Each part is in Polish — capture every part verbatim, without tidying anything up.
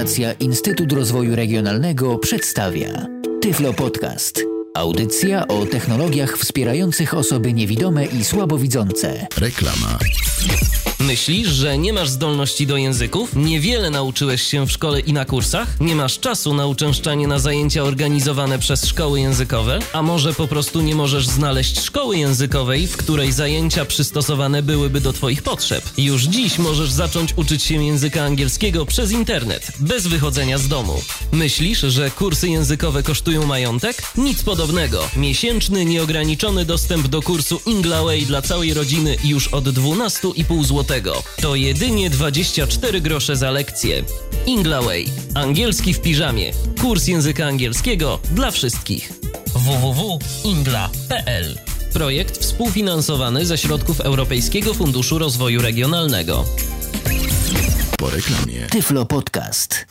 Fundacja Instytut Rozwoju Regionalnego przedstawia Tyflo Podcast. Audycja o technologiach wspierających osoby niewidome i słabowidzące. Reklama. Myślisz, że nie masz zdolności do języków? Niewiele nauczyłeś się w szkole i na kursach? Nie masz czasu na uczęszczanie na zajęcia organizowane przez szkoły językowe? A może po prostu nie możesz znaleźć szkoły językowej, w której zajęcia przystosowane byłyby do Twoich potrzeb? Już dziś możesz zacząć uczyć się języka angielskiego przez internet, bez wychodzenia z domu. Myślisz, że kursy językowe kosztują majątek? Nic podobnego. Miesięczny, nieograniczony dostęp do kursu Inglaway dla całej rodziny już od dwanaście i pół złotego. To jedynie dwadzieścia cztery grosze za lekcję. Inglaway. Angielski w piżamie. Kurs języka angielskiego dla wszystkich. w w w kropka ingla kropka p l. Projekt współfinansowany ze środków Europejskiego Funduszu Rozwoju Regionalnego. Po reklamie. Tyflo Podcast.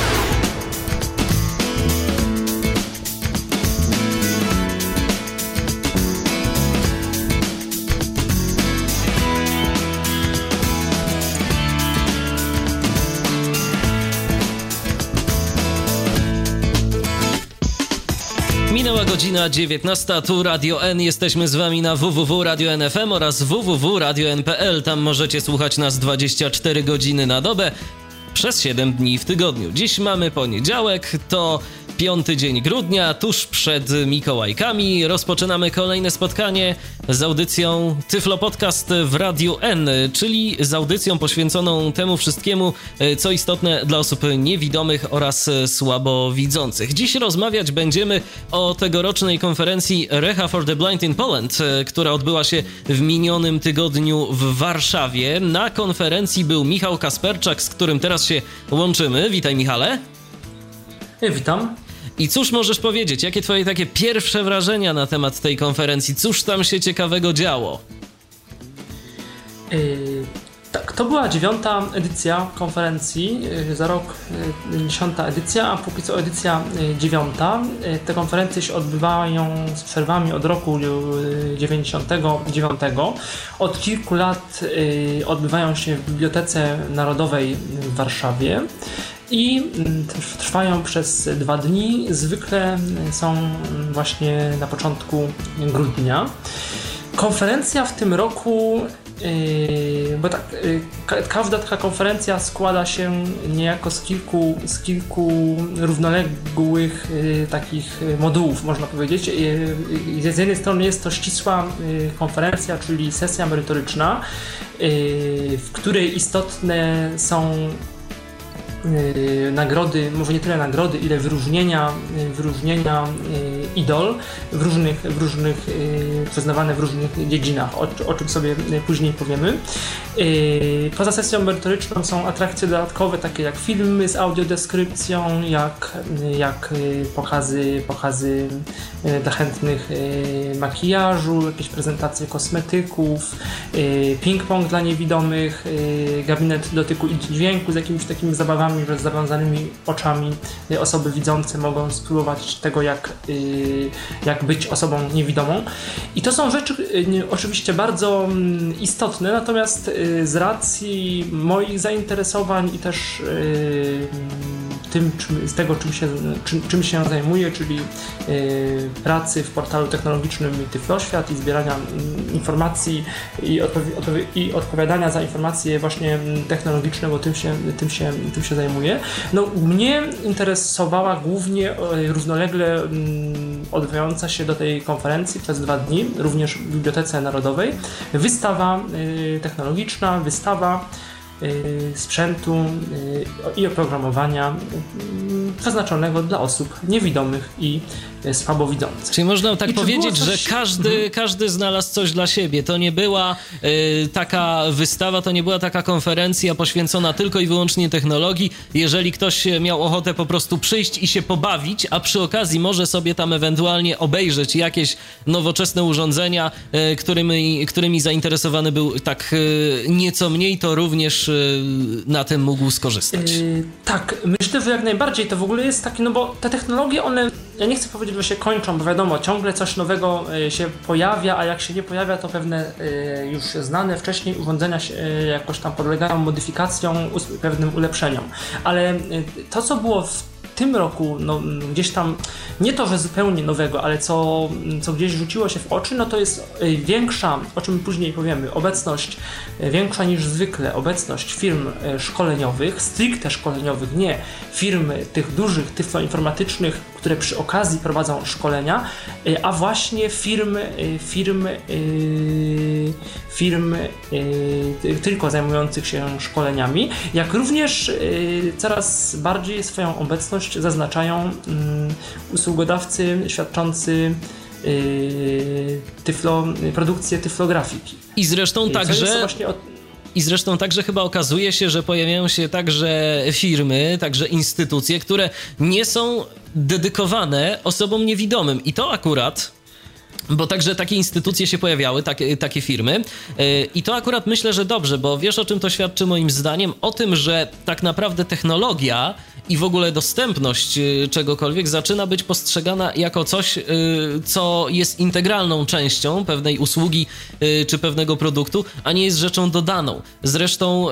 Minęła godzina dziewiętnasta, tu Radio N. Jesteśmy z wami na w w w kropka radio n f m oraz w w w kropka radio n kropka p l. Tam możecie słuchać nas dwadzieścia cztery godziny na dobę przez siedem dni w tygodniu. Dziś mamy poniedziałek, to piąty dzień grudnia, tuż przed Mikołajkami. Rozpoczynamy kolejne spotkanie z audycją Tyflo Podcast w Radiu N, czyli z audycją poświęconą temu wszystkiemu, co istotne dla osób niewidomych oraz słabowidzących. Dziś rozmawiać będziemy o tegorocznej konferencji Reha for the Blind in Poland, która odbyła się w minionym tygodniu w Warszawie. Na konferencji był Michał Kasperczak, z którym teraz się łączymy. Witaj, Michale. Witam. I cóż możesz powiedzieć? Jakie twoje takie pierwsze wrażenia na temat tej konferencji? Cóż tam się ciekawego działo? Yy, tak, to była dziewiąta edycja konferencji, yy, za rok yy, dziesiąta edycja, a póki co edycja yy, dziewiąta. Yy, te konferencje się odbywają z przerwami od roku yy, dziewięćdziesiątego dziewiątego. Od kilku lat yy, odbywają się w Bibliotece Narodowej w Warszawie. I trwają przez dwa dni, zwykle są właśnie na początku grudnia. Konferencja w tym roku, yy, bo tak, yy, każda taka konferencja składa się niejako z kilku, z kilku równoległych yy, takich modułów, można powiedzieć. Yy, z jednej strony jest to ścisła yy, konferencja, czyli sesja merytoryczna, yy, w której istotne są Yy, nagrody, może nie tyle nagrody, ile wyróżnienia, yy, wyróżnienia yy, idol w różnych, w różnych yy, przyznawane w różnych dziedzinach, o, o czym sobie później powiemy. Yy, poza sesją merytoryczną są atrakcje dodatkowe, takie jak filmy z audiodeskrypcją, jak, jak yy, pokazy, pokazy yy, dla chętnych yy, makijażu, jakieś prezentacje kosmetyków, yy, ping-pong dla niewidomych, yy, gabinet dotyku i dźwięku z jakimiś takimi zabawami, że z zawiązanymi oczami osoby widzące mogą spróbować tego, jak, jak być osobą niewidomą. I to są rzeczy oczywiście bardzo istotne, natomiast z racji moich zainteresowań i też tym, czym, z tego, czym się, czym, czym się zajmuję, czyli pracy w portalu technologicznym Tyfloświat i zbierania informacji i, odpowi- odpowi- i odpowiadania za informacje właśnie technologiczne, bo tym się, tym się, tym się zajmuję. No, mnie interesowała głównie równolegle odbywająca się do tej konferencji przez dwa dni, również w Bibliotece Narodowej, wystawa technologiczna, wystawa sprzętu i oprogramowania przeznaczonego dla osób niewidomych i słabowidzących. Czyli można tak I powiedzieć, coś... że każdy, mhm. każdy znalazł coś dla siebie. To nie była y, taka wystawa, to nie była taka konferencja poświęcona tylko i wyłącznie technologii. Jeżeli ktoś miał ochotę po prostu przyjść i się pobawić, a przy okazji może sobie tam ewentualnie obejrzeć jakieś nowoczesne urządzenia, y, którymi, którymi zainteresowany był tak y, nieco mniej, to również y, na tym mógł skorzystać. Yy, tak, myślę, że jak najbardziej to w ogóle jest taki, no bo te technologie, one, ja nie chcę powiedzieć, że się kończą, bo wiadomo, ciągle coś nowego się pojawia, a jak się nie pojawia, to pewne już znane wcześniej urządzenia się jakoś tam podlegają modyfikacjom, pewnym ulepszeniom. Ale to, co było w w tym roku no, gdzieś tam, nie to, że zupełnie nowego, ale co, co gdzieś rzuciło się w oczy, no to jest większa, o czym później powiemy, obecność, większa niż zwykle obecność firm szkoleniowych, stricte szkoleniowych, nie firm tych dużych, tyfloinformatycznych, które przy okazji prowadzą szkolenia, a właśnie firm, firm, firm tylko zajmujących się szkoleniami, jak również coraz bardziej swoją obecność zaznaczają usługodawcy świadczący tyflo, produkcję tyflografiki. I zresztą także... Od... I zresztą także chyba okazuje się, że pojawiają się także firmy, także instytucje, które nie są dedykowane osobom niewidomym. I to akurat, bo także takie instytucje się pojawiały, takie, takie firmy. I to akurat myślę, że dobrze, bo wiesz, o czym to świadczy moim zdaniem? O tym, że tak naprawdę technologia i w ogóle dostępność czegokolwiek zaczyna być postrzegana jako coś, co jest integralną częścią pewnej usługi czy pewnego produktu, a nie jest rzeczą dodaną. Zresztą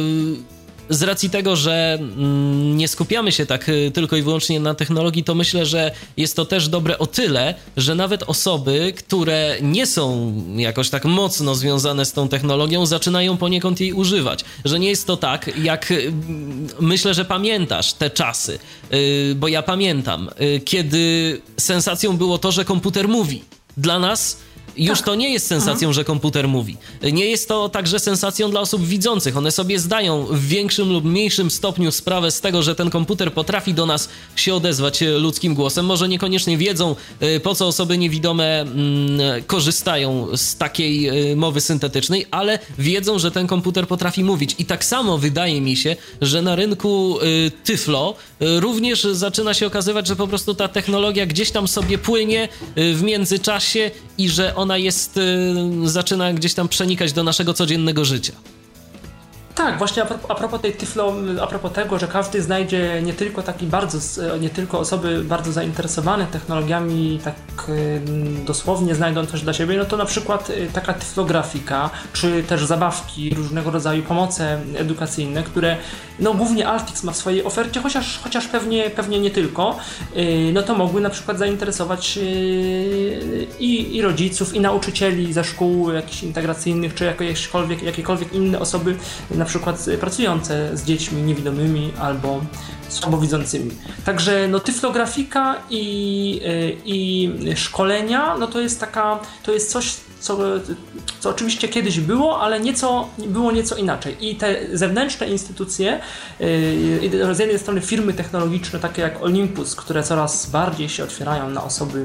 z racji tego, że nie skupiamy się tak tylko i wyłącznie na technologii, to myślę, że jest to też dobre o tyle, że nawet osoby, które nie są jakoś tak mocno związane z tą technologią, zaczynają poniekąd jej używać. Że nie jest to tak, jak myślę, że pamiętasz te czasy, bo ja pamiętam, kiedy sensacją było to, że komputer mówi. Dla nas już tak. To nie jest sensacją, mhm. że komputer mówi. Nie jest to także sensacją dla osób widzących. One sobie zdają w większym lub mniejszym stopniu sprawę z tego, że ten komputer potrafi do nas się odezwać ludzkim głosem. Może niekoniecznie wiedzą, po co osoby niewidome mm, korzystają z takiej mowy syntetycznej, ale wiedzą, że ten komputer potrafi mówić. I tak samo wydaje mi się, że na rynku y, Tyflo y, również zaczyna się okazywać, że po prostu ta technologia gdzieś tam sobie płynie y, w międzyczasie i że ona jest, y, zaczyna gdzieś tam przenikać do naszego codziennego życia. Tak, właśnie a propos, a propos tej Tyflo, a propos tego, że każdy znajdzie nie tylko taki bardzo, nie tylko osoby bardzo zainteresowane technologiami, tak dosłownie znajdą coś dla siebie, no to na przykład taka tyflografika, czy też zabawki, różnego rodzaju pomoce edukacyjne, które no głównie Altix ma w swojej ofercie, chociaż, chociaż pewnie, pewnie nie tylko, no to mogły na przykład zainteresować i, i rodziców, i nauczycieli ze szkół jakichś integracyjnych, czy jakiekolwiek, jakiekolwiek inne osoby, na przykład pracujące z dziećmi niewidomymi albo słabowidzącymi. Także no, tyflografika i, i szkolenia, no to jest taka, to jest coś, co, co oczywiście kiedyś było, ale nieco, było nieco inaczej. I te zewnętrzne instytucje, z jednej strony firmy technologiczne, takie jak Olympus, które coraz bardziej się otwierają na osoby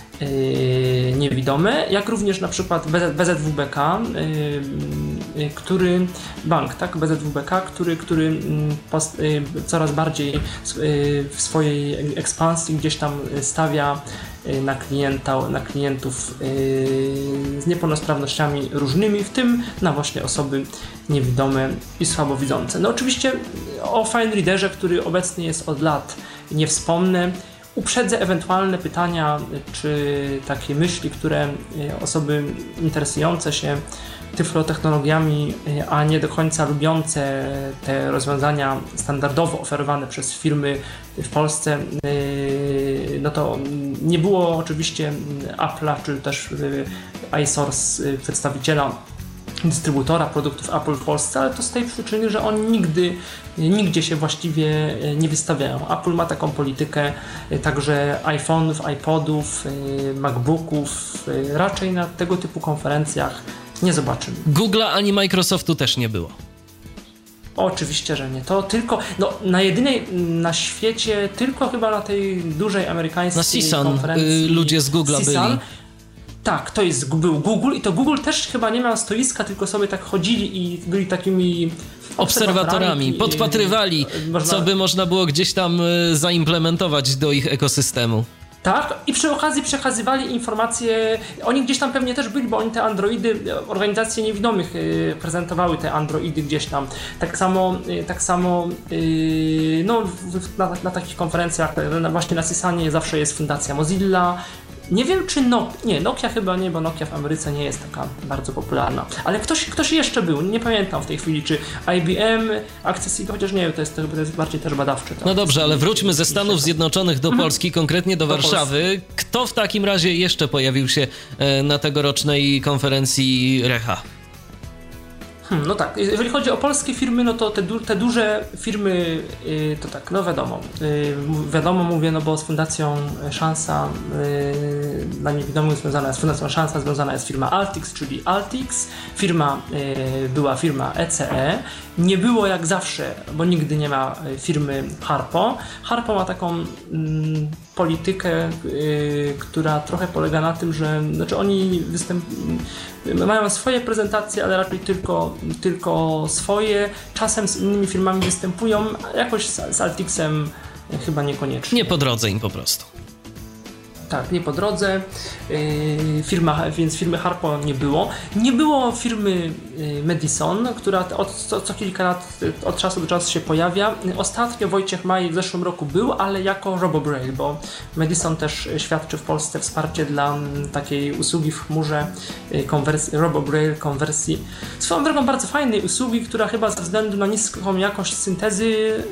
Yy, niewidome, jak również na przykład B Z W B K, yy, yy, który bank, tak, B Z W B K, który, który yy, post, yy, coraz bardziej yy, w swojej ekspansji gdzieś tam stawia yy, na klienta, na klientów yy, z niepełnosprawnościami różnymi, w tym na właśnie osoby niewidome i słabowidzące. No oczywiście o Fine Readerze, który obecnie jest od lat, nie wspomnę. Uprzedzę ewentualne pytania czy takie myśli, które osoby interesujące się tyflotechnologiami, a nie do końca lubiące te rozwiązania standardowo oferowane przez firmy w Polsce, no to nie było oczywiście Apple'a czy też iSource, przedstawiciela dystrybutora produktów Apple w Polsce, ale to z tej przyczyny, że oni nigdy, nigdzie się właściwie nie wystawiają. Apple ma taką politykę także iPhone'ów, iPodów, MacBooków, raczej na tego typu konferencjach nie zobaczymy. Google'a ani Microsoftu też nie było. Oczywiście, że nie. To tylko, no na jedynej na świecie, tylko chyba na tej dużej amerykańskiej na konferencji. Y, ludzie z Google'a byli. Tak, to jest, był Google i to Google też chyba nie miał stoiska, tylko sobie tak chodzili i byli takimi obserwatorami, podpatrywali, można... co by można było gdzieś tam zaimplementować do ich ekosystemu. Tak, i przy okazji przekazywali informacje, oni gdzieś tam pewnie też byli, bo oni te androidy, organizacje niewidomych y, prezentowały te androidy gdzieś tam. Tak samo, y, tak samo y, no, w, na, na takich konferencjach, na, właśnie na Sysanie zawsze jest Fundacja Mozilla. Nie wiem, czy Nokia, nie, Nokia chyba nie, bo Nokia w Ameryce nie jest taka bardzo popularna, ale ktoś, ktoś jeszcze był, nie pamiętam w tej chwili, czy I B M, Accessibility, chociaż nie wiem, to jest, to jest bardziej też badawcze. Tak? No dobrze, ale wróćmy ze Stanów Zjednoczonych do Polski, mhm. konkretnie do, do Warszawy. Polski. Kto w takim razie jeszcze pojawił się na tegorocznej konferencji Recha? Hmm, no tak, jeżeli chodzi o polskie firmy, no to te, du- te duże firmy, yy, to tak, no wiadomo, yy, wiadomo mówię, no bo z Fundacją Szansa yy, dla niewidomych związana jest, Fundacją Szansa związana jest firma Altix, czyli Altix, firma yy, była firma E C E, nie było jak zawsze, bo nigdy nie ma firmy Harpo. Harpo ma taką mm, politykę, yy, która trochę polega na tym, że znaczy oni występ- mają swoje prezentacje, ale raczej tylko, tylko swoje. Czasem z innymi firmami występują, jakoś z, z Altixem chyba niekoniecznie. Nie po drodze im po prostu. Tak, nie po drodze, yy, firma, więc firmy Harpo nie było. Nie było firmy yy, Madison, która od, co, co kilka lat od czasu do czasu się pojawia. Ostatnio Wojciech Maj w zeszłym roku był, ale jako RoboBraille, bo Madison też świadczy w Polsce wsparcie dla m, takiej usługi w chmurze yy, konwersji, RoboBraille konwersji. Swoją drogą bardzo fajnej usługi, która chyba ze względu na niską jakość syntezy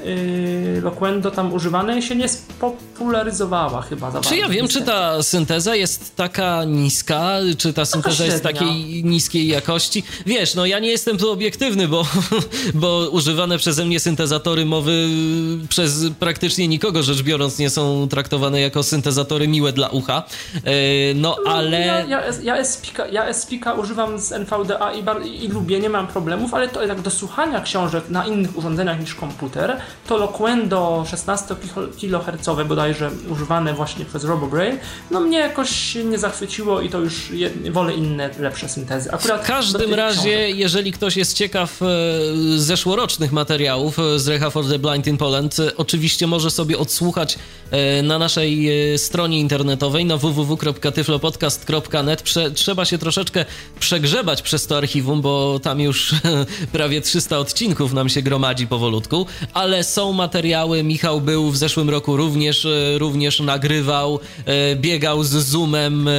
yy, Loquendo tam używanej się nie spopularyzowała chyba za bardzo. Czy ja wiem, czy ta synteza jest taka niska, czy ta synteza jest takiej niskiej jakości? Wiesz, no ja nie jestem tu obiektywny, bo, bo używane przeze mnie syntezatory mowy przez praktycznie nikogo rzecz biorąc nie są traktowane jako syntezatory miłe dla ucha. No ale... Ja, ja, ja, S P K, ja S P K używam z N V D A i, bar- i lubię, nie mam problemów, ale to jak do słuchania książek na innych urządzeniach niż komputer, to Loquendo szesnaście kilohercowe bodajże używane właśnie przez RoboBraille, no mnie jakoś nie zachwyciło i to już je, wolę inne, lepsze syntezy. Akurat w każdym razie, książek. Jeżeli ktoś jest ciekaw e, zeszłorocznych materiałów z Recha for the Blind in Poland, e, oczywiście może sobie odsłuchać e, na naszej e, stronie internetowej na w w w kropka tyflopodcast kropka net. Prze, trzeba się troszeczkę przegrzebać przez to archiwum, bo tam już prawie trzysta odcinków nam się gromadzi powolutku, ale są materiały. Michał był w zeszłym roku również, e, również nagrywał, e, biegał z Zoomem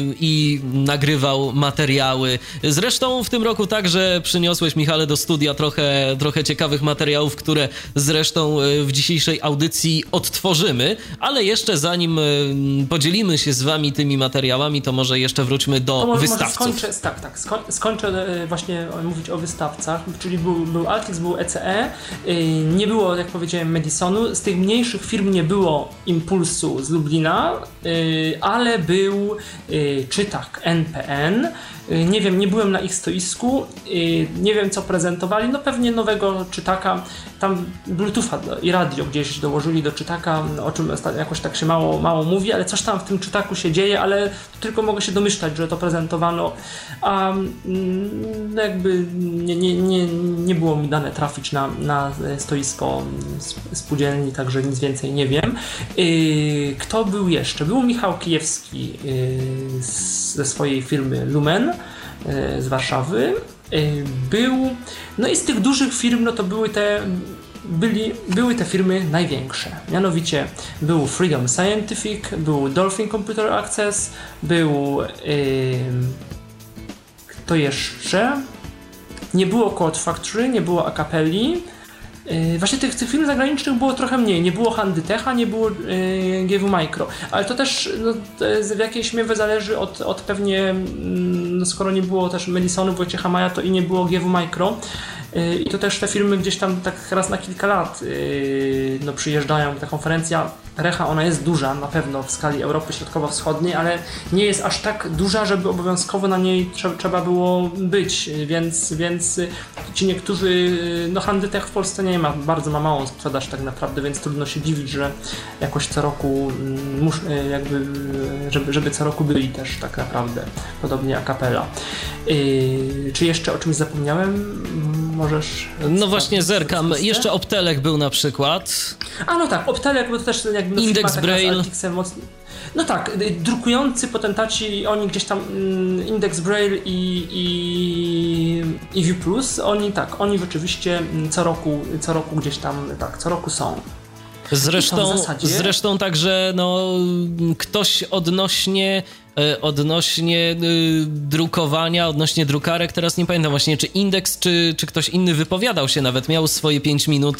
i nagrywał materiały. Zresztą w tym roku także przyniosłeś, Michale, do studia trochę, trochę ciekawych materiałów, które zresztą w dzisiejszej audycji odtworzymy, ale jeszcze zanim podzielimy się z wami tymi materiałami, to może jeszcze wróćmy do to może, wystawców. Może skończę, tak, tak, skoń, skończę właśnie mówić o wystawcach, czyli był, był Altix, był E C E, nie było, jak powiedziałem, Madisonu, z tych mniejszych firm nie było Impulsu z Lublina, ale był y, Czytak N P N. Y, nie wiem, nie byłem na ich stoisku, y, nie wiem co prezentowali, no pewnie nowego Czytaka, tam Bluetootha i radio gdzieś dołożyli do Czytaka, o czym jakoś tak się mało, mało mówi, ale coś tam w tym Czytaku się dzieje, ale tylko mogę się domyślać, że to prezentowano, a mm, jakby nie, nie, nie, nie było mi dane trafić na, na stoisko spółdzielni, także nic więcej nie wiem. Y, kto był jeszcze? Był Michał Kijewski y, ze swojej firmy Lumen y, z Warszawy. Y, był, no i z tych dużych firm, no to były te, byli, były te firmy największe. Mianowicie był Freedom Scientific, był Dolphin Computer Access, był y, kto jeszcze? Nie było Code Factory, nie było Acapelli. Yy, właśnie tych, tych firm zagranicznych było trochę mniej. Nie było Handytecha, nie było yy, G W Micro. Ale to też no, to w jakiejś mierze zależy od, od pewnie, no, skoro nie było też Madisonu, Wojciecha Maja, to i nie było G W Micro. Yy, I to też te firmy gdzieś tam tak raz na kilka lat yy, no, przyjeżdżają. Ta konferencja Recha, ona jest duża na pewno w skali Europy Środkowo-Wschodniej, ale nie jest aż tak duża, żeby obowiązkowo na niej trze- trzeba było być, więc, więc ci niektórzy, no Handytech w Polsce nie ma, bardzo ma małą sprzedaż tak naprawdę, więc trudno się dziwić, że jakoś co roku mus, jakby, żeby, żeby co roku byli też tak naprawdę, podobnie Acapella. Yy, czy jeszcze o czymś zapomniałem? możesz... No właśnie zerkam. Jeszcze Optelek był na przykład. A no tak, Optelek, bo to też jakby... No, Index Braille. Mocno... No tak, drukujący potentaci, oni gdzieś tam mm, Index Braille i, i, i View Plus, oni tak, oni rzeczywiście co roku, co roku gdzieś tam, tak, co roku są. Zresztą, zasadzie... zresztą także no, ktoś odnośnie odnośnie drukowania, odnośnie drukarek, teraz nie pamiętam właśnie, czy Indeks, czy, czy ktoś inny wypowiadał się nawet, miał swoje pięć minut,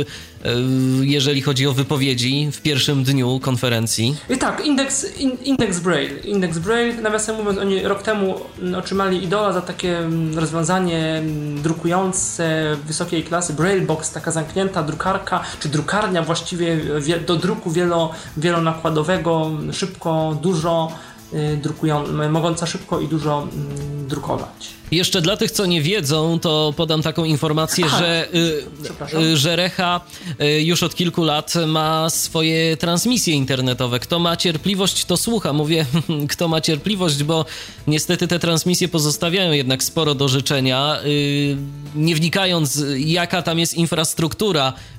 jeżeli chodzi o wypowiedzi w pierwszym dniu konferencji. I tak, Index, in, Index Braille. Index Braille, nawiasem mówiąc, oni rok temu otrzymali idola za takie rozwiązanie drukujące wysokiej klasy, Braille Box, taka zamknięta drukarka, czy drukarnia właściwie do druku wielo, wielonakładowego, szybko, dużo, drukują, mogąca szybko i dużo mm, drukować. Jeszcze dla tych, co nie wiedzą, to podam taką informację, Aha, że, y, że Recha y, już od kilku lat ma swoje transmisje internetowe. Kto ma cierpliwość, to słucha. Mówię, kto ma cierpliwość, bo niestety te transmisje pozostawiają jednak sporo do życzenia. Y, nie wnikając, jaka tam jest infrastruktura y,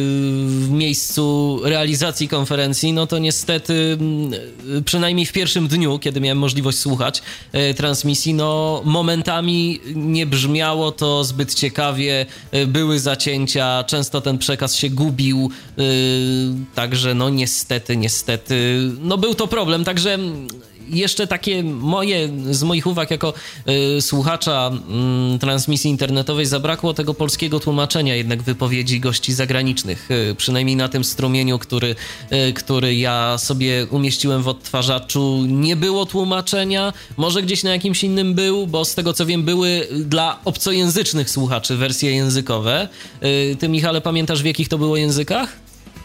w miejscu realizacji konferencji, no to niestety y, przynajmniej w pierwszym dniu, kiedy miałem możliwość słuchać y, transmisji, no momentami nie brzmiało to zbyt ciekawie, były zacięcia, często ten przekaz się gubił, yy, także no niestety, niestety, no był to problem, także jeszcze takie moje, z moich uwag jako y, słuchacza y, transmisji internetowej zabrakło tego polskiego tłumaczenia jednak wypowiedzi gości zagranicznych, y, przynajmniej na tym strumieniu, który, y, który ja sobie umieściłem w odtwarzaczu, nie było tłumaczenia, może gdzieś na jakimś innym był, bo z tego co wiem były dla obcojęzycznych słuchaczy wersje językowe. Y, ty, Michale, pamiętasz, w jakich to było językach?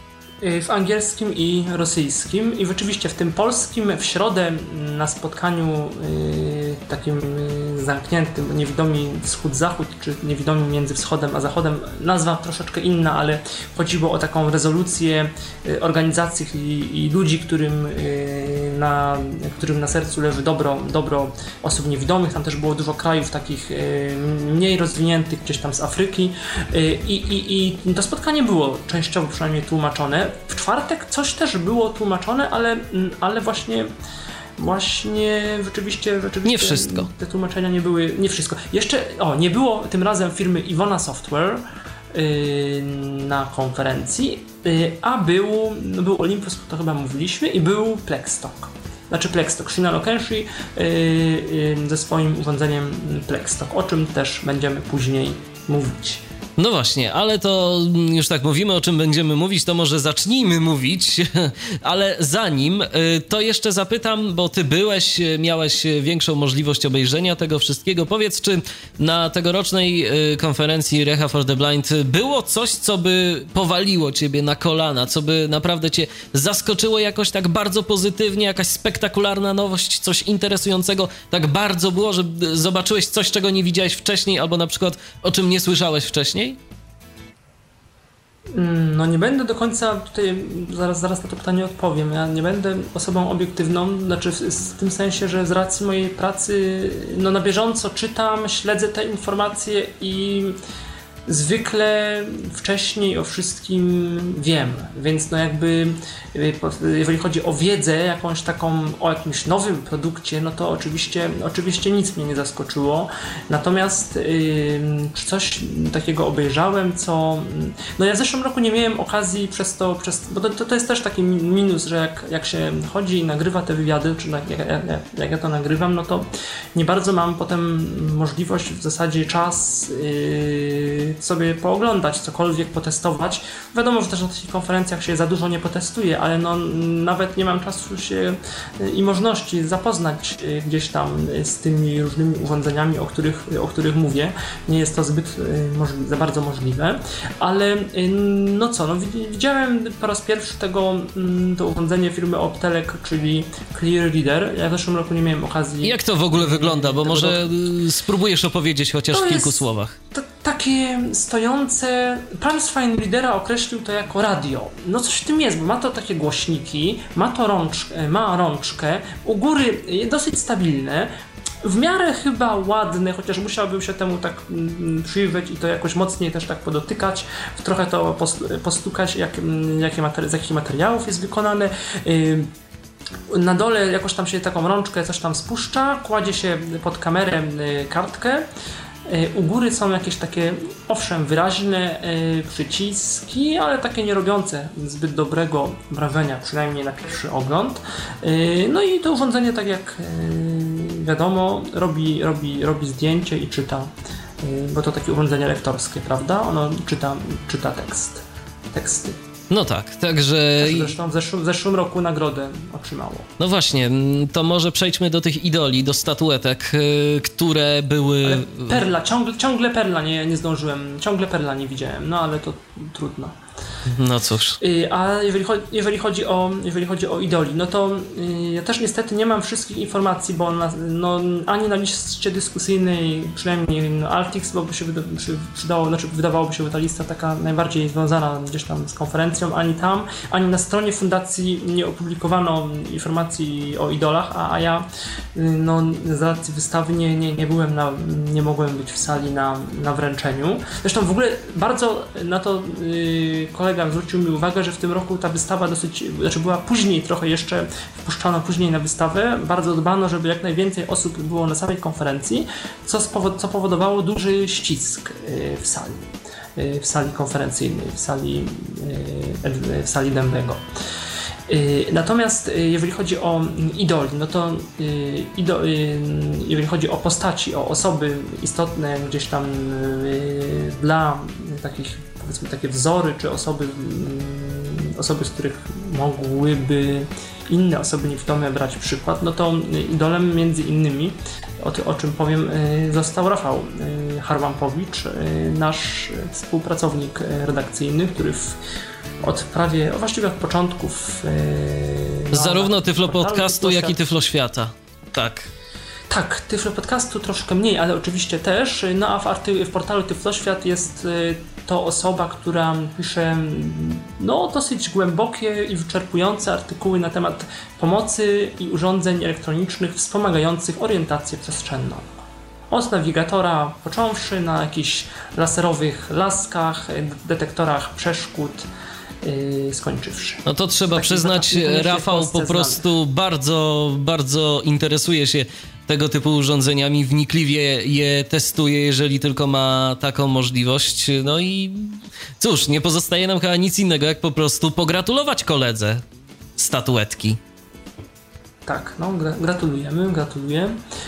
W angielskim i rosyjskim i rzeczywiście w tym polskim w środę na spotkaniu yy, takim yy, zamkniętym, niewidomi wschód-zachód, czy niewidomi między wschodem a zachodem, nazwa troszeczkę inna, ale chodziło o taką rezolucję yy, organizacji i, i ludzi, którym, yy, na, którym na sercu leży dobro, dobro osób niewidomych. Tam też było dużo krajów takich yy, mniej rozwiniętych, gdzieś tam z Afryki yy, i, i, i to spotkanie było częściowo przynajmniej tłumaczone. W czwartek coś też było tłumaczone, ale, ale właśnie, właśnie rzeczywiście, rzeczywiście nie wszystko. Te tłumaczenia nie były, nie wszystko. Jeszcze, o, nie było tym razem firmy Iwona Software yy, na konferencji, yy, a był, był Olympus, to chyba mówiliśmy, i był Plextalk. Znaczy Plextalk, Shinan Okenshi yy, yy, ze swoim urządzeniem Plextalk, o czym też będziemy później mówić. No właśnie, ale to już tak mówimy, o czym będziemy mówić, to może zacznijmy mówić, ale zanim, to jeszcze zapytam, bo ty byłeś, miałeś większą możliwość obejrzenia tego wszystkiego. Powiedz, czy na tegorocznej konferencji Recha for the Blind było coś, co by powaliło ciebie na kolana, co by naprawdę cię zaskoczyło jakoś tak bardzo pozytywnie, jakaś spektakularna nowość, coś interesującego tak bardzo było, że zobaczyłeś coś, czego nie widziałeś wcześniej, albo na przykład o czym nie słyszałeś wcześniej? No nie będę do końca tutaj, zaraz, zaraz na to pytanie odpowiem. Ja nie będę osobą obiektywną, znaczy w, w tym sensie, że z racji mojej pracy no na bieżąco czytam, śledzę te informacje i zwykle wcześniej o wszystkim wiem, więc no jakby jeżeli chodzi o wiedzę jakąś taką o jakimś nowym produkcie, no to oczywiście, oczywiście nic mnie nie zaskoczyło. Natomiast yy, czy coś takiego obejrzałem, co... No ja w zeszłym roku nie miałem okazji przez to, przez, bo to, to jest też taki minus, że jak, jak się chodzi i nagrywa te wywiady, czy jak, jak, jak ja to nagrywam, no to nie bardzo mam potem możliwość, w zasadzie czas yy, sobie pooglądać, cokolwiek potestować. Wiadomo, że też na tych konferencjach się za dużo nie potestuje, ale no nawet nie mam czasu się i możliwości zapoznać gdzieś tam z tymi różnymi urządzeniami, o których, o których mówię. Nie jest to zbyt możli- za bardzo możliwe, ale no co, no widziałem po raz pierwszy tego, to urządzenie firmy Optelek, czyli Clear Reader. Ja w zeszłym roku nie miałem okazji... Jak to w ogóle wygląda? Bo może do... spróbujesz opowiedzieć chociaż to w kilku jest... słowach. To takie stojące, Pulsefine Readera określił to jako radio. No coś w tym jest, bo ma to takie głośniki, ma to rączkę, ma rączkę, u góry dosyć stabilne, w miarę chyba ładny, chociaż musiałbym się temu tak mm, przyjrzeć i to jakoś mocniej też tak podotykać, trochę to postukać, jak, jakie materi- z jakich materiałów jest wykonane. Yy, na dole jakoś tam się taką rączkę coś tam spuszcza, kładzie się pod kamerę yy, kartkę. U góry są jakieś takie, owszem, wyraźne y, przyciski, ale takie nie robiące zbyt dobrego wrażenia, przynajmniej na pierwszy ogląd. Y, no i to urządzenie, tak jak y, wiadomo, robi, robi, robi zdjęcie i czyta, y, bo to takie urządzenie lektorskie, prawda? Ono czyta, czyta tekst, teksty. No tak, także... Zresztą w zeszłym, w zeszłym roku nagrodę otrzymało. No właśnie, to może przejdźmy do tych idoli, do statuetek, yy, które były... Ale Perla, ciągle, ciągle Perla nie, nie zdążyłem, ciągle Perla nie widziałem, no ale to trudno. No cóż. A jeżeli chodzi, jeżeli chodzi o jeżeli chodzi o idoli, no to yy, ja też niestety nie mam wszystkich informacji, bo na, no, ani na liście dyskusyjnej, przynajmniej no, Altix, bo by się wyda, przy, przydało, znaczy wydawałoby się, że ta lista taka najbardziej związana gdzieś tam z konferencją, ani tam, ani na stronie fundacji nie opublikowano informacji o idolach, a, a ja yy, no, z racji wystawy nie, nie, nie byłem na, nie mogłem być w sali na, na wręczeniu. Zresztą w ogóle bardzo na to yy, kolega zwrócił mi uwagę, że w tym roku ta wystawa dosyć, znaczy była później trochę jeszcze wpuszczona później na wystawę. Bardzo dbano, żeby jak najwięcej osób było na samej konferencji, co, spowo- co powodowało duży ścisk w sali, w sali konferencyjnej, w sali, w sali Dębego. Natomiast jeżeli chodzi o idoli, no to ido, jeżeli chodzi o postaci, o osoby istotne gdzieś tam dla takich, powiedzmy, takie wzory, czy osoby, osoby, z których mogłyby inne osoby niewidome brać przykład, no to idolem między innymi, o, o czym powiem, został Rafał Harłampowicz, nasz współpracownik redakcyjny, który w od prawie, właściwie od początków yy, zarówno Tyflo Podcastu, jak i Tyflo Świata. Tak. Tak, Tyflo Podcastu troszkę mniej, ale oczywiście też. No a w, arty- w portalu Tyflo Świat jest y, to osoba, która pisze no, dosyć głębokie i wyczerpujące artykuły na temat pomocy i urządzeń elektronicznych wspomagających orientację przestrzenną. Od nawigatora począwszy na jakichś laserowych laskach, detektorach przeszkód, Yy, skończywszy. No to trzeba Taki przyznać, Rafał po prostu znany. bardzo, bardzo interesuje się tego typu urządzeniami, wnikliwie je testuje, jeżeli tylko ma taką możliwość. No i cóż, nie pozostaje nam chyba nic innego, jak po prostu pogratulować koledze statuetki. Tak, no gra- gratulujemy, gratuluję.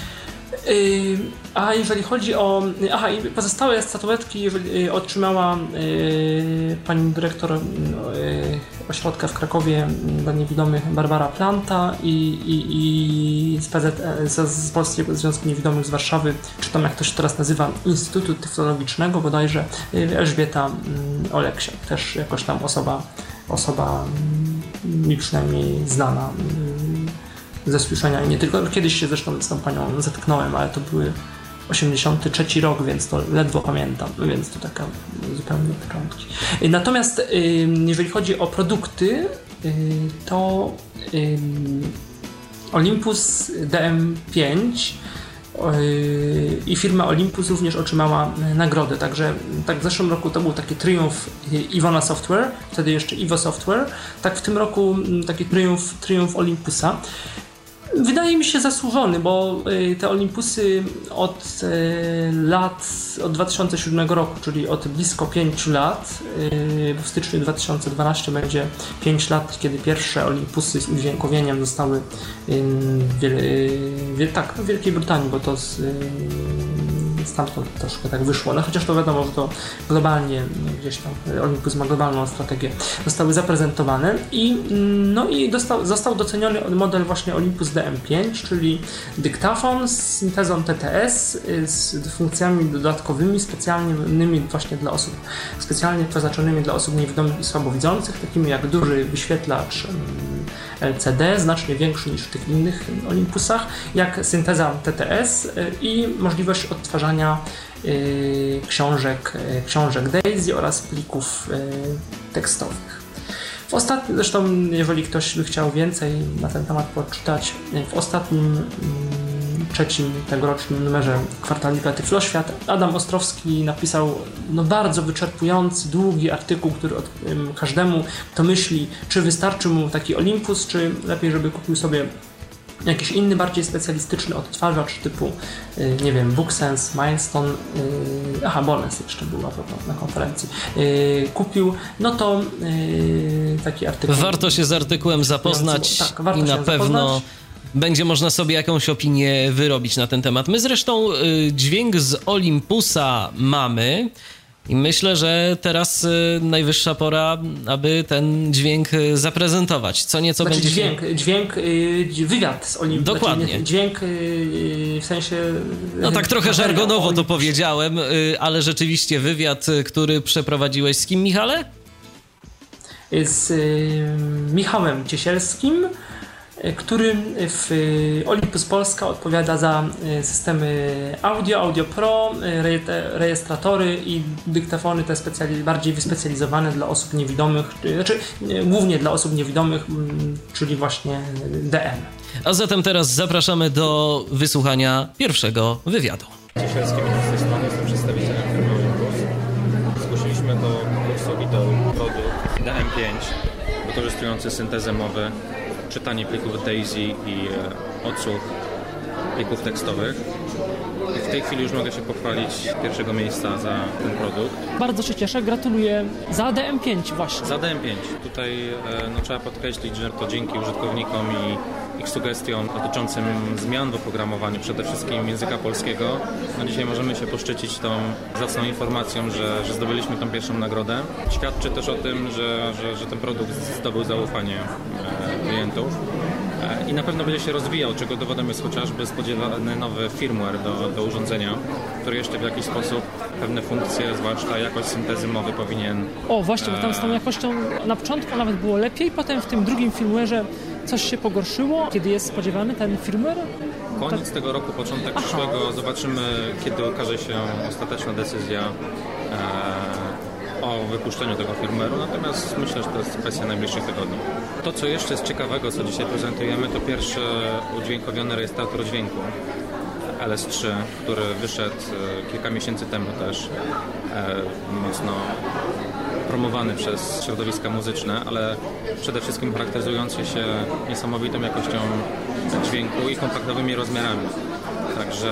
Yy, a jeżeli chodzi o... Aha, i pozostałe statuetki yy, otrzymała yy, pani dyrektor yy, ośrodka w Krakowie dla niewidomych Barbara Planta i, i, i z, P Z, z, z Polskiego Związku Niewidomych z Warszawy, czy tam jak to się teraz nazywa, Instytutu Technologicznego bodajże, yy, Elżbieta yy, Oleksiak, też jakoś tam osoba, osoba yy, mi przynajmniej znana yy, ze słyszenia i nie tylko. Kiedyś się zresztą z tą panią zetknąłem, ale to były osiemdziesiąty trzeci rok, więc to ledwo pamiętam, więc to taka zupełnie początki. Natomiast jeżeli chodzi o produkty, to Olympus D M pięć i firma Olympus również otrzymała nagrodę, także tak w zeszłym roku to był taki triumf Iwona Software, wtedy jeszcze Iwo Software, tak w tym roku taki triumf, triumf Olympusa. Wydaje mi się zasłużony, bo te Olympusy od lat, od dwa tysiące siódmego roku, czyli od blisko pięciu lat, w styczniu dwa tysiące dwunastego będzie pięć lat, kiedy pierwsze Olympusy z udźwiękowieniem zostały w, Wiel- tak, w Wielkiej Brytanii, bo to z, stamtąd troszkę tak wyszło, no chociaż to wiadomo, że to globalnie gdzieś tam Olympus ma globalną strategię, zostały zaprezentowane i, no i dostał, został doceniony model właśnie Olympus D M pięć, czyli dyktafon z syntezą T T S, z funkcjami dodatkowymi, specjalnymi właśnie dla osób, specjalnie przeznaczonymi dla osób niewidomych i słabowidzących, takimi jak duży wyświetlacz L C D, znacznie większy niż w tych innych Olympusach, jak synteza T T S i możliwość odtwarzania y, książek, y, książek Daisy oraz plików y, tekstowych. W ostatnim, zresztą jeżeli ktoś by chciał więcej na ten temat poczytać, w ostatnim trzecim tegorocznym numerze kwartalnika Tyfloświat. Adam Ostrowski napisał no, bardzo wyczerpujący, długi artykuł, który od, um, każdemu, kto myśli, czy wystarczy mu taki Olympus, czy lepiej, żeby kupił sobie jakiś inny, bardziej specjalistyczny odtwarzacz typu, yy, nie wiem, BookSense, Milestone, yy, aha, Bones jeszcze był na konferencji, yy, kupił, no to yy, taki artykuł. Warto się z artykułem zapoznać tak, warto i na pewno zapoznać. Będzie można sobie jakąś opinię wyrobić na ten temat. My zresztą yy, dźwięk z Olympusa mamy. I myślę, że teraz y, najwyższa pora, aby ten dźwięk y, zaprezentować. Co nieco znaczy będzie dźwięk, się... dźwięk, y, wywiad z Olympusa. Dokładnie. Znaczy, dźwięk y, w sensie... Y, no tak trochę żargonowo to powiedziałem, y, ale rzeczywiście wywiad, y, który przeprowadziłeś z kim, Michale? Z y, Michałem Ciesielskim, który w Olympus Polska odpowiada za systemy audio, Audio Pro, rejestratory i dyktafony te specjali- bardziej wyspecjalizowane dla osób niewidomych, znaczy głównie dla osób niewidomych, czyli właśnie D M. A zatem teraz zapraszamy do wysłuchania pierwszego wywiadu. Ciesielski z tej strony, jestem przedstawicielem firmy Olympus. Zgłosiliśmy do kursu wideo produkt D M pięć, wykorzystujący syntezę mowy, czytanie plików DAISY i e, odsłuch plików tekstowych. I w tej chwili już mogę się pochwalić pierwszego miejsca za ten produkt. Bardzo się cieszę, gratuluję za D M pięć właśnie. Za D M pięć. Tutaj e, no, trzeba podkreślić, że to dzięki użytkownikom i ich sugestiom dotyczącym zmian w oprogramowaniu, przede wszystkim języka polskiego. No, dzisiaj możemy się poszczycić tą zacną informacją, że, że zdobyliśmy tą pierwszą nagrodę. Świadczy też o tym, że, że, że ten produkt zdobył zaufanie e, klientów. I na pewno będzie się rozwijał, czego dowodem jest chociażby spodziewany nowy firmware do, do urządzenia, który jeszcze w jakiś sposób pewne funkcje, zwłaszcza jakość syntezy mowy powinien... O, właśnie, bo tam z tą jakością na początku nawet było lepiej, potem w tym drugim firmware'ze coś się pogorszyło. Kiedy jest spodziewany ten firmware? Koniec tak... tego roku, początek Aha. przyszłego. Zobaczymy, kiedy okaże się ostateczna decyzja e, o wypuszczeniu tego firmware'u, natomiast myślę, że to jest kwestia najbliższych tygodni. To, co jeszcze jest ciekawego, co dzisiaj prezentujemy, to pierwszy udźwiękowiony rejestrator dźwięku L S trzy, który wyszedł kilka miesięcy temu też, e, mocno promowany przez środowiska muzyczne, ale przede wszystkim charakteryzujący się niesamowitą jakością dźwięku i kompaktowymi rozmiarami. Także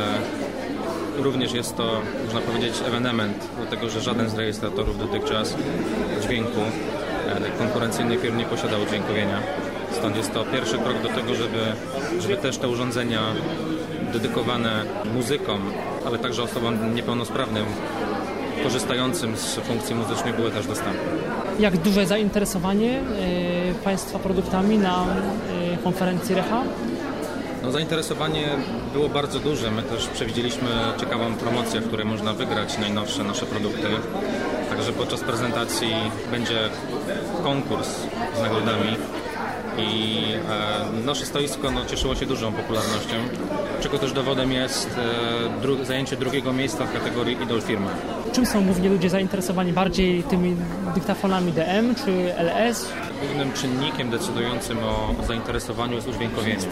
również jest to, można powiedzieć, ewenement, dlatego że żaden z rejestratorów dotychczas dźwięku konkurencyjnych firm nie posiadał udźwiękowienia. Stąd jest to pierwszy krok do tego, żeby, żeby też te urządzenia dedykowane muzykom, ale także osobom niepełnosprawnym, korzystającym z funkcji muzycznych, były też dostępne. Jak duże zainteresowanie y, Państwa produktami na y, konferencji Recha? No, zainteresowanie było bardzo duże. My też przewidzieliśmy ciekawą promocję, w której można wygrać najnowsze nasze produkty. Także podczas prezentacji będzie konkurs z nagrodami i e, nasze stoisko no, cieszyło się dużą popularnością, czego też dowodem jest e, dru- zajęcie drugiego miejsca w kategorii Idol Firmy. Czym są głównie ludzie zainteresowani? Bardziej tymi dyktafonami D M czy L S? Głównym czynnikiem decydującym o, o zainteresowaniu jest udźwiękowienie.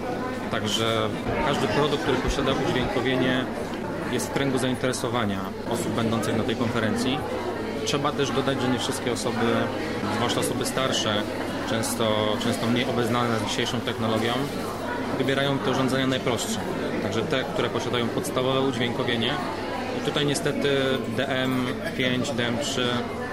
Także każdy produkt, który posiada udźwiękowienie, jest w kręgu zainteresowania osób będących na tej konferencji. Trzeba też dodać, że nie wszystkie osoby, zwłaszcza osoby starsze, często, często mniej obeznane z dzisiejszą technologią, wybierają te urządzenia najprostsze. Także te, które posiadają podstawowe udźwiękowienie. I tutaj niestety D M pięć, D M trzy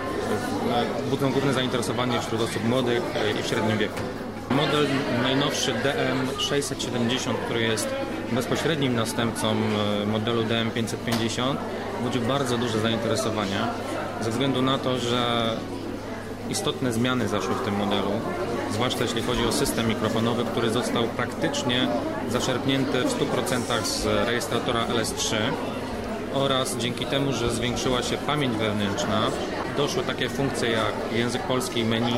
budzą główne zainteresowanie wśród osób młodych i w średnim wieku. Model najnowszy D M sześćset siedemdziesiąt, który jest bezpośrednim następcą modelu D M pięćset pięćdziesiąt, budził bardzo duże zainteresowanie ze względu na to, że istotne zmiany zaszły w tym modelu, zwłaszcza jeśli chodzi o system mikrofonowy, który został praktycznie zaczerpnięty w stu procentach z rejestratora L S trzy oraz dzięki temu, że zwiększyła się pamięć wewnętrzna, doszły takie funkcje jak język polski i menu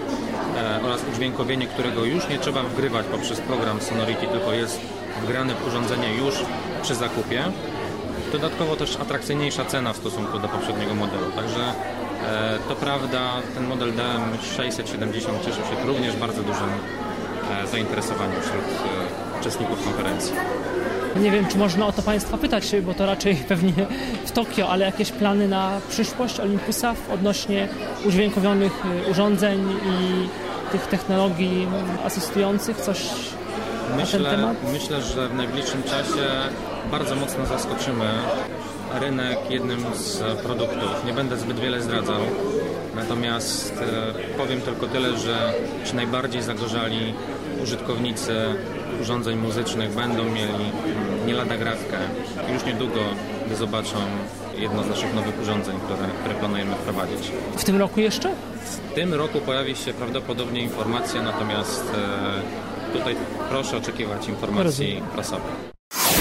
oraz udźwiękowienie, którego już nie trzeba wgrywać poprzez program Sonority, tylko jest wgrane w urządzenie już przy zakupie. Dodatkowo też atrakcyjniejsza cena w stosunku do poprzedniego modelu. Także e, to prawda, ten model D M sześćset siedemdziesiąt cieszył się również bardzo dużym e, zainteresowaniem wśród, e, uczestników konferencji. Nie wiem, czy można o to Państwa pytać, bo to raczej pewnie w Tokio, ale jakieś plany na przyszłość Olympusa odnośnie udźwiękowionych urządzeń i tych technologii asystujących, coś myślę, na ten temat? Myślę, że w najbliższym czasie bardzo mocno zaskoczymy rynek jednym z produktów. Nie będę zbyt wiele zdradzał, natomiast e, powiem tylko tyle, że ci najbardziej zagorzali użytkownicy urządzeń muzycznych będą mieli nie lada gratkę. Już niedługo zobaczą jedno z naszych nowych urządzeń, które, które planujemy wprowadzić. W tym roku jeszcze? W tym roku pojawi się prawdopodobnie informacja, natomiast e, tutaj proszę oczekiwać informacji prasowych.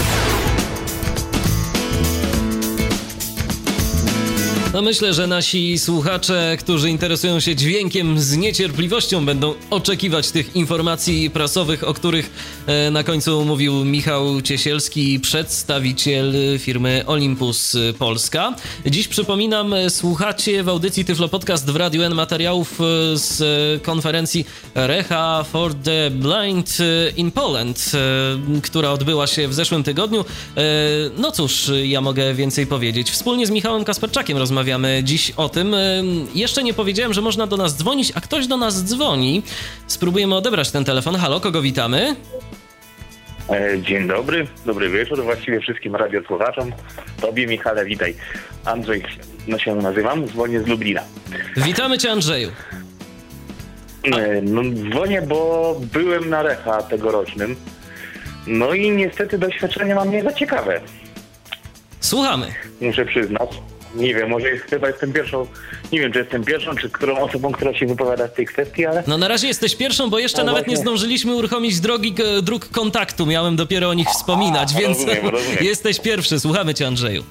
No myślę, że nasi słuchacze, którzy interesują się dźwiękiem, z niecierpliwością będą oczekiwać tych informacji prasowych, o których e, na końcu mówił Michał Ciesielski, przedstawiciel firmy Olympus Polska. Dziś, przypominam, słuchacie w audycji Tyflo Podcast w Radiu N materiałów z konferencji Reha for the Blind in Poland, e, która odbyła się w zeszłym tygodniu. E, no cóż, ja mogę więcej powiedzieć. Wspólnie z Michałem Kasperczakiem rozmawiamy dziś o tym. Jeszcze nie powiedziałem, że można do nas dzwonić, a ktoś do nas dzwoni. Spróbujemy odebrać ten telefon. Halo, kogo witamy? Dzień dobry, dobry wieczór właściwie wszystkim radiosłuchaczom. Tobie, Michale, witaj. Andrzej no się nazywam, dzwonię z Lublina. Witamy Cię, Andrzeju. No, dzwonię, bo byłem na Reha tegorocznym. No i niestety doświadczenie mam nie za ciekawe. Słuchamy. Muszę przyznać. Nie wiem, może jest, chyba jestem pierwszą, nie wiem, czy jestem pierwszą, czy którą osobą, która się wypowiada w tej kwestii, ale... No na razie jesteś pierwszą, bo jeszcze no nawet właśnie nie zdążyliśmy uruchomić drogi, dróg kontaktu, miałem dopiero o nich wspominać, a, więc rozumiem, rozumiem. Jesteś pierwszy, słuchamy Cię, Andrzeju.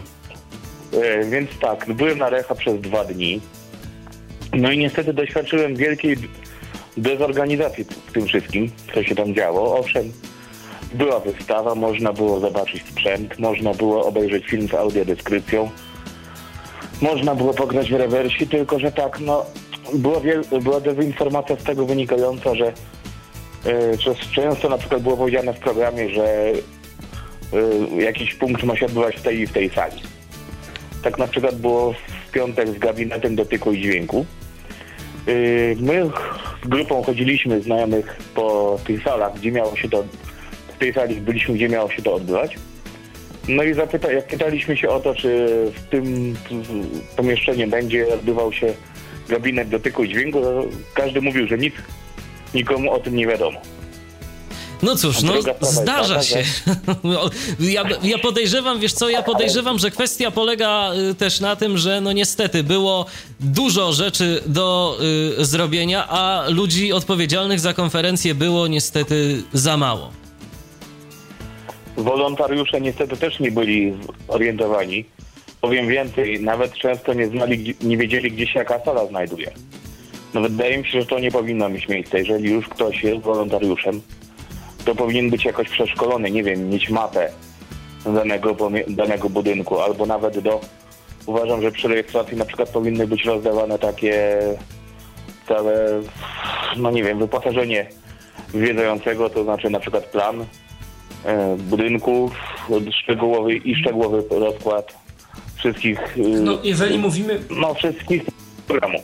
E, więc tak, byłem na Reha przez dwa dni, no i niestety doświadczyłem wielkiej dezorganizacji w tym wszystkim, co się tam działo. Owszem, była wystawa, można było zobaczyć sprzęt, można było obejrzeć film z audiodeskrypcją, można było pograć w rewersi, tylko że tak, no, była, wiel- była dezinformacja z tego wynikająca, że yy, często na przykład było powiedziane w programie, że yy, jakiś punkt ma się odbywać w tej i w tej sali. Tak na przykład było w piątek z gabinetem dotyku i dźwięku. Yy, my z grupą chodziliśmy znajomych po tych salach, gdzie miało się to, w tej sali byliśmy, gdzie miało się to odbywać. No i zapyta- jak pytaliśmy się o to, czy w tym pomieszczeniu będzie odbywał się gabinet dotyku i dźwięku, to każdy mówił, że nic, nikomu o tym nie wiadomo. No cóż, no zdarza taka, się. Że... ja, ja podejrzewam, wiesz co, ja podejrzewam, że kwestia polega też na tym, że no niestety było dużo rzeczy do y, zrobienia, a ludzi odpowiedzialnych za konferencję było niestety za mało. Wolontariusze niestety też nie byli orientowani. Powiem więcej, nawet często nie znali, nie wiedzieli, gdzie się jaka sala znajduje. No wydaje mi się, że to nie powinno mieć miejsca. Jeżeli już ktoś jest wolontariuszem, to powinien być jakoś przeszkolony, nie wiem, mieć mapę danego, danego budynku, albo nawet do... Uważam, że przy rejestracji na przykład powinny być rozdawane takie całe, no nie wiem, wyposażenie zwiedzającego, to znaczy na przykład plan budynków, szczegółowy i szczegółowy rozkład wszystkich... No jeżeli mówimy... No wszystkich programów.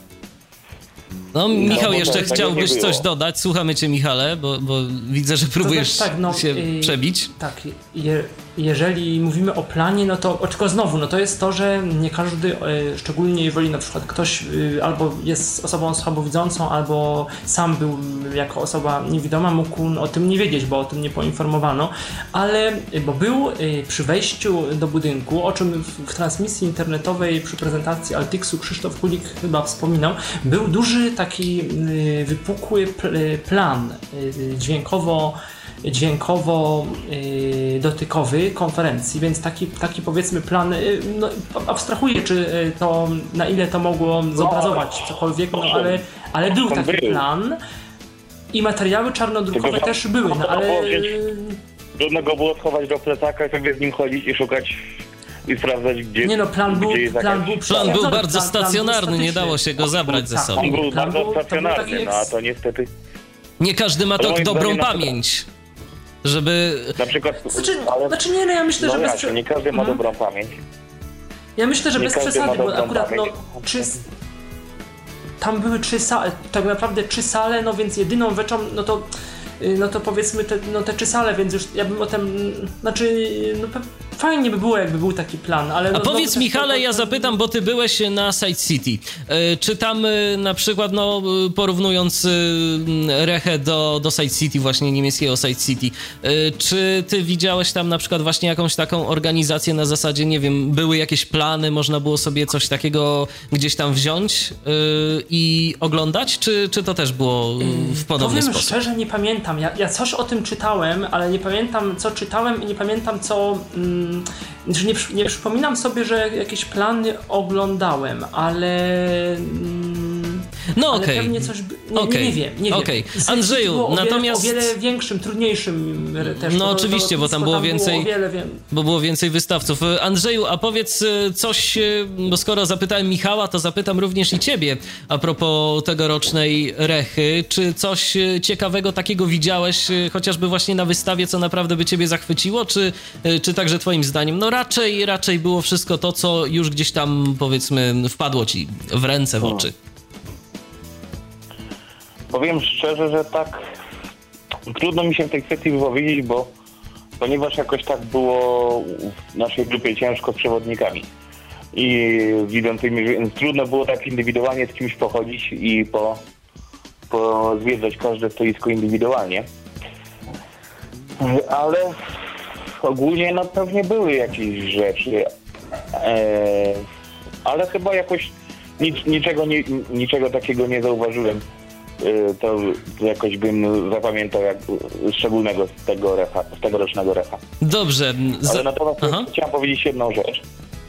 No Michał, no, jeszcze chciałbyś coś dodać. Słuchamy Cię, Michale, bo, bo widzę, że próbujesz to znaczy, tak, no, się yy, przebić. Tak, je, jeżeli mówimy o planie, no to tylko znowu, no to jest to, że nie każdy, yy, szczególnie jeżeli na przykład ktoś yy, albo jest osobą słabowidzącą, albo sam był jako osoba niewidoma, mógł o tym nie wiedzieć, bo o tym nie poinformowano, ale, yy, bo był yy, przy wejściu do budynku, o czym w, w transmisji internetowej przy prezentacji Altixu Krzysztof Kulik chyba wspominał, był duży taki y, wypukły pl- plan y, dźwiękowo, dźwiękowo y, dotykowy konferencji, więc taki, taki powiedzmy plan, y, no, abstrahuję, czy y, to, na ile to mogło zobrazować cokolwiek, no, ale, ale był taki plan i materiały czarnodrukowe też były, no, ale... Trudno go było schować do plecaka i sobie z nim chodzić i szukać i sprawdzać, gdzie... Nie no, plan był, gdzie plan był, plan był bardzo plan, stacjonarny, plan był nie dało się go zabrać ze sobą. On był bardzo stacjonarny, no a to niestety... Nie każdy ma tak dobrą pamięć. Żeby... Na przykład... Znaczy, ale, znaczy nie, no ja myślę, no że bez... jasne, nie każdy ma Mhm. dobrą pamięć. Ja myślę, że Nie bez każdy przesady, ma bo dobrą akurat no, pamięć. czy, tam były trzy sale, tak naprawdę trzy sale, no więc jedyną rzeczą, no to no to powiedzmy te, no te trzy sale, więc już ja bym o tym, znaczy no fajnie by było, jakby był taki plan, ale... A no, powiedz no, Michale, to, ja zapytam, bo ty byłeś na Side City. E, czy tam e, na przykład, no porównując e, Rechę do, do Side City, właśnie niemieckiego Side City, e, czy ty widziałeś tam na przykład właśnie jakąś taką organizację na zasadzie, nie wiem, były jakieś plany, można było sobie coś takiego gdzieś tam wziąć e, i oglądać, czy, czy to też było w podobny Powiem sposób? szczerze, nie pamiętam. Ja, ja coś o tym czytałem, ale nie pamiętam, co czytałem i nie pamiętam, co... Mm, nie, nie przypominam sobie, że jakieś plany oglądałem, ale... Mm, no ale okej. okay. pewnie coś... Nie, okay. nie, nie wiem, nie okay. wiem. Andrzeju, było o wiele, natomiast... o wiele większym, trudniejszym też. No to, oczywiście, to bo tam było więcej... Było o wiele, wie... Bo było więcej wystawców. Andrzeju, a powiedz coś, bo skoro zapytałem Michała, to zapytam również i ciebie a propos tegorocznej Rechy. Czy coś ciekawego takiego widziałeś, chociażby właśnie na wystawie, co naprawdę by ciebie zachwyciło, czy, czy także twoim zdaniem? No raczej, raczej było wszystko to, co już gdzieś tam, powiedzmy, wpadło ci w ręce, w oczy. Powiem szczerze, że tak trudno mi się w tej kwestii wypowiedzieć, bo ponieważ jakoś tak było w naszej grupie ciężko z przewodnikami i widzącymi, więc trudno było tak indywidualnie z kimś pochodzić i po, po zwiedzać każde stoisko indywidualnie. Ale ogólnie no pewnie były jakieś rzeczy, e, ale chyba jakoś nic, niczego, nie, niczego takiego nie zauważyłem. To, to jakoś bym zapamiętał jak, szczególnego z tego recha, z tegorocznego Recha. Dobrze. Z... Ale natomiast Aha. chciałem powiedzieć jedną rzecz,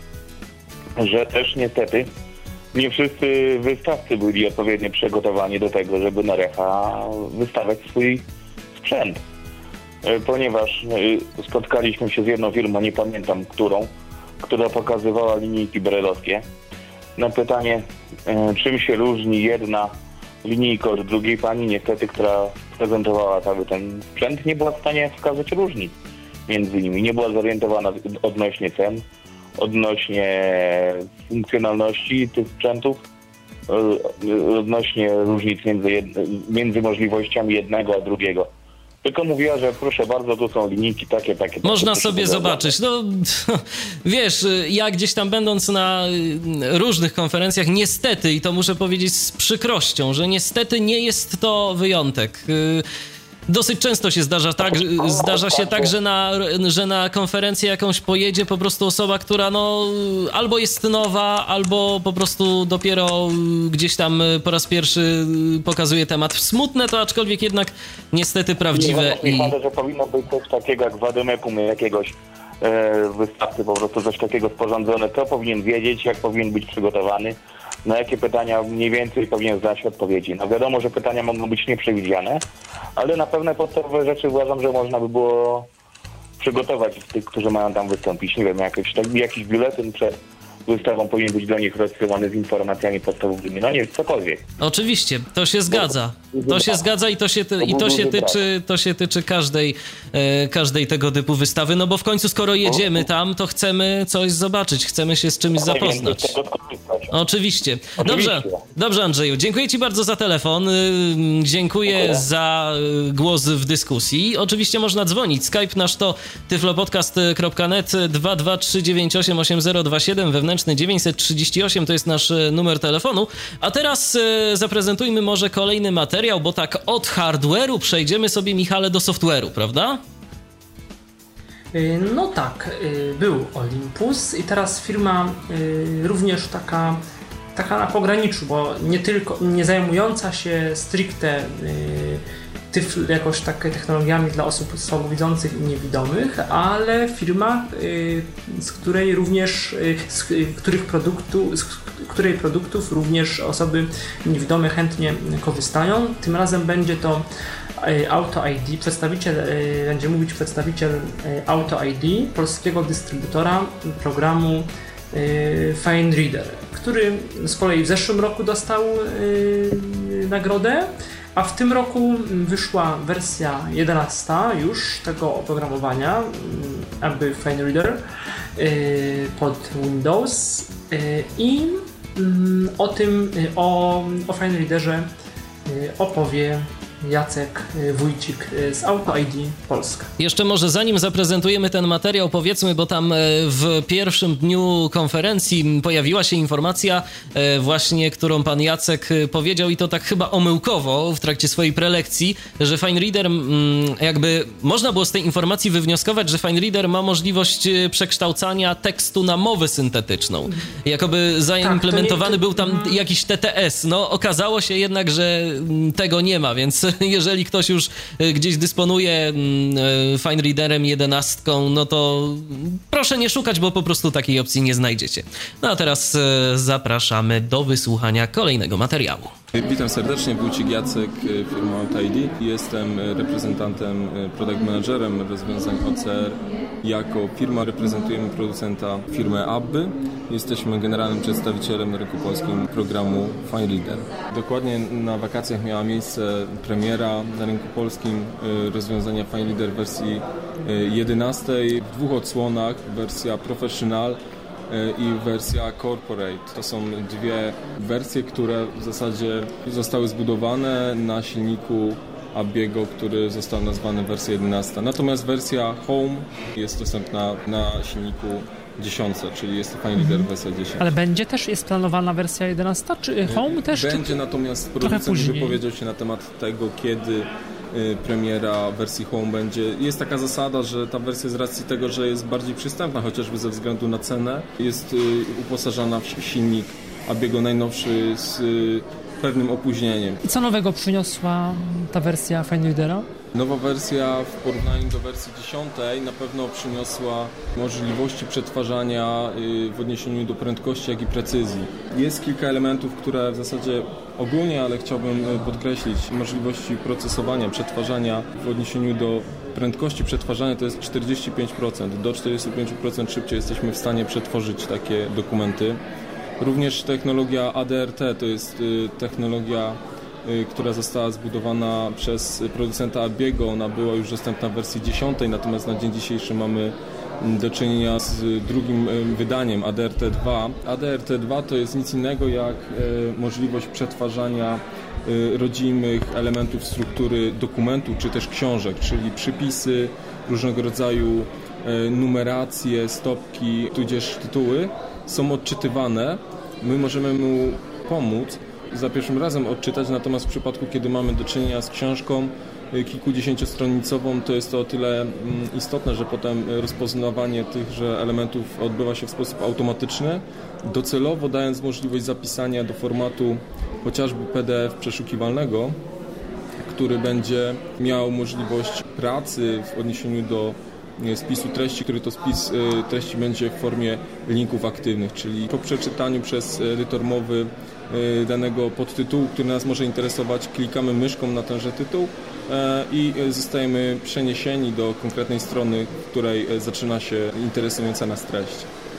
że też niestety nie wszyscy wystawcy byli odpowiednio przygotowani do tego, żeby na Recha wystawiać swój sprzęt. Ponieważ spotkaliśmy się z jedną firmą, nie pamiętam którą, która pokazywała linijki brelowskie. Na pytanie, czym się różni jedna linijka od drugiej, pani niestety, która prezentowała cały ten sprzęt, nie była w stanie wskazać różnic między nimi. Nie była zorientowana odnośnie cen, odnośnie funkcjonalności tych sprzętów, odnośnie różnic między, jed... między możliwościami jednego a drugiego. Tylko mówiła, że proszę bardzo, tu są linijki takie, takie. Można takie, sobie zobaczyć. No, wiesz, ja gdzieś tam będąc na różnych konferencjach, niestety, i to muszę powiedzieć z przykrością, że niestety nie jest to wyjątek. Dosyć często się zdarza tak, zdarza się tak, że na, że na konferencję jakąś pojedzie po prostu osoba, która no albo jest nowa, albo po prostu dopiero gdzieś tam po raz pierwszy pokazuje temat. Smutne to, aczkolwiek jednak niestety prawdziwe. Nie, i... Myślę, że powinno być coś takiego jak wademekum jakiegoś e, wystawcy, po prostu coś takiego sporządzone, co powinien wiedzieć, jak powinien być przygotowany, na jakie pytania mniej więcej powinien znać odpowiedzi. No wiadomo, że pytania mogą być nieprzewidziane, ale na pewne podstawowe rzeczy uważam, że można by było przygotować tych, którzy mają tam wystąpić. Nie wiem, jakiś, tak, jakiś biuletyn przed wystawą powinien być do nich rozsyłany z informacjami podstawowymi. No nie, cokolwiek. Oczywiście, to się zgadza. To się zgadza i to się, ty, i to się tyczy, to się tyczy każdej, e, każdej tego typu wystawy, no bo w końcu skoro jedziemy tam, to chcemy coś zobaczyć, chcemy się z czymś zapoznać. Oczywiście. Dobrze, dobrze Andrzeju, dziękuję ci bardzo za telefon, dziękuję za głos w dyskusji. Oczywiście można dzwonić, Skype nasz to tyflopodcast kropka net dwa dwa trzy dziewięć osiem osiem zero dwa siedem, wewnętrzny dziewięćset trzydzieści osiem to jest nasz numer telefonu. A teraz zaprezentujmy może kolejny materiał, bo tak od hardware'u przejdziemy sobie, Michale, do software'u, prawda? No tak, był Olympus i teraz firma również taka, taka na pograniczu, bo nie tylko, nie zajmująca się stricte tyf, jakoś tak technologiami dla osób słabowidzących i niewidomych, ale firma, z której również, z których produktu, z której produktów również osoby niewidome chętnie korzystają. Tym razem będzie to Auto I D, przedstawiciel, będzie mówić przedstawiciel Auto I D, polskiego dystrybutora programu Fine Reader, który z kolei w zeszłym roku dostał nagrodę, A w tym roku wyszła wersja jedenasta już tego oprogramowania, jakby FineReader pod Windows i o tym, o, o FineReaderze opowie Jacek Wójcik z Auto I D Polska. Jeszcze może zanim zaprezentujemy ten materiał, powiedzmy, bo tam w pierwszym dniu konferencji pojawiła się informacja właśnie, którą pan Jacek powiedział i to tak chyba omyłkowo w trakcie swojej prelekcji, że FineReader, jakby można było z tej informacji wywnioskować, że FineReader ma możliwość przekształcania tekstu na mowę syntetyczną. Jakoby zaimplementowany tak, nie... był tam jakiś T T S. No okazało się jednak, że tego nie ma, więc jeżeli ktoś już gdzieś dysponuje FineReaderem jedenastką, no to proszę nie szukać, bo po prostu takiej opcji nie znajdziecie. No a teraz zapraszamy do wysłuchania kolejnego materiału. Witam serdecznie, Wójcik Jacek, firma Auto I D. Jestem reprezentantem, product managerem rozwiązań O C R. Jako firma reprezentujemy producenta firmy Abby. Jesteśmy generalnym przedstawicielem na rynku polskim programu FineReader. Dokładnie na wakacjach miała miejsce premiera na rynku polskim rozwiązania FineReader w wersji jedenastej w dwóch odsłonach, wersja Professional i wersja Corporate. To są dwie wersje, które w zasadzie zostały zbudowane na silniku Abbiego, który został nazwany wersja jedenasta. Natomiast wersja Home jest dostępna na silniku dziesiątce, czyli jest to FineReader wersja dziesięć. Ale będzie też, jest planowana wersja jedenasta, czy Home też? Będzie, czy... natomiast producent wypowiedział się na temat tego, kiedy premiera wersji Home będzie. Jest taka zasada, że ta wersja z racji tego, że jest bardziej przystępna, chociażby ze względu na cenę, jest uposażana w silnik Abbiego najnowszy z pewnym opóźnieniem. I co nowego przyniosła ta wersja FineReadera? Nowa wersja w porównaniu do wersji dziesiątej na pewno przyniosła możliwości przetwarzania w odniesieniu do prędkości, jak i precyzji. Jest kilka elementów, które w zasadzie ogólnie, ale chciałbym podkreślić, możliwości procesowania, przetwarzania w odniesieniu do prędkości przetwarzania to jest czterdzieści pięć procent. Do czterdzieści pięć procent szybciej jesteśmy w stanie przetworzyć takie dokumenty. Również technologia A D R T to jest technologia, która została zbudowana przez producenta Abbiego. Ona była już dostępna w wersji dziesiątej, natomiast na dzień dzisiejszy mamy do czynienia z drugim wydaniem A D R T dwa. A D R T dwa to jest nic innego jak możliwość przetwarzania rodzimych elementów struktury dokumentu czy też książek, czyli przypisy, różnego rodzaju numeracje, stopki, tudzież tytuły są odczytywane. My możemy mu pomóc za pierwszym razem odczytać, natomiast w przypadku, kiedy mamy do czynienia z książką kilkudziesięciostronicową, to jest to o tyle istotne, że potem rozpoznawanie tychże elementów odbywa się w sposób automatyczny, docelowo dając możliwość zapisania do formatu chociażby P D F przeszukiwalnego, który będzie miał możliwość pracy w odniesieniu do spisu treści, który to spis treści będzie w formie linków aktywnych, czyli po przeczytaniu przez edytor mowy danego podtytułu, który nas może interesować, klikamy myszką na tenże tytuł i zostajemy przeniesieni do konkretnej strony, w której zaczyna się interesująca nas treść.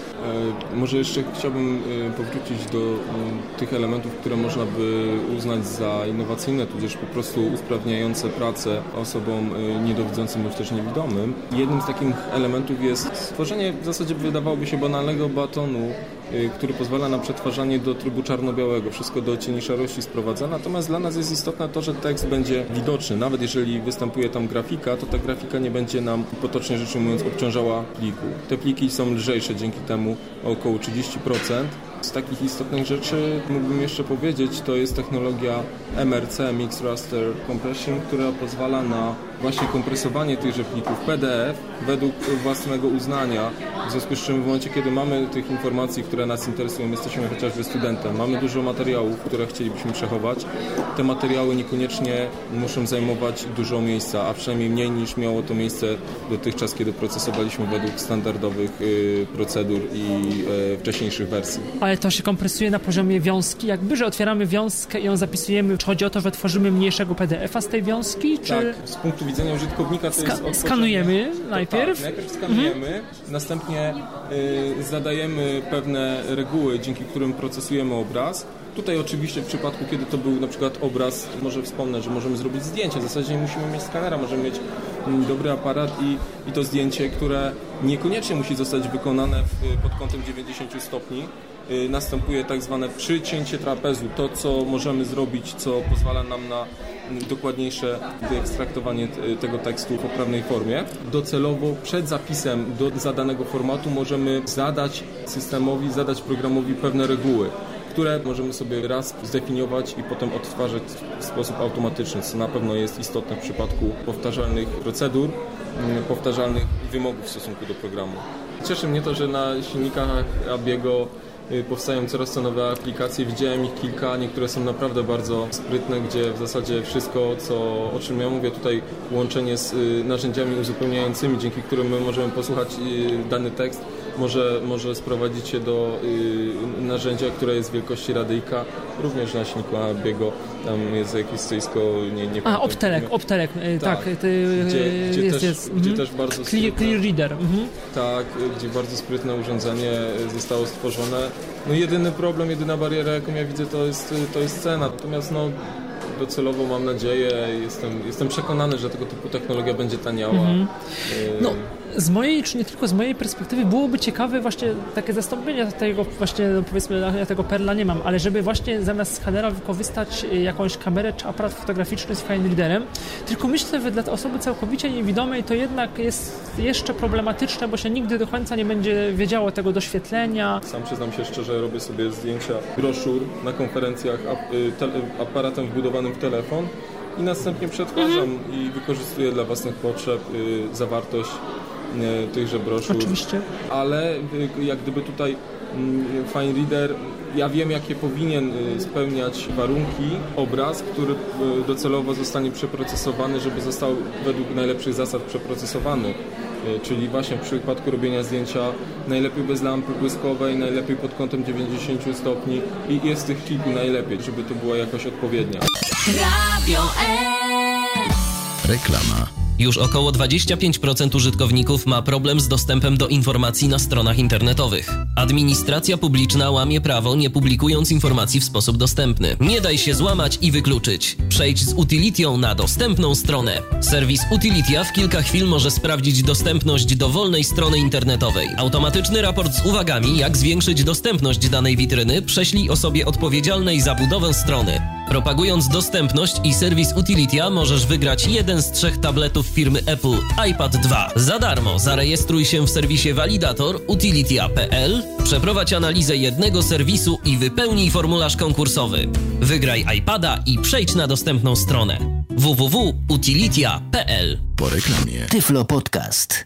Może jeszcze chciałbym powrócić do tych elementów, które można by uznać za innowacyjne, tudzież po prostu usprawniające pracę osobom niedowidzącym bądź też niewidomym. Jednym z takich elementów jest stworzenie w zasadzie wydawałoby się banalnego batonu, który pozwala na przetwarzanie do trybu czarno-białego. Wszystko do cieni szarości sprowadza, natomiast dla nas jest istotne to, że tekst będzie widoczny. Nawet jeżeli występuje tam grafika, to ta grafika nie będzie nam, potocznie rzecz ujmując, obciążała pliku. Te pliki są lżejsze dzięki temu o około trzydzieści procent. Z takich istotnych rzeczy mógłbym jeszcze powiedzieć, to jest technologia M R C, Mixed Raster Compression, która pozwala na właśnie kompresowanie tychże plików P D F według własnego uznania, w związku z czym w momencie, kiedy mamy tych informacji, które nas interesują, jesteśmy chociażby studentem, mamy dużo materiałów, które chcielibyśmy przechować, te materiały niekoniecznie muszą zajmować dużo miejsca, a przynajmniej mniej niż miało to miejsce dotychczas, kiedy procesowaliśmy według standardowych y, procedur i y, wcześniejszych wersji. Ale to się kompresuje na poziomie wiązki, jakby, że otwieramy wiązkę i ją zapisujemy. Czy chodzi o to, że tworzymy mniejszego P D F-a z tej wiązki? Czy... Tak, z punktu widzenia użytkownika to Ska- jest odpowiednie. Skanujemy to najpierw? Tak, najpierw skanujemy, mhm. następnie y, zadajemy pewne reguły, dzięki którym procesujemy obraz. Tutaj oczywiście w przypadku, kiedy to był na przykład obraz, może wspomnę, że możemy zrobić zdjęcie. W zasadzie nie musimy mieć skanera, możemy mieć dobry aparat i, i to zdjęcie, które niekoniecznie musi zostać wykonane w, pod kątem dziewięćdziesiąt stopni. Następuje tak zwane przycięcie trapezu, to co możemy zrobić, co pozwala nam na dokładniejsze wyekstraktowanie tego tekstu w poprawnej formie. Docelowo przed zapisem do zadanego formatu możemy zadać systemowi, zadać programowi pewne reguły, które możemy sobie raz zdefiniować i potem odtwarzać w sposób automatyczny, co na pewno jest istotne w przypadku powtarzalnych procedur, powtarzalnych wymogów w stosunku do programu. Cieszy mnie to, że na silnikach Abiego powstają coraz to nowe aplikacje. Widziałem ich kilka, niektóre są naprawdę bardzo sprytne, gdzie w zasadzie wszystko, co, o czym ja mówię tutaj, łączenie z narzędziami uzupełniającymi, dzięki którym my możemy posłuchać dany tekst, może, może sprowadzić się do y, narzędzia, które jest wielkości radyjka, również na silniku Abiego, tam jest jakieś stoisko, nie, nie A, Optelek, Optelek, tak, tak ty, gdzie, gdzie, jest, też, jest. gdzie Mhm. też bardzo Clear, sprytne, clear Reader. Mhm. Tak, gdzie bardzo sprytne urządzenie zostało stworzone. No jedyny problem, jedyna bariera, jaką ja widzę, to jest, to jest cena, natomiast no docelowo mam nadzieję, jestem, jestem przekonany, że tego typu technologia będzie taniała. Mhm. No, z mojej, czy nie tylko z mojej perspektywy byłoby ciekawe właśnie takie zastąpienie tego właśnie, no powiedzmy, ja tego Perla nie mam, ale żeby właśnie zamiast skanera wykorzystać jakąś kamerę czy aparat fotograficzny z fine readerem, tylko myślę, że dla osoby całkowicie niewidomej to jednak jest jeszcze problematyczne, bo się nigdy do końca nie będzie wiedziało tego doświetlenia. Sam przyznam się szczerze, robię sobie zdjęcia broszur na konferencjach aparatem wbudowanym w telefon i następnie przetwarzam mhm. i wykorzystuję dla własnych potrzeb y, zawartość y, tychże broszur. Oczywiście. Ale y, jak gdyby tutaj y, Fine Reader, ja wiem, jakie powinien y, spełniać warunki obraz, który y, docelowo zostanie przeprocesowany, żeby został według najlepszych zasad przeprocesowany. Czyli właśnie w przypadku robienia zdjęcia najlepiej bez lampy błyskowej, najlepiej pod kątem dziewięćdziesiąt stopni i jest tych kilku najlepiej, żeby to była jakoś odpowiednia. Radio E. Reklama. Już około dwadzieścia pięć procent użytkowników ma problem z dostępem do informacji na stronach internetowych. Administracja publiczna łamie prawo, nie publikując informacji w sposób dostępny. Nie daj się złamać i wykluczyć. Przejdź z Utilitią na dostępną stronę. Serwis Utilitia w kilka chwil może sprawdzić dostępność dowolnej strony internetowej. Automatyczny raport z uwagami, jak zwiększyć dostępność danej witryny, prześlij osobie odpowiedzialnej za budowę strony. Propagując dostępność i serwis Utilitia możesz wygrać jeden z trzech tabletów firmy Apple iPad dwa. Za darmo zarejestruj się w serwisie Validator Utilitia kropka p l, przeprowadź analizę jednego serwisu i wypełnij formularz konkursowy. Wygraj iPada i przejdź na dostępną stronę w w w kropka utilitia kropka p l. Po reklamie. Tyflo Podcast.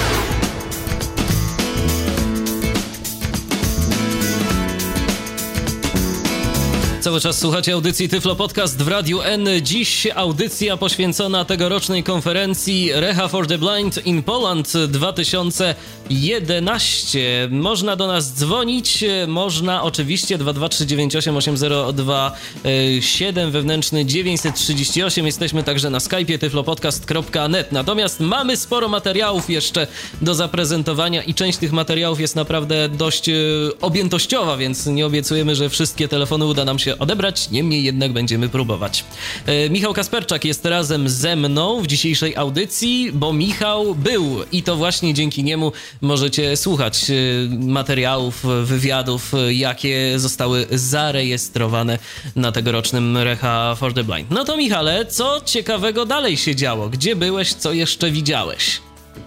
Cały czas słuchacie audycji Tyflo Podcast w Radiu N. Dziś audycja poświęcona tegorocznej konferencji Reha for the Blind in Poland dwa tysiące jedenaście. Można do nas dzwonić, można oczywiście dwa dwa trzy dziewięć osiem osiem zero dwa siedem, wewnętrzny dziewięćset trzydzieści osiem. Jesteśmy także na Skype'ie tyflopodcast kropka net. Natomiast mamy sporo materiałów jeszcze do zaprezentowania i część tych materiałów jest naprawdę dość objętościowa, więc nie obiecujemy, że wszystkie telefony uda nam się odebrać, niemniej jednak będziemy próbować. E, Michał Kasperczak jest razem ze mną w dzisiejszej audycji, bo Michał był i to właśnie dzięki niemu możecie słuchać e, materiałów, wywiadów, e, jakie zostały zarejestrowane na tegorocznym Reha for the Blind. No to Michale, co ciekawego dalej się działo? Gdzie byłeś, co jeszcze widziałeś?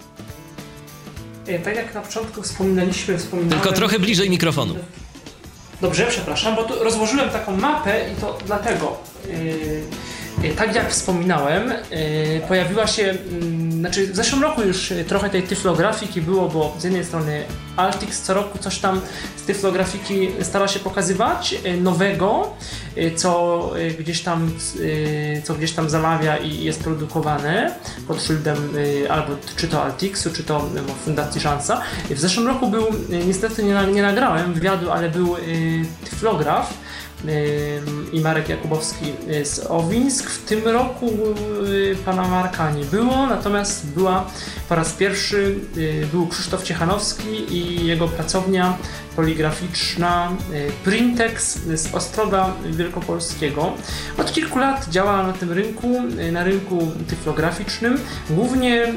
E, tak jak na początku wspominaliśmy, wspominałem... Tylko trochę bliżej mikrofonu. Dobrze, przepraszam, bo tu rozłożyłem taką mapę i to dlatego, yy, yy, tak jak wspominałem, yy, pojawiła się, yy, znaczy w zeszłym roku już trochę tej tyflografiki było, bo z jednej strony Altix co roku coś tam z tyflografiki stara się pokazywać yy, nowego, yy, co yy, gdzieś tam, yy, co gdzieś tam zamawia i jest produkowane pod szyldem yy, albo czy to Altixu, czy to yy, Fundacji Szansa. W zeszłym roku był, yy, niestety nie, nie nagrałem wywiadu, ale był yy, tyflograf, i Marek Jakubowski z Owińsk. W tym roku pana Marka nie było, natomiast była po raz pierwszy był Krzysztof Ciechanowski i jego pracownia poligraficzna Printex z Ostrowa Wielkopolskiego. Od kilku lat działa na tym rynku, na rynku tyflograficznym. Głównie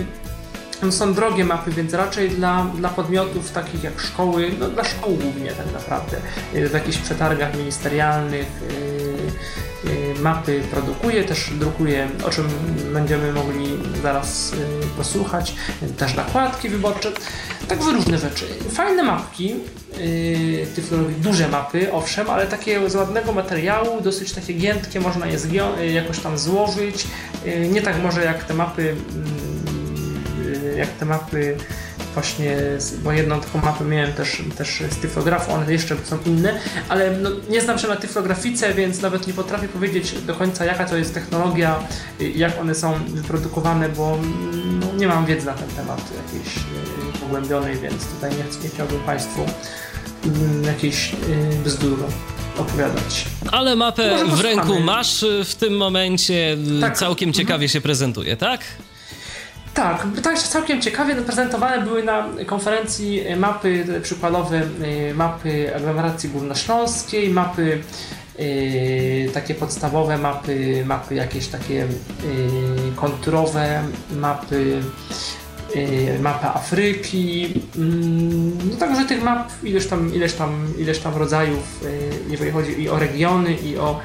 są drogie mapy, więc raczej dla, dla podmiotów takich jak szkoły, no dla szkół głównie tak naprawdę, w jakichś przetargach ministerialnych yy, yy, mapy produkuje, też drukuje, o czym będziemy mogli zaraz yy, posłuchać, też nakładki wyborcze, także różne rzeczy. Fajne mapki, yy, tyflologiczne, duże mapy, owszem, ale takie z ładnego materiału, dosyć takie giętkie, można je zgio- jakoś tam złożyć, yy, nie tak może jak te mapy yy, jak te mapy właśnie, bo jedną taką mapę miałem też, też z tyflografu, one jeszcze są inne, ale no, nie znam się na tyflografice, więc nawet nie potrafię powiedzieć do końca, jaka to jest technologia, jak one są wyprodukowane, bo no, nie mam wiedzy na ten temat jakiejś pogłębionej, więc tutaj nie, nie chciałbym Państwu jakiejś bzdur opowiadać. Ale mapę w ręku masz w tym momencie, tak. Całkiem ciekawie się prezentuje, tak? Tak, tak całkiem ciekawie prezentowane były na konferencji mapy przykładowe, mapy aglomeracji górnośląskiej, mapy yy, takie podstawowe, mapy, mapy jakieś takie yy, konturowe, mapy, yy, mapa Afryki, yy, no także tych map ileś tam, ileś tam, ileś tam rodzajów, yy, jeżeli chodzi i o regiony, i o,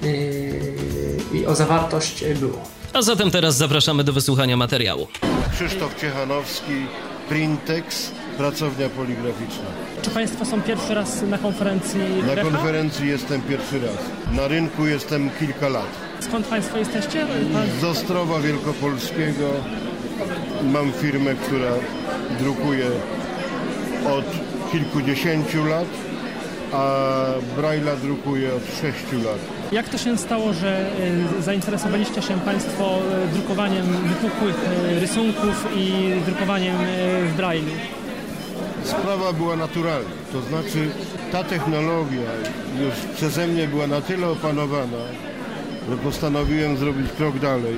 yy, i o zawartość było. A zatem teraz zapraszamy do wysłuchania materiału. Krzysztof Ciechanowski, Printex, pracownia poligraficzna. Czy Państwo są pierwszy raz na konferencji Na Recha? konferencji jestem pierwszy raz. Na rynku jestem kilka lat. Skąd Państwo jesteście? Z Ostrowa Wielkopolskiego. Mam firmę, która drukuje od kilkudziesięciu lat, a Braille'a drukuje od sześciu lat. Jak to się stało, że zainteresowaliście się Państwo drukowaniem wypukłych rysunków i drukowaniem w Braille'u? Sprawa była naturalna, to znaczy ta technologia już przeze mnie była na tyle opanowana, że postanowiłem zrobić krok dalej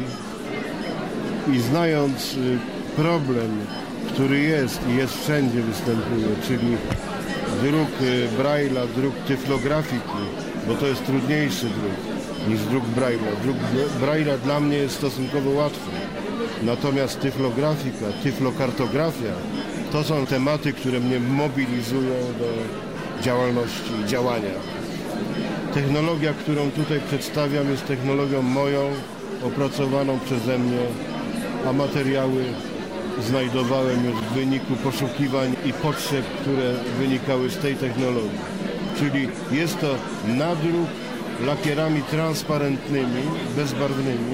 i znając problem, który jest i jest wszędzie występuje, czyli druk Braille'a, druk tyflografiki, bo to jest trudniejszy druk niż druk Braille'a. Druk Braille'a dla mnie jest stosunkowo łatwy. Natomiast tyflografika, tyflokartografia to są tematy, które mnie mobilizują do działalności i działania. Technologia, którą tutaj przedstawiam, jest technologią moją, opracowaną przeze mnie, a materiały znajdowałem już w wyniku poszukiwań i potrzeb, które wynikały z tej technologii. Czyli jest to nadruk lakierami transparentnymi, bezbarwnymi,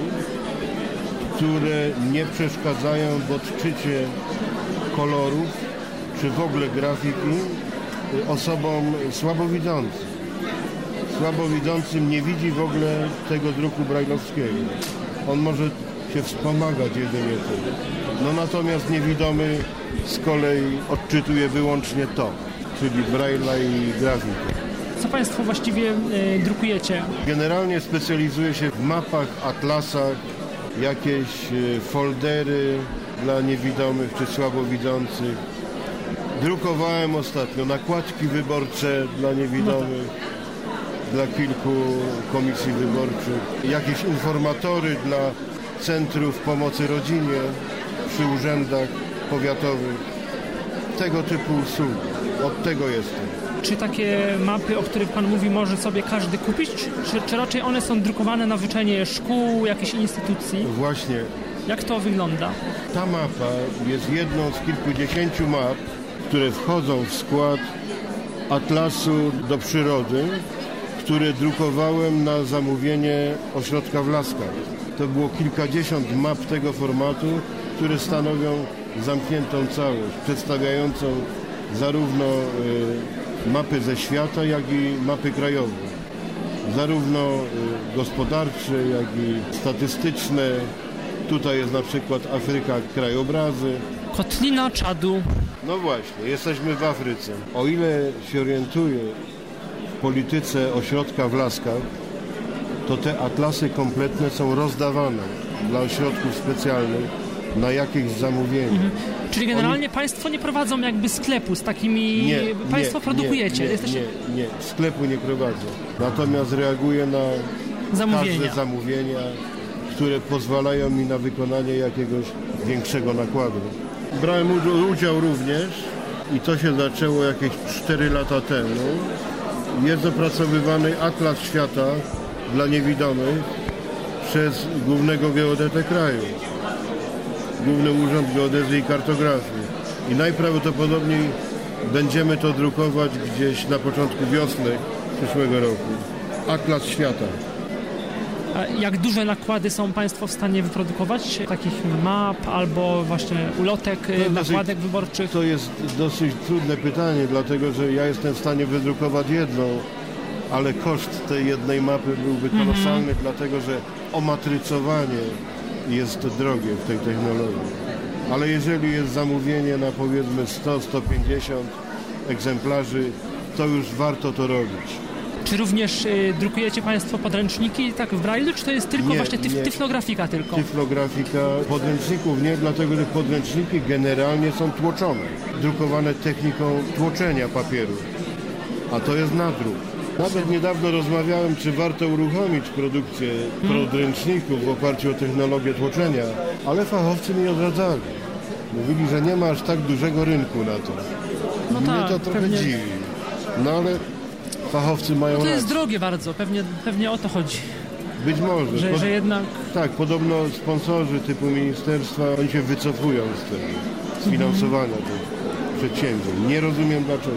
które nie przeszkadzają w odczycie kolorów czy w ogóle grafiki osobom słabowidzącym. Słabowidzącym nie widzi w ogóle tego druku brajlowskiego. On może się wspomagać jedynie tym. No natomiast niewidomy z kolei odczytuje wyłącznie to, czyli Braille'a i grafikę. Co Państwo właściwie y, drukujecie? Generalnie specjalizuję się w mapach, atlasach, jakieś y, foldery dla niewidomych czy słabowidzących. Drukowałem ostatnio nakładki wyborcze dla niewidomych, dla kilku komisji wyborczych, jakieś informatory dla centrów pomocy rodzinie przy urzędach powiatowych. Tego typu usługi. Od tego jestem. Czy takie mapy, o których Pan mówi, może sobie każdy kupić? Czy, czy raczej one są drukowane na życzenie szkół, jakichś instytucji? Właśnie. Jak to wygląda? Ta mapa jest jedną z kilkudziesięciu map, które wchodzą w skład Atlasu do przyrody, które drukowałem na zamówienie ośrodka w Laskach. To było kilkadziesiąt map tego formatu, które stanowią zamkniętą całość, przedstawiającą zarówno y, mapy ze świata, jak i mapy krajowe. Zarówno y, gospodarcze, jak i statystyczne. Tutaj jest na przykład Afryka, krajobrazy. polityce ośrodka w Laskach, to te atlasy kompletne są rozdawane dla ośrodków specjalnych na jakieś zamówienie. Mhm. Czyli generalnie Oni... Państwo nie prowadzą jakby sklepu z takimi... Nie, Państwo nie, produkujecie? Nie, Jesteście... nie, nie, sklepu nie prowadzą. Natomiast reaguję na zamówienia. każde zamówienia, które pozwalają mi na wykonanie jakiegoś większego nakładu. Brałem udział również i to się zaczęło jakieś cztery lata temu. Jest opracowywany Atlas Świata dla niewidomych przez Głównego Geodetę Kraju, Główny Urząd Geodezji i Kartografii. I najprawdopodobniej będziemy to drukować gdzieś na początku wiosny przyszłego roku. Atlas Świata. A jak duże nakłady są Państwo w stanie wyprodukować? Takich map albo właśnie ulotek, no, nakładek dosyć, wyborczych? To jest dosyć trudne pytanie, dlatego że ja jestem w stanie wydrukować jedną, ale koszt tej jednej mapy byłby kolosalny, mm-hmm. dlatego że omatrycowanie jest drogie w tej technologii. Ale jeżeli jest zamówienie na powiedzmy sto do stu pięćdziesięciu egzemplarzy, to już warto to robić. Czy również y, drukujecie Państwo podręczniki tak w Braille'u, czy to jest tylko nie, właśnie tyf, nie. tyflografika tylko? Tyflografika podręczników nie, dlatego że podręczniki generalnie są tłoczone, drukowane techniką tłoczenia papieru, a to jest nadruk. Nawet niedawno rozmawiałem, czy warto uruchomić produkcję hmm. podręczników w oparciu o technologię tłoczenia, ale fachowcy mi odradzali. Mówili, że nie ma aż tak dużego rynku na to. No Mnie tak, to trochę pewnie... dziwi. No ale fachowcy mają no to jest rację. drogie bardzo, pewnie, pewnie o to chodzi. Być może. Że, Pod... że jednak... Tak, podobno sponsorzy typu ministerstwa, oni się wycofują z tego, z finansowania mm-hmm. tych przedsięwzięć. Nie rozumiem dlaczego.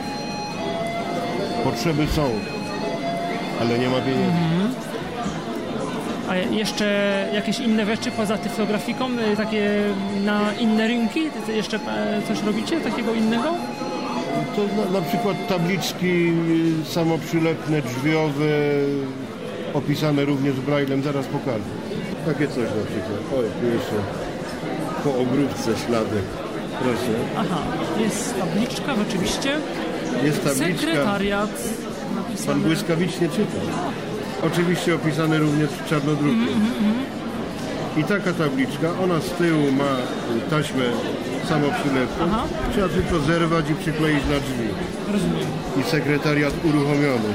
Potrzeby są, ale nie ma pieniędzy. Mm-hmm. A jeszcze jakieś inne rzeczy poza tyflografiką, takie na inne rynki? Jeszcze coś robicie takiego innego? To na, na przykład tabliczki samoprzylepne, drzwiowe, opisane również Braillem, zaraz pokażę. Takie coś na przykład. Oj, tu jeszcze po ogródce śladek. Proszę. Aha, jest tabliczka rzeczywiście. Jest tabliczka. Sekretariat napisany. Pan błyskawicznie czyta. Oczywiście opisane również w czarnodruku. Mm, mm, mm. I taka tabliczka, ona z tyłu ma taśmę samoprzylepną. Trzeba tylko zerwać i przykleić na drzwi. Rozumiem. I sekretariat uruchomiony.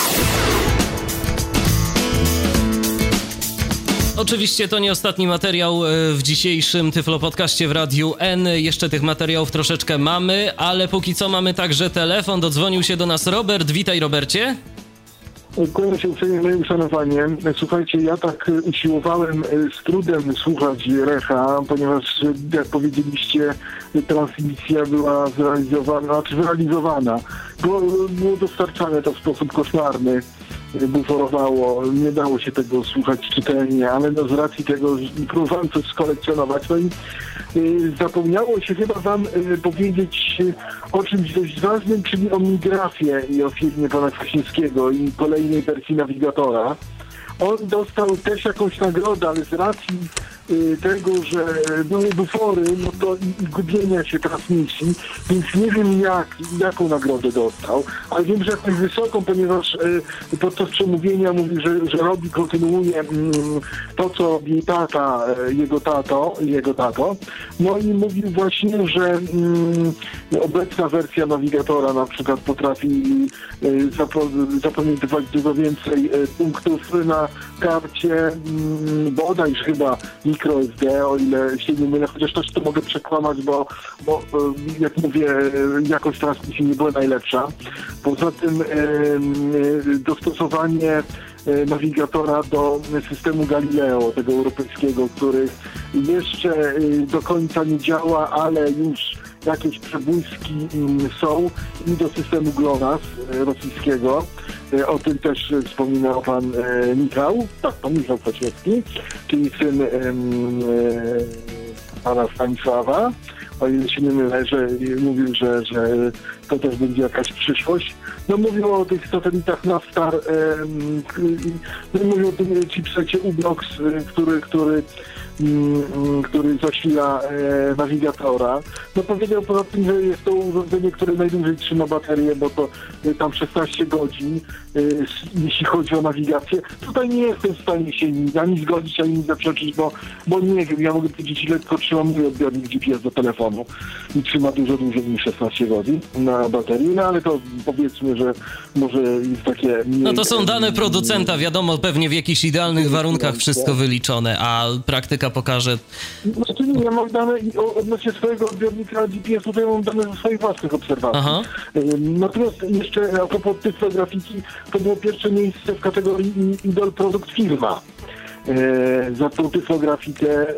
Oczywiście to nie ostatni materiał w dzisiejszym Tyflo Podcaście w Radiu N. Jeszcze tych materiałów troszeczkę mamy, ale póki co mamy także telefon. Dodzwonił się do nas Robert. Witaj, Robercie. Kłaniam się uprzejmie, moje uszanowanie. Słuchajcie, ja tak usiłowałem z trudem słuchać Recha, ponieważ, jak powiedzieliście, transmisja była zrealizowana, znaczy zrealizowana. Było, było dostarczane to w sposób koszmarny. Buforowało, nie dało się tego słuchać czytelnie, ale no z racji tego, że próbowałem coś skolekcjonować, no i y, zapomniało się chyba wam y, powiedzieć y, o czymś dość ważnym, czyli o Migrafie i o firmie pana Kwaśniewskiego i kolejnej wersji nawigatora. On dostał też jakąś nagrodę, ale z racji y, tego, że były bufory, no to i, i gubienia się transmisji, więc nie wiem jak, jaką nagrodę dostał, ale wiem, że jakąś wysoką, ponieważ y, podczas przemówienia mówi, że, że robi, kontynuuje y, to, co robi tata, y, jego tato, jego tato. No i mówił właśnie, że y, obecna wersja nawigatora na przykład potrafi y, zapo- zapamiętywać dużo więcej y, punktów na karcie, mm, bodajże chyba microSD, o ile się nie mylę, chociaż też to mogę przekłamać, bo, bo jak mówię, jakość transmisji nie była najlepsza. Poza tym e, dostosowanie nawigatora do systemu Galileo, tego europejskiego, który jeszcze do końca nie działa, ale już jakieś przebłyski są, i do systemu GLONASS rosyjskiego. O tym też wspominał pan Michał, tak, pan Michał Kwaśniewski, czyli syn e, pana Stanisława. O ile się nie mylę, że mówił, że, że to też będzie jakaś przyszłość. No mówił o tych satelitach Navstar, e, no mówił o tym chipsecie U-Blox, który, który który zasila nawigatora. No powiedział poza tym, że jest to urządzenie, które najdłużej trzyma baterię, bo to tam szesnaście godzin, jeśli chodzi o nawigację. Tutaj nie jestem w stanie się ani zgodzić, ani zaprzeczyć, bo, bo nie wiem, ja mogę powiedzieć, ile tylko trzyma mój odbiornik G P S do telefonu i trzyma dużo dłużej niż szesnaście godzin na baterii, no ale to powiedzmy, że może jest takie... Mniej, no to są dane producenta, wiadomo, pewnie w jakichś idealnych warunkach wszystko wyliczone, a praktyka pokaże... Znaczy nie, ja mam dane odnośnie swojego odbiornika G P S, tutaj mam dane ze swoich własnych obserwacji. Aha. Natomiast jeszcze a propos tyflografiki, to było pierwsze miejsce w kategorii Idol Produkt Firma. E, za tą tyflografikę, e,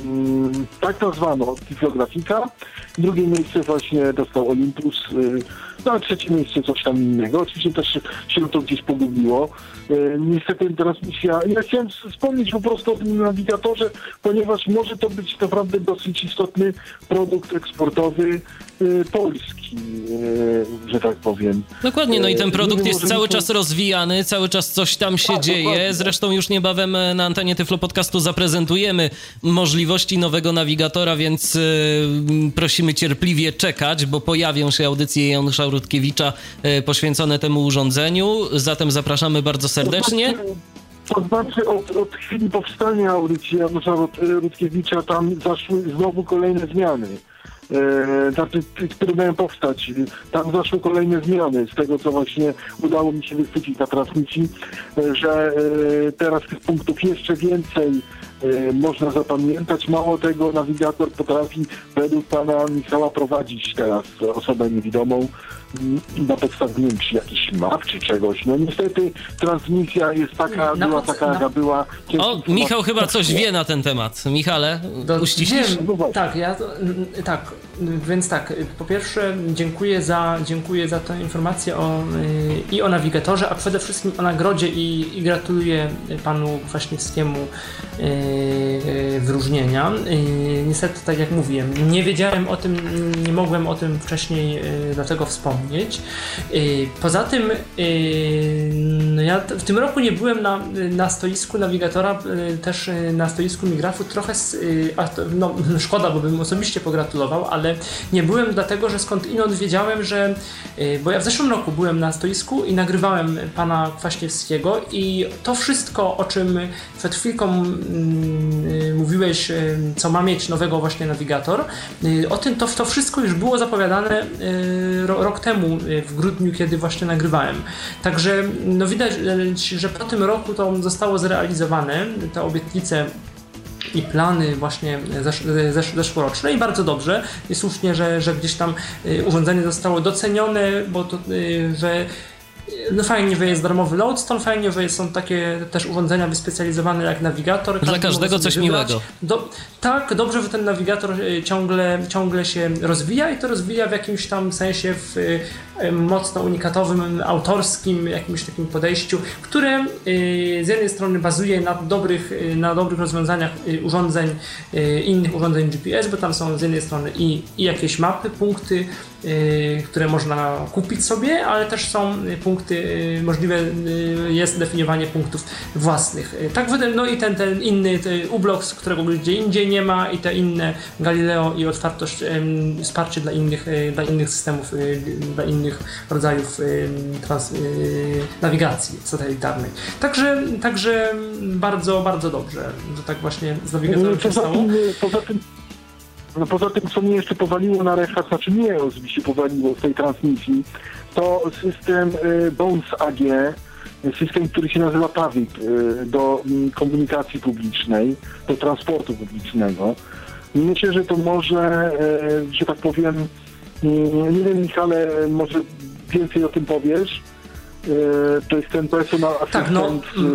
tak nazwano tyflografika. Drugie miejsce właśnie dostał Olympus, e, no a trzecie miejsce coś tam innego. Oczywiście też się, się to gdzieś pogubiło. E, niestety transmisja, ja chciałem wspomnieć po prostu o tym nawigatorze, ponieważ może to być naprawdę dosyć istotny produkt eksportowy e, polski, e, że tak powiem. Dokładnie, no i ten produkt e, jest cały to... czas rozwijany, cały czas coś tam się a, dzieje. Dokładnie. Zresztą już niebawem na antenie Tyflo Podcastu zaprezentujemy możliwości nowego nawigatora, więc yy, prosimy cierpliwie czekać, bo pojawią się audycje Janusza Rutkiewicza yy, poświęcone temu urządzeniu. Zatem zapraszamy bardzo serdecznie. To znaczy od, od chwili powstania audycji Janusza Rutkiewicza tam zaszły znowu kolejne zmiany. E, znaczy, które mają powstać. Tam zaszły kolejne zmiany z tego, co właśnie udało mi się wychwycić na transmisji, e, że e, teraz tych punktów jeszcze więcej e, można zapamiętać. Mało tego, nawigator potrafi według pana Michała prowadzić teraz osobę niewidomą na podstawie, nie wiem, czy jakichś map, czy czegoś. No niestety transmisja jest taka, na była pod... taka, jaka była. O, Michał chyba coś wie na ten temat. Michale, uściślisz? Tak, ja to, tak, więc tak, po pierwsze dziękuję za, dziękuję za tę informację o, i o nawigatorze, a przede wszystkim o nagrodzie i, i gratuluję panu Kwaśniewskiemu wyróżnienia. Niestety, tak jak mówiłem, nie wiedziałem o tym, nie mogłem o tym wcześniej dlatego wspomnieć. Poza tym no ja w tym roku nie byłem na, na stoisku nawigatora, też na stoisku Migrafu, trochę no, szkoda, bo bym osobiście pogratulował, ale nie byłem dlatego, że skądinąd wiedziałem, że bo ja w zeszłym roku byłem na stoisku i nagrywałem pana Kwaśniewskiego i to wszystko, o czym przed chwilką mówiłeś, co ma mieć nowego właśnie nawigator, o tym to, to wszystko już było zapowiadane rok temu w grudniu, kiedy właśnie nagrywałem. Także no widać, że po tym roku to zostało zrealizowane, te obietnice i plany właśnie zesz, zesz, zeszłoroczne i bardzo dobrze. I słusznie, że, że gdzieś tam urządzenie zostało docenione, bo to, że no fajnie, że jest darmowy Lodestone, fajnie, że są takie też urządzenia wyspecjalizowane jak nawigator. Dla każdego coś wybrać. Miłego. Do, tak, dobrze, że ten nawigator ciągle, ciągle się rozwija i to rozwija w jakimś tam sensie w mocno unikatowym, autorskim jakimś takim podejściu, które z jednej strony bazuje na dobrych, na dobrych rozwiązaniach urządzeń, innych urządzeń G P S, bo tam są z jednej strony i, i jakieś mapy, punkty, które można kupić sobie, ale też są punkty, możliwe jest definiowanie punktów własnych. Tak, no i ten, ten inny U-Blox, którego gdzie indziej nie ma, i te inne Galileo i otwartość, wsparcie dla innych, dla innych systemów, dla innych rodzajów trans, nawigacji satelitarnej. Także, także bardzo, bardzo dobrze, że tak właśnie z nawigatorem się stało. Poza tym, no poza tym, co mnie jeszcze powaliło na rechach, znaczy mnie oczywiście powaliło z tej transmisji, to system Bones A G, system, który się nazywa Pawik, do komunikacji publicznej, do transportu publicznego. Myślę, że to może, że tak powiem, nie wiem, Michale, może więcej o tym powiesz. To jest ten personal asystent. Tak, no.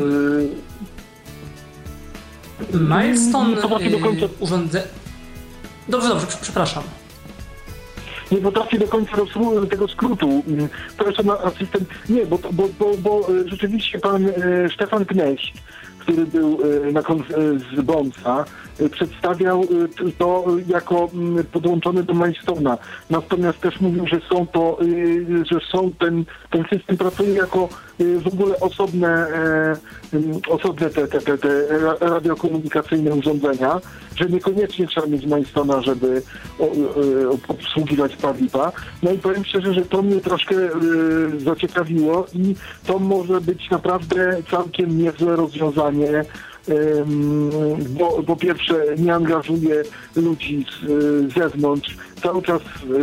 Milestone urządzenie. Dobrze, dobrze, przepraszam. Nie potrafię do końca tego skrótu. Personal asystent. Nie, bo, bo, bo, bo rzeczywiście pan Stefan Knecht, który był na z Bonsa, przedstawiał to jako podłączony do Milestone'a. Natomiast też mówił, że są to, że są ten, ten system pracuje jako w ogóle osobne, osobne te, te, te, te radiokomunikacyjne urządzenia, że niekoniecznie trzeba mieć Milestone'a, żeby obsługiwać Pawlipa. No i powiem szczerze, że to mnie troszkę zaciekawiło i to może być naprawdę całkiem niezłe rozwiązanie. Bo po pierwsze nie angażuje ludzi z zewnątrz. Cały czas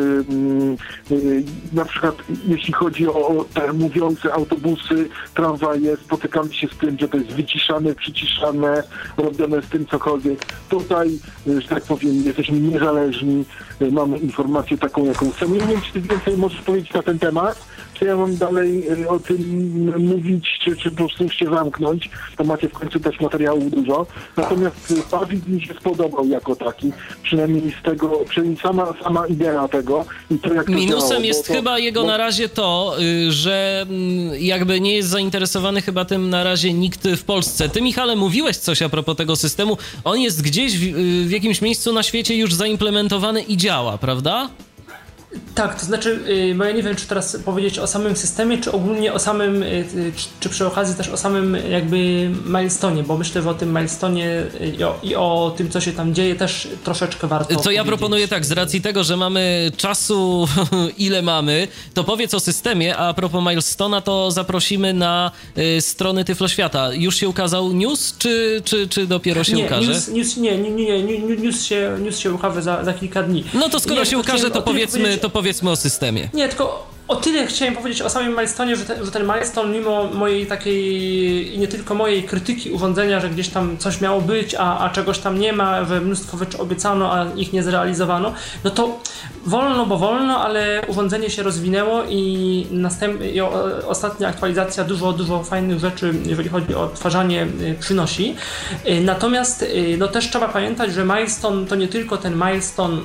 na przykład jeśli chodzi o te mówiące autobusy, tramwaje, spotykamy się z tym, że to jest wyciszane, przyciszane, robione z tym cokolwiek. Tutaj, że tak powiem, jesteśmy niezależni, mamy informację taką, jaką chcemy. Nie wiem, czy ty więcej możesz powiedzieć na ten temat, czy ja mam dalej o tym mówić, czy, czy po prostu się zamknąć, to macie w końcu też materiałów dużo. Natomiast Pawlik mi się spodobał jako taki, przynajmniej z tego, przynajmniej sama, sama idea tego. I to, jak to Minusem działało, jest to, chyba jego bo... na razie to, że jakby nie jest zainteresowany chyba tym na razie nikt w Polsce. Ty, Michale, mówiłeś coś a propos tego systemu. On jest gdzieś w, w jakimś miejscu na świecie już zaimplementowany i działa, prawda? Tak, to znaczy, bo ja nie wiem, czy teraz powiedzieć o samym systemie, czy ogólnie o samym, czy, czy przy okazji też o samym jakby Milestone'ie, bo myślę, że o tym Milestone'ie i o, i o tym, co się tam dzieje, też troszeczkę warto To powiedzieć. ja proponuję tak, z racji tego, że mamy czasu ile mamy, to powiedz o systemie, a propos Milestone'a, to zaprosimy na y, strony Tyfloświata. Już się ukazał news, czy, czy, czy dopiero się nie, ukaże? News, news, nie, nie, nie, nie, news się, news się ukaże za, za kilka dni. No to skoro nie, się ukaże, to powiedzmy, to powiedzmy o systemie. Nie, tylko o tyle chciałem powiedzieć o samym Milestone'ie, że, te, że ten Milestone, mimo mojej takiej, i nie tylko mojej krytyki urządzenia, że gdzieś tam coś miało być, a, a czegoś tam nie ma, że mnóstwo rzeczy obiecano, a ich nie zrealizowano, no to wolno, bo wolno, ale urządzenie się rozwinęło i, następ, i o, ostatnia aktualizacja dużo, dużo fajnych rzeczy, jeżeli chodzi o odtwarzanie, przynosi. Natomiast no też trzeba pamiętać, że Milestone to nie tylko ten Milestone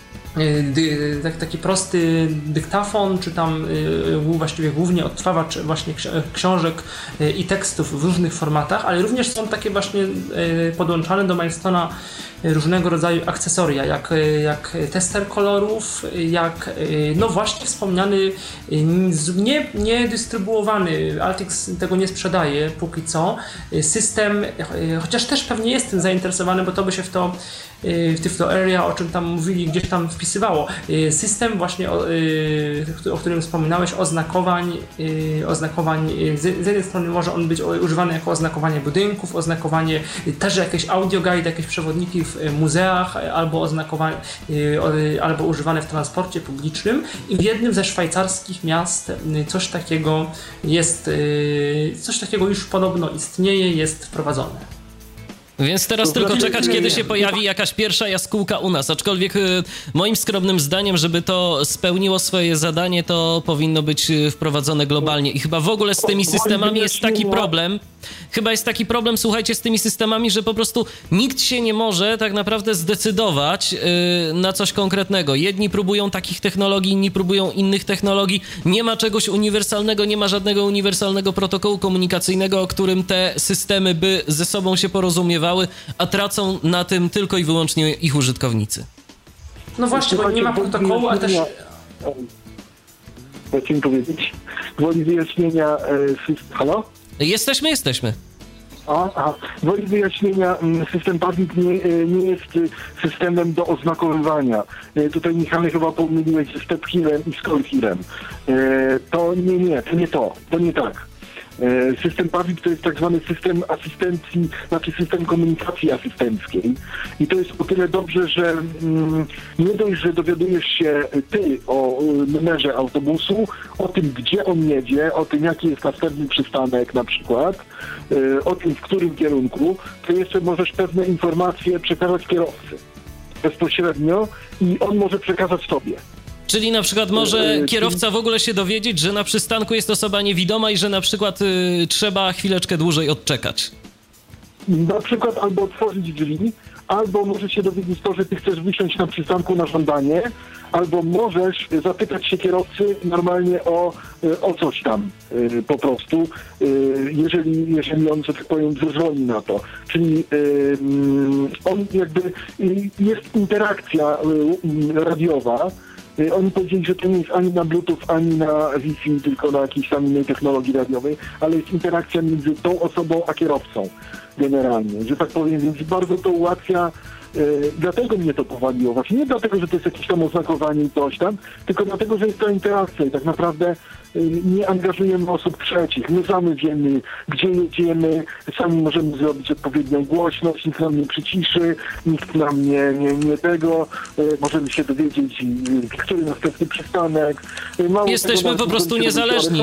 Dy, tak, taki prosty dyktafon, czy tam y, właściwie głównie odtwarzacz właśnie książek y, i tekstów w różnych formatach, ale również są takie właśnie y, podłączane do Milestone'a różnego rodzaju akcesoria, jak, jak tester kolorów, jak no właśnie wspomniany, nie, nie dystrybuowany, Altix tego nie sprzedaje póki co, system, chociaż też pewnie jestem zainteresowany, bo to by się w to w Tyflo Area, o czym tam mówili, gdzieś tam wpisywało. System właśnie, o, o którym wspominałeś, oznakowań, oznakowań z, z jednej strony może on być używany jako oznakowanie budynków, oznakowanie też jakieś audio guide, jakieś przewodniki w muzeach, albo oznakowanie, albo używane w transporcie publicznym i w jednym ze szwajcarskich miast coś takiego jest, coś takiego już podobno istnieje, jest wprowadzone. Więc teraz tylko czekać, kiedy się pojawi jakaś pierwsza jaskółka u nas. Aczkolwiek moim skromnym zdaniem, żeby to spełniło swoje zadanie, to powinno być wprowadzone globalnie. I chyba w ogóle z tymi systemami jest taki problem, chyba jest taki problem, słuchajcie, z tymi systemami, że po prostu nikt się nie może tak naprawdę zdecydować na coś konkretnego. Jedni próbują takich technologii, inni próbują innych technologii. Nie ma czegoś uniwersalnego, nie ma żadnego uniwersalnego protokołu komunikacyjnego, o którym te systemy by ze sobą się porozumiewały, a tracą na tym tylko i wyłącznie ich użytkownicy. No właśnie, bo nie ma protokołu, a też... Chcę powiedzieć, gwoli wyjaśnienia... Halo? Jesteśmy, jesteśmy. Aha, gwoli wyjaśnienia, system Pawlik nie, nie jest systemem do oznakowywania. Tutaj, Michale, chyba pomyliłeś ze Step-Healem i Skull-Healem. To nie, nie, to nie to, to nie tak. System Pawlik to jest tak zwany system asystencji, znaczy system komunikacji asystenckiej i to jest o tyle dobrze, że mm, nie dość, że dowiadujesz się ty o numerze autobusu, o tym, gdzie on jedzie, o tym, jaki jest następny przystanek na przykład, yy, o tym, w którym kierunku, to jeszcze możesz pewne informacje przekazać kierowcy bezpośrednio i on może przekazać tobie. Czyli na przykład może kierowca w ogóle się dowiedzieć, że na przystanku jest osoba niewidoma i że na przykład y, trzeba chwileczkę dłużej odczekać. na przykład albo otworzyć drzwi, albo możesz się dowiedzieć to, że ty chcesz wysiąść na przystanku na żądanie, albo możesz zapytać się kierowcy normalnie o, o coś tam y, po prostu, y, jeżeli, jeżeli on, że tak powiem, zezwoli na to. Czyli y, on jakby y, jest interakcja y, radiowa. Y, oni powiedzieli, że to nie jest ani na Bluetooth, ani na Wi-Fi, tylko na jakiejś tam innej technologii radiowej, ale jest interakcja między tą osobą a kierowcą generalnie, że tak powiem, więc bardzo to ułatwia. Yy, dlatego mnie to powaliło. Właśnie nie dlatego, że to jest jakieś tam oznakowanie i coś tam, tylko dlatego, że jest to interakcja i tak naprawdę yy, nie angażujemy osób trzecich. My sami wiemy, gdzie jedziemy, sami możemy zrobić odpowiednią głośność, nikt nam nie przyciszy, nikt nam nie, nie, nie tego. Yy, możemy się dowiedzieć, yy, który następny przystanek. Yy, Jesteśmy tego, po prostu niezależni.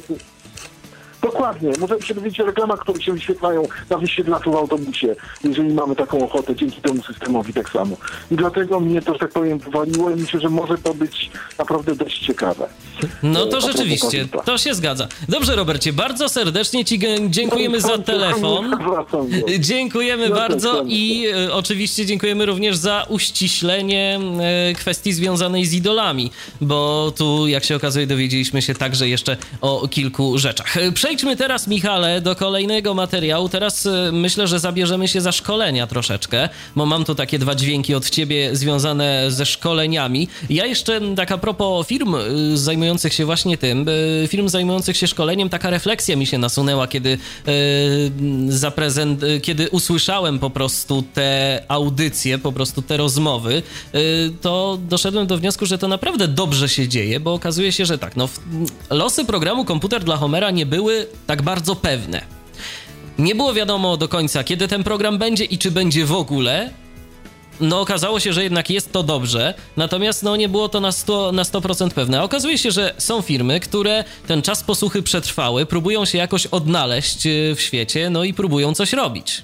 Dokładnie. Możemy się dowiedzieć o reklamach, które się wyświetlają na wyświetlaczu w autobusie, jeżeli mamy taką ochotę, dzięki temu systemowi tak samo. I dlatego mnie to, że tak powiem, powaliło i myślę, że może to być naprawdę dość ciekawe. No to rzeczywiście, to się zgadza. Dobrze, Robercie, bardzo serdecznie Ci dziękujemy za telefon. Dziękujemy bardzo i e, oczywiście dziękujemy również za uściślenie e, kwestii związanej z idolami, bo tu, jak się okazuje, dowiedzieliśmy się także jeszcze o kilku rzeczach. Przejdźmy teraz, Michale, do kolejnego materiału. Teraz e, myślę, że zabierzemy się za szkolenia troszeczkę, bo mam tu takie dwa dźwięki od Ciebie związane ze szkoleniami. Ja jeszcze tak a propos firm e, zajmujących się właśnie tym, firm zajmujących się szkoleniem, taka refleksja mi się nasunęła, kiedy yy, zaprezent, kiedy usłyszałem po prostu te audycje, po prostu te rozmowy, yy, to doszedłem do wniosku, że to naprawdę dobrze się dzieje, bo okazuje się, że tak, no losy programu Komputer dla Homera nie były tak bardzo pewne. Nie było wiadomo do końca, kiedy ten program będzie i czy będzie w ogóle. No okazało się, że jednak jest to dobrze, natomiast no nie było to na sto, na sto procent pewne. A okazuje się, że są firmy, które ten czas posłuchy przetrwały, próbują się jakoś odnaleźć w świecie, no i próbują coś robić.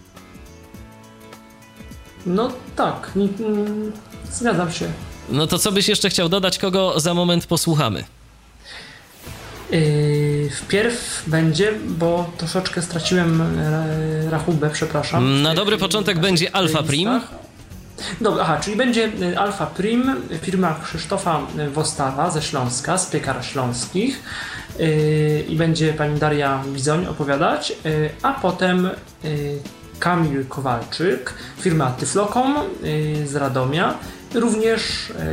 No tak, nie, nie, zgadzam się. No to co byś jeszcze chciał dodać, kogo za moment posłuchamy? Yy, wpierw będzie, bo troszeczkę straciłem rachubę, przepraszam. Na dobry początek będzie Alpha Prim. Dobra, aha, czyli będzie Alpha Prim, firma Krzysztofa Wostara ze Śląska, z piekar śląskich yy, i będzie pani Daria Bizoń opowiadać, yy, a potem yy, Kamil Kowalczyk, firma Tyflokom yy, z Radomia, również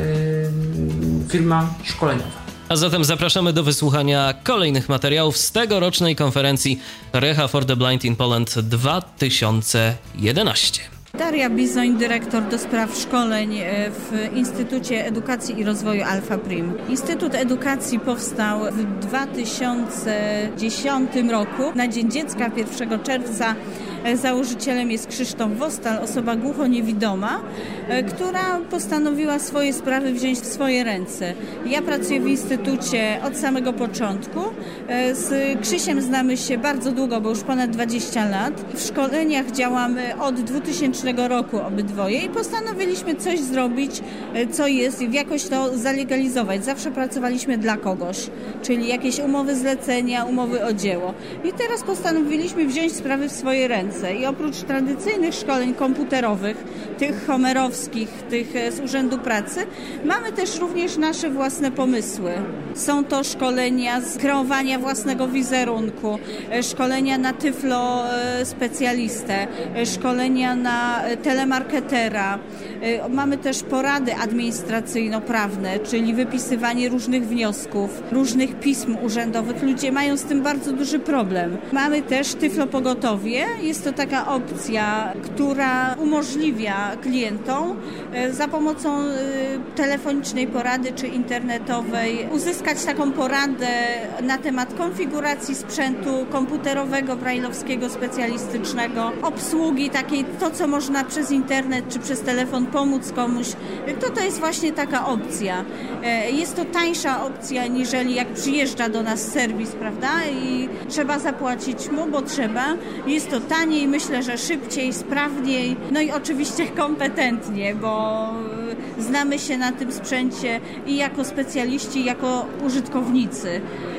yy, firma szkoleniowa. A zatem zapraszamy do wysłuchania kolejnych materiałów z tegorocznej konferencji Reha for the Blind in Poland dwa tysiące jedenaście. Daria Bizoń, dyrektor do spraw szkoleń w Instytucie Edukacji i Rozwoju Alpha Prim. Instytut Edukacji powstał w dwa tysiące dziesiątym roku. Na Dzień Dziecka pierwszego czerwca założycielem jest Krzysztof Wostal, osoba głuchoniewidoma, która postanowiła swoje sprawy wziąć w swoje ręce. Ja pracuję w Instytucie od samego początku. Z Krzysiem znamy się bardzo długo, bo już ponad dwadzieścia lat. W szkoleniach działamy od dwutysięcznego roku obydwoje i postanowiliśmy coś zrobić, co jest, jakoś to zalegalizować. Zawsze pracowaliśmy dla kogoś, czyli jakieś umowy zlecenia, umowy o dzieło. I teraz postanowiliśmy wziąć sprawy w swoje ręce. I oprócz tradycyjnych szkoleń komputerowych, tych homerowskich, tych z Urzędu Pracy, mamy też również nasze własne pomysły. Są to szkolenia z kreowania własnego wizerunku, szkolenia na tyflo specjalistę, szkolenia na telemarketera. Mamy też porady administracyjno-prawne, czyli wypisywanie różnych wniosków, różnych pism urzędowych. Ludzie mają z tym bardzo duży problem. Mamy też tyflo pogotowie. Jest to taka opcja, która umożliwia klientom za pomocą telefonicznej porady czy internetowej uzyskać taką poradę na temat konfiguracji sprzętu komputerowego, brajlowskiego, specjalistycznego, obsługi takiej, to co można przez internet czy przez telefon pomóc komuś, to to jest właśnie taka opcja. Jest to tańsza opcja niżeli jak przyjeżdża do nas serwis, prawda, i trzeba zapłacić mu, bo trzeba. Jest to taniej, myślę, że szybciej, sprawniej, no i oczywiście kompetentnie, bo znamy się na tym sprzęcie i jako specjaliści, i jako użytkownicy.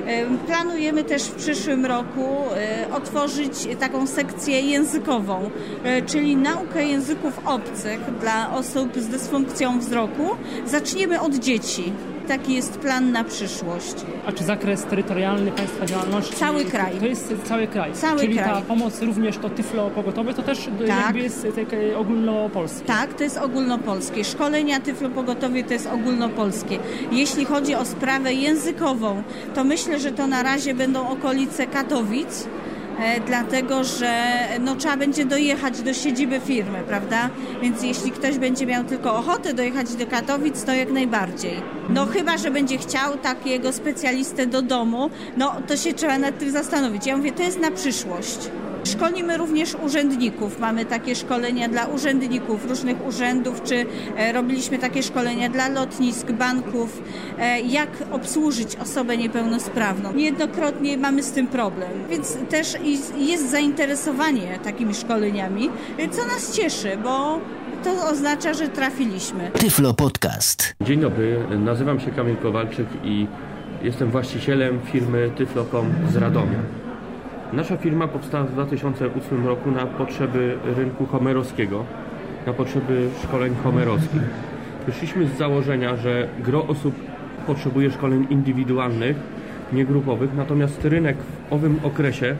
Planujemy też w przyszłym roku otworzyć taką sekcję językową, czyli naukę języków obcych dla osób z dysfunkcją wzroku. Zaczniemy od dzieci. Taki jest plan na przyszłość. A czy zakres terytorialny Państwa działalności? Cały kraj. To jest cały kraj. Cały Czyli kraj. ta pomoc również to Tyflo Pogotowie, to też tak. jakby jest takie ogólnopolskie. Tak, to jest ogólnopolskie. Szkolenia Tyflo Pogotowie to jest ogólnopolskie. Jeśli chodzi o sprawę językową, to myślę, że to na razie będą okolice Katowic, dlatego że no, trzeba będzie dojechać do siedziby firmy, prawda? Więc jeśli ktoś będzie miał tylko ochotę dojechać do Katowic, to jak najbardziej. No chyba, że będzie chciał takiego specjalistę do domu, no to się trzeba nad tym zastanowić. Ja mówię, to jest na przyszłość. Szkolimy również urzędników. Mamy takie szkolenia dla urzędników różnych urzędów, czy e, robiliśmy takie szkolenia dla lotnisk, banków, e, jak obsłużyć osobę niepełnosprawną. Niejednokrotnie mamy z tym problem, więc też jest zainteresowanie takimi szkoleniami, co nas cieszy, bo to oznacza, że trafiliśmy. Tyflo Podcast. Dzień dobry, nazywam się Kamil Kowalczyk i jestem właścicielem firmy Tyflo kropka com z Radomia. Nasza firma powstała w dwa tysiące ósmym roku na potrzeby rynku homerowskiego, na potrzeby szkoleń homerowskich. Wyszliśmy z założenia, że gro osób potrzebuje szkoleń indywidualnych, nie grupowych, natomiast rynek w owym okresie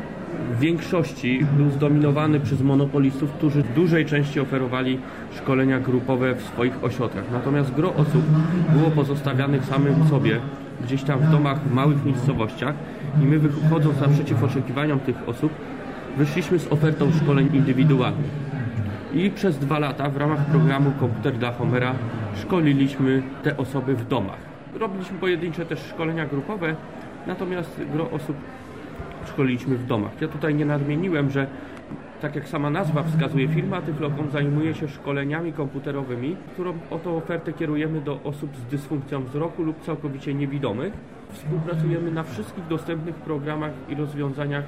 w większości był zdominowany przez monopolistów, którzy w dużej części oferowali szkolenia grupowe w swoich ośrodkach. Natomiast gro osób było pozostawianych samym sobie, gdzieś tam w domach, w małych miejscowościach i my, wychodząc naprzeciw oczekiwaniom tych osób, wyszliśmy z ofertą szkoleń indywidualnych. I przez dwa lata w ramach programu Komputer dla Homera szkoliliśmy te osoby w domach. Robiliśmy pojedyncze też szkolenia grupowe, natomiast gro osób szkoliliśmy w domach. Ja tutaj nie nadmieniłem, że tak jak sama nazwa wskazuje, firma Tyflo kropka com zajmuje się szkoleniami komputerowymi, którą oto ofertę kierujemy do osób z dysfunkcją wzroku lub całkowicie niewidomych. Współpracujemy na wszystkich dostępnych programach i rozwiązaniach,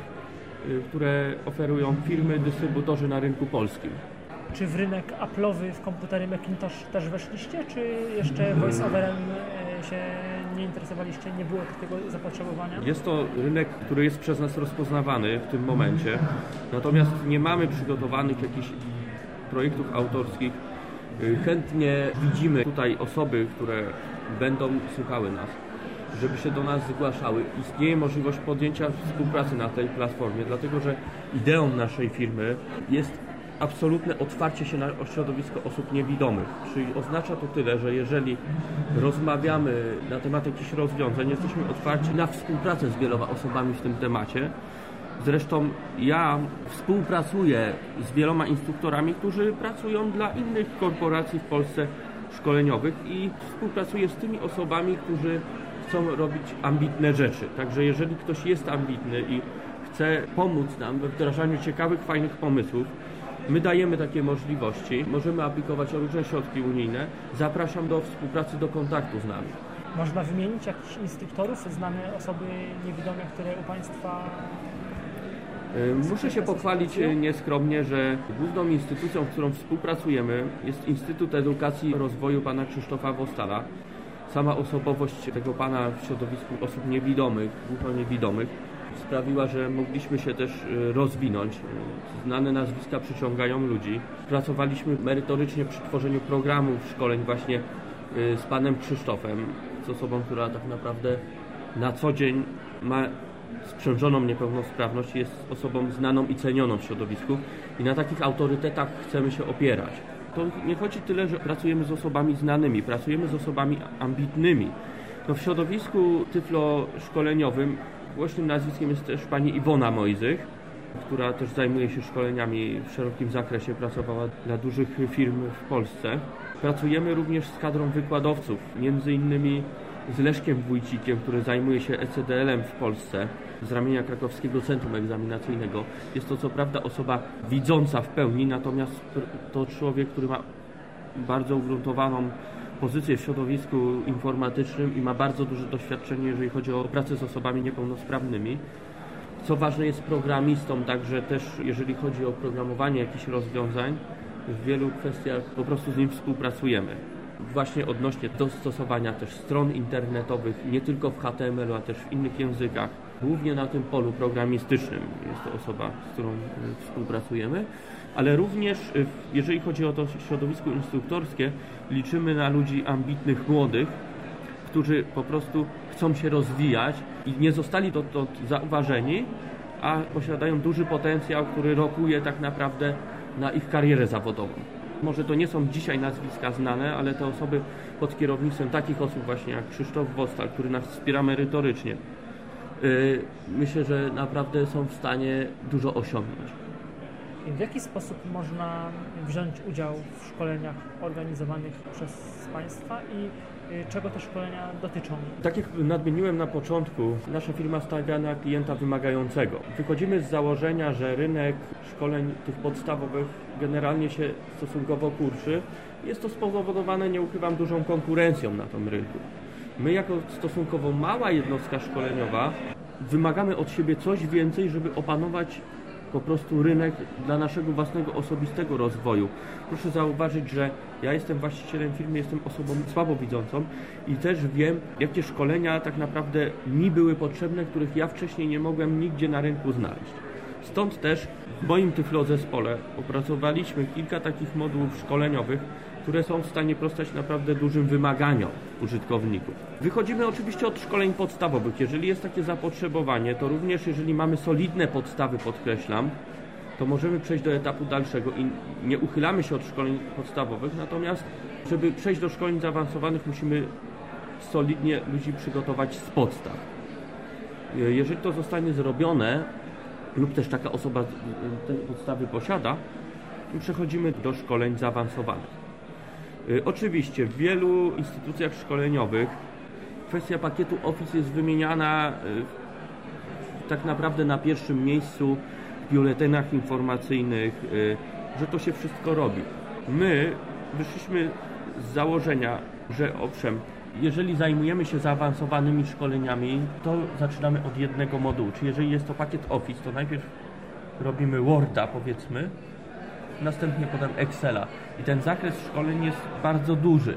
które oferują firmy, dystrybutorzy na rynku polskim. Czy w rynek Apple'owy w komputery Macintosh też weszliście, czy jeszcze voice-overem się nie interesowaliście, nie było takiego zapotrzebowania? Jest to rynek, który jest przez nas rozpoznawany w tym momencie, natomiast nie mamy przygotowanych jakichś projektów autorskich. Chętnie widzimy tutaj osoby, które będą słuchały nas, żeby się do nas zgłaszały. Istnieje możliwość podjęcia współpracy na tej platformie, dlatego że ideą naszej firmy jest absolutne otwarcie się na środowisko osób niewidomych. Czyli oznacza to tyle, że jeżeli rozmawiamy na temat jakichś rozwiązań, jesteśmy otwarci na współpracę z wieloma osobami w tym temacie. Zresztą ja współpracuję z wieloma instruktorami, którzy pracują dla innych korporacji w Polsce szkoleniowych i współpracuję z tymi osobami, którzy chcą robić ambitne rzeczy. Także jeżeli ktoś jest ambitny i chce pomóc nam we wdrażaniu ciekawych, fajnych pomysłów, my dajemy takie możliwości, możemy aplikować o różne środki unijne. Zapraszam do współpracy, do kontaktu z nami. Można wymienić jakichś instruktorów, znane osoby niewidome, które u Państwa... Muszę się pochwalić nieskromnie, że główną instytucją, z którą współpracujemy, jest Instytut Edukacji i Rozwoju pana Krzysztofa Wostala. Sama osobowość tego pana w środowisku osób niewidomych, głuchoniewidomych sprawiła, że mogliśmy się też rozwinąć. Znane nazwiska przyciągają ludzi. Pracowaliśmy merytorycznie przy tworzeniu programów szkoleń właśnie z panem Krzysztofem, z osobą, która tak naprawdę na co dzień ma sprzężoną niepełnosprawność, jest osobą znaną i cenioną w środowisku i na takich autorytetach chcemy się opierać. To nie chodzi tyle, że pracujemy z osobami znanymi, pracujemy z osobami ambitnymi. No w środowisku tyflo szkoleniowym głośnym nazwiskiem jest też pani Iwona Mojzych, która też zajmuje się szkoleniami w szerokim zakresie, pracowała dla dużych firm w Polsce. Pracujemy również z kadrą wykładowców, między innymi z Leszkiem Wójcikiem, który zajmuje się E C D L-em w Polsce z ramienia Krakowskiego Centrum Egzaminacyjnego. Jest to co prawda osoba widząca w pełni, natomiast to człowiek, który ma bardzo ugruntowaną pozycję w środowisku informatycznym i ma bardzo duże doświadczenie, jeżeli chodzi o pracę z osobami niepełnosprawnymi. Co ważne, jest programistą, także też jeżeli chodzi o programowanie jakichś rozwiązań, w wielu kwestiach po prostu z nim współpracujemy. właśnie odnośnie dostosowania też stron internetowych, nie tylko w H T M L u, a też w innych językach, głównie na tym polu programistycznym. Jest to osoba, z którą współpracujemy, ale również jeżeli chodzi o to środowisko instruktorskie, liczymy na ludzi ambitnych, młodych, którzy po prostu chcą się rozwijać i nie zostali dotąd zauważeni, a posiadają duży potencjał, który rokuje tak naprawdę na ich karierę zawodową. Może to nie są dzisiaj nazwiska znane, ale te osoby pod kierownictwem takich osób właśnie jak Krzysztof Wostal, który nas wspiera merytorycznie, yy, myślę, że naprawdę są w stanie dużo osiągnąć. W jaki sposób można wziąć udział w szkoleniach organizowanych przez Państwa i czego te szkolenia dotyczą? Tak jak nadmieniłem na początku, nasza firma stawia na klienta wymagającego. Wychodzimy z założenia, że rynek szkoleń tych podstawowych generalnie się stosunkowo kurczy. Jest to spowodowane, nie ukrywam, dużą konkurencją na tym rynku. My jako stosunkowo mała jednostka szkoleniowa wymagamy od siebie coś więcej, żeby opanować po prostu rynek dla naszego własnego osobistego rozwoju. Proszę zauważyć, że ja jestem właścicielem firmy, jestem osobą słabowidzącą i też wiem, jakie szkolenia tak naprawdę mi były potrzebne, których ja wcześniej nie mogłem nigdzie na rynku znaleźć. Stąd też w moim Tyflo zespole opracowaliśmy kilka takich modułów szkoleniowych, które są w stanie sprostać naprawdę dużym wymaganiom użytkowników. Wychodzimy oczywiście od szkoleń podstawowych. Jeżeli jest takie zapotrzebowanie, to również jeżeli mamy solidne podstawy, podkreślam, to możemy przejść do etapu dalszego i nie uchylamy się od szkoleń podstawowych, natomiast żeby przejść do szkoleń zaawansowanych, musimy solidnie ludzi przygotować z podstaw. Jeżeli to zostanie zrobione lub też taka osoba te podstawy posiada, przechodzimy do szkoleń zaawansowanych. Oczywiście w wielu instytucjach szkoleniowych kwestia pakietu Office jest wymieniana tak naprawdę na pierwszym miejscu w biuletynach informacyjnych, że to się wszystko robi. My wyszliśmy z założenia, że owszem, jeżeli zajmujemy się zaawansowanymi szkoleniami, to zaczynamy od jednego modułu. Czyli jeżeli jest to pakiet Office, to najpierw robimy Worda, powiedzmy, następnie potem Excela. I ten zakres szkoleń jest bardzo duży.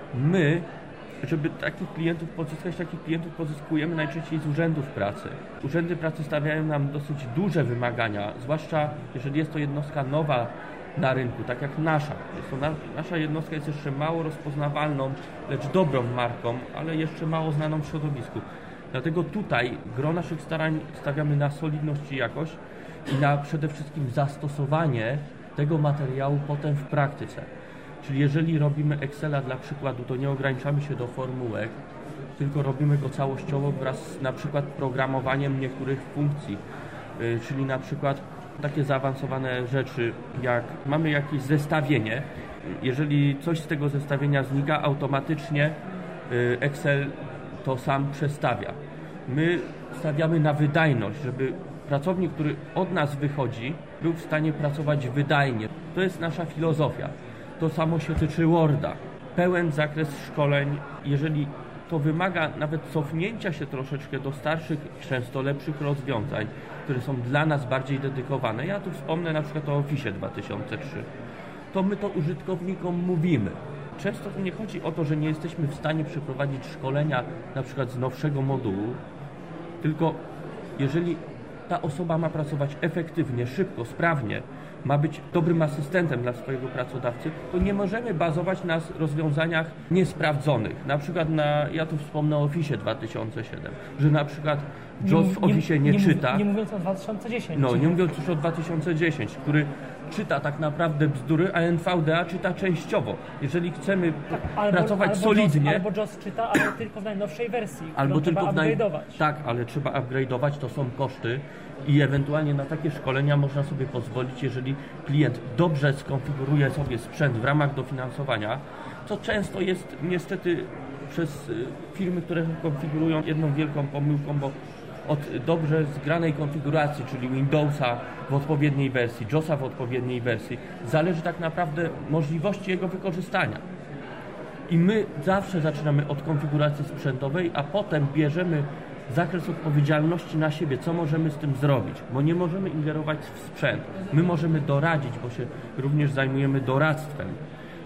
My, żeby takich klientów pozyskać, takich klientów pozyskujemy najczęściej z urzędów pracy. Urzędy pracy stawiają nam dosyć duże wymagania, zwłaszcza jeżeli jest to jednostka nowa na rynku, tak jak nasza. Jest to na, nasza jednostka jest jeszcze mało rozpoznawalną, lecz dobrą marką, ale jeszcze mało znaną w środowisku. Dlatego tutaj gro naszych starań stawiamy na solidność i jakość i na przede wszystkim zastosowanie tego materiału potem w praktyce. Czyli jeżeli robimy Excela dla przykładu, to nie ograniczamy się do formułek, tylko robimy go całościowo wraz z na przykład programowaniem niektórych funkcji, yy, czyli na przykład takie zaawansowane rzeczy, jak mamy jakieś zestawienie, jeżeli coś z tego zestawienia znika, automatycznie yy, Excel to sam przestawia. My stawiamy na wydajność, żeby pracownik, który od nas wychodzi, był w stanie pracować wydajnie. To jest nasza filozofia. To samo się tyczy Worda. Pełen zakres szkoleń, jeżeli to wymaga nawet cofnięcia się troszeczkę do starszych, często lepszych rozwiązań, które są dla nas bardziej dedykowane. Ja tu wspomnę na przykład o Office dwa tysiące trzy. To my to użytkownikom mówimy. Często nie chodzi o to, że nie jesteśmy w stanie przeprowadzić szkolenia na przykład z nowszego modułu, tylko jeżeli ta osoba ma pracować efektywnie, szybko, sprawnie, ma być dobrym asystentem dla swojego pracodawcy, to nie możemy bazować na rozwiązaniach niesprawdzonych. Na przykład na, ja tu wspomnę o Office dwa tysiące siedem, że na przykład Joss w Office nie, nie, nie czyta. Nie mówiąc o dwa tysiące dziesięć. No, nie mówiąc już o dwa tysiące dziesięć, który czyta tak naprawdę bzdury, a N V D A czyta częściowo. Jeżeli chcemy tak, albo, pracować albo solidnie... Joss, albo Joss czyta, ale tylko w najnowszej wersji, albo tylko trzeba w naj... upgrade'ować. Tak, ale trzeba upgrade'ować, to są koszty i ewentualnie na takie szkolenia można sobie pozwolić, jeżeli klient dobrze skonfiguruje sobie sprzęt w ramach dofinansowania, co często jest niestety przez firmy, które konfigurują jedną wielką pomyłką, bo od dobrze zgranej konfiguracji, czyli Windowsa w odpowiedniej wersji, Jossa w odpowiedniej wersji, zależy tak naprawdę możliwości jego wykorzystania. I my zawsze zaczynamy od konfiguracji sprzętowej, a potem bierzemy zakres odpowiedzialności na siebie, co możemy z tym zrobić, bo nie możemy ingerować w sprzęt. My możemy doradzić, bo się również zajmujemy doradztwem,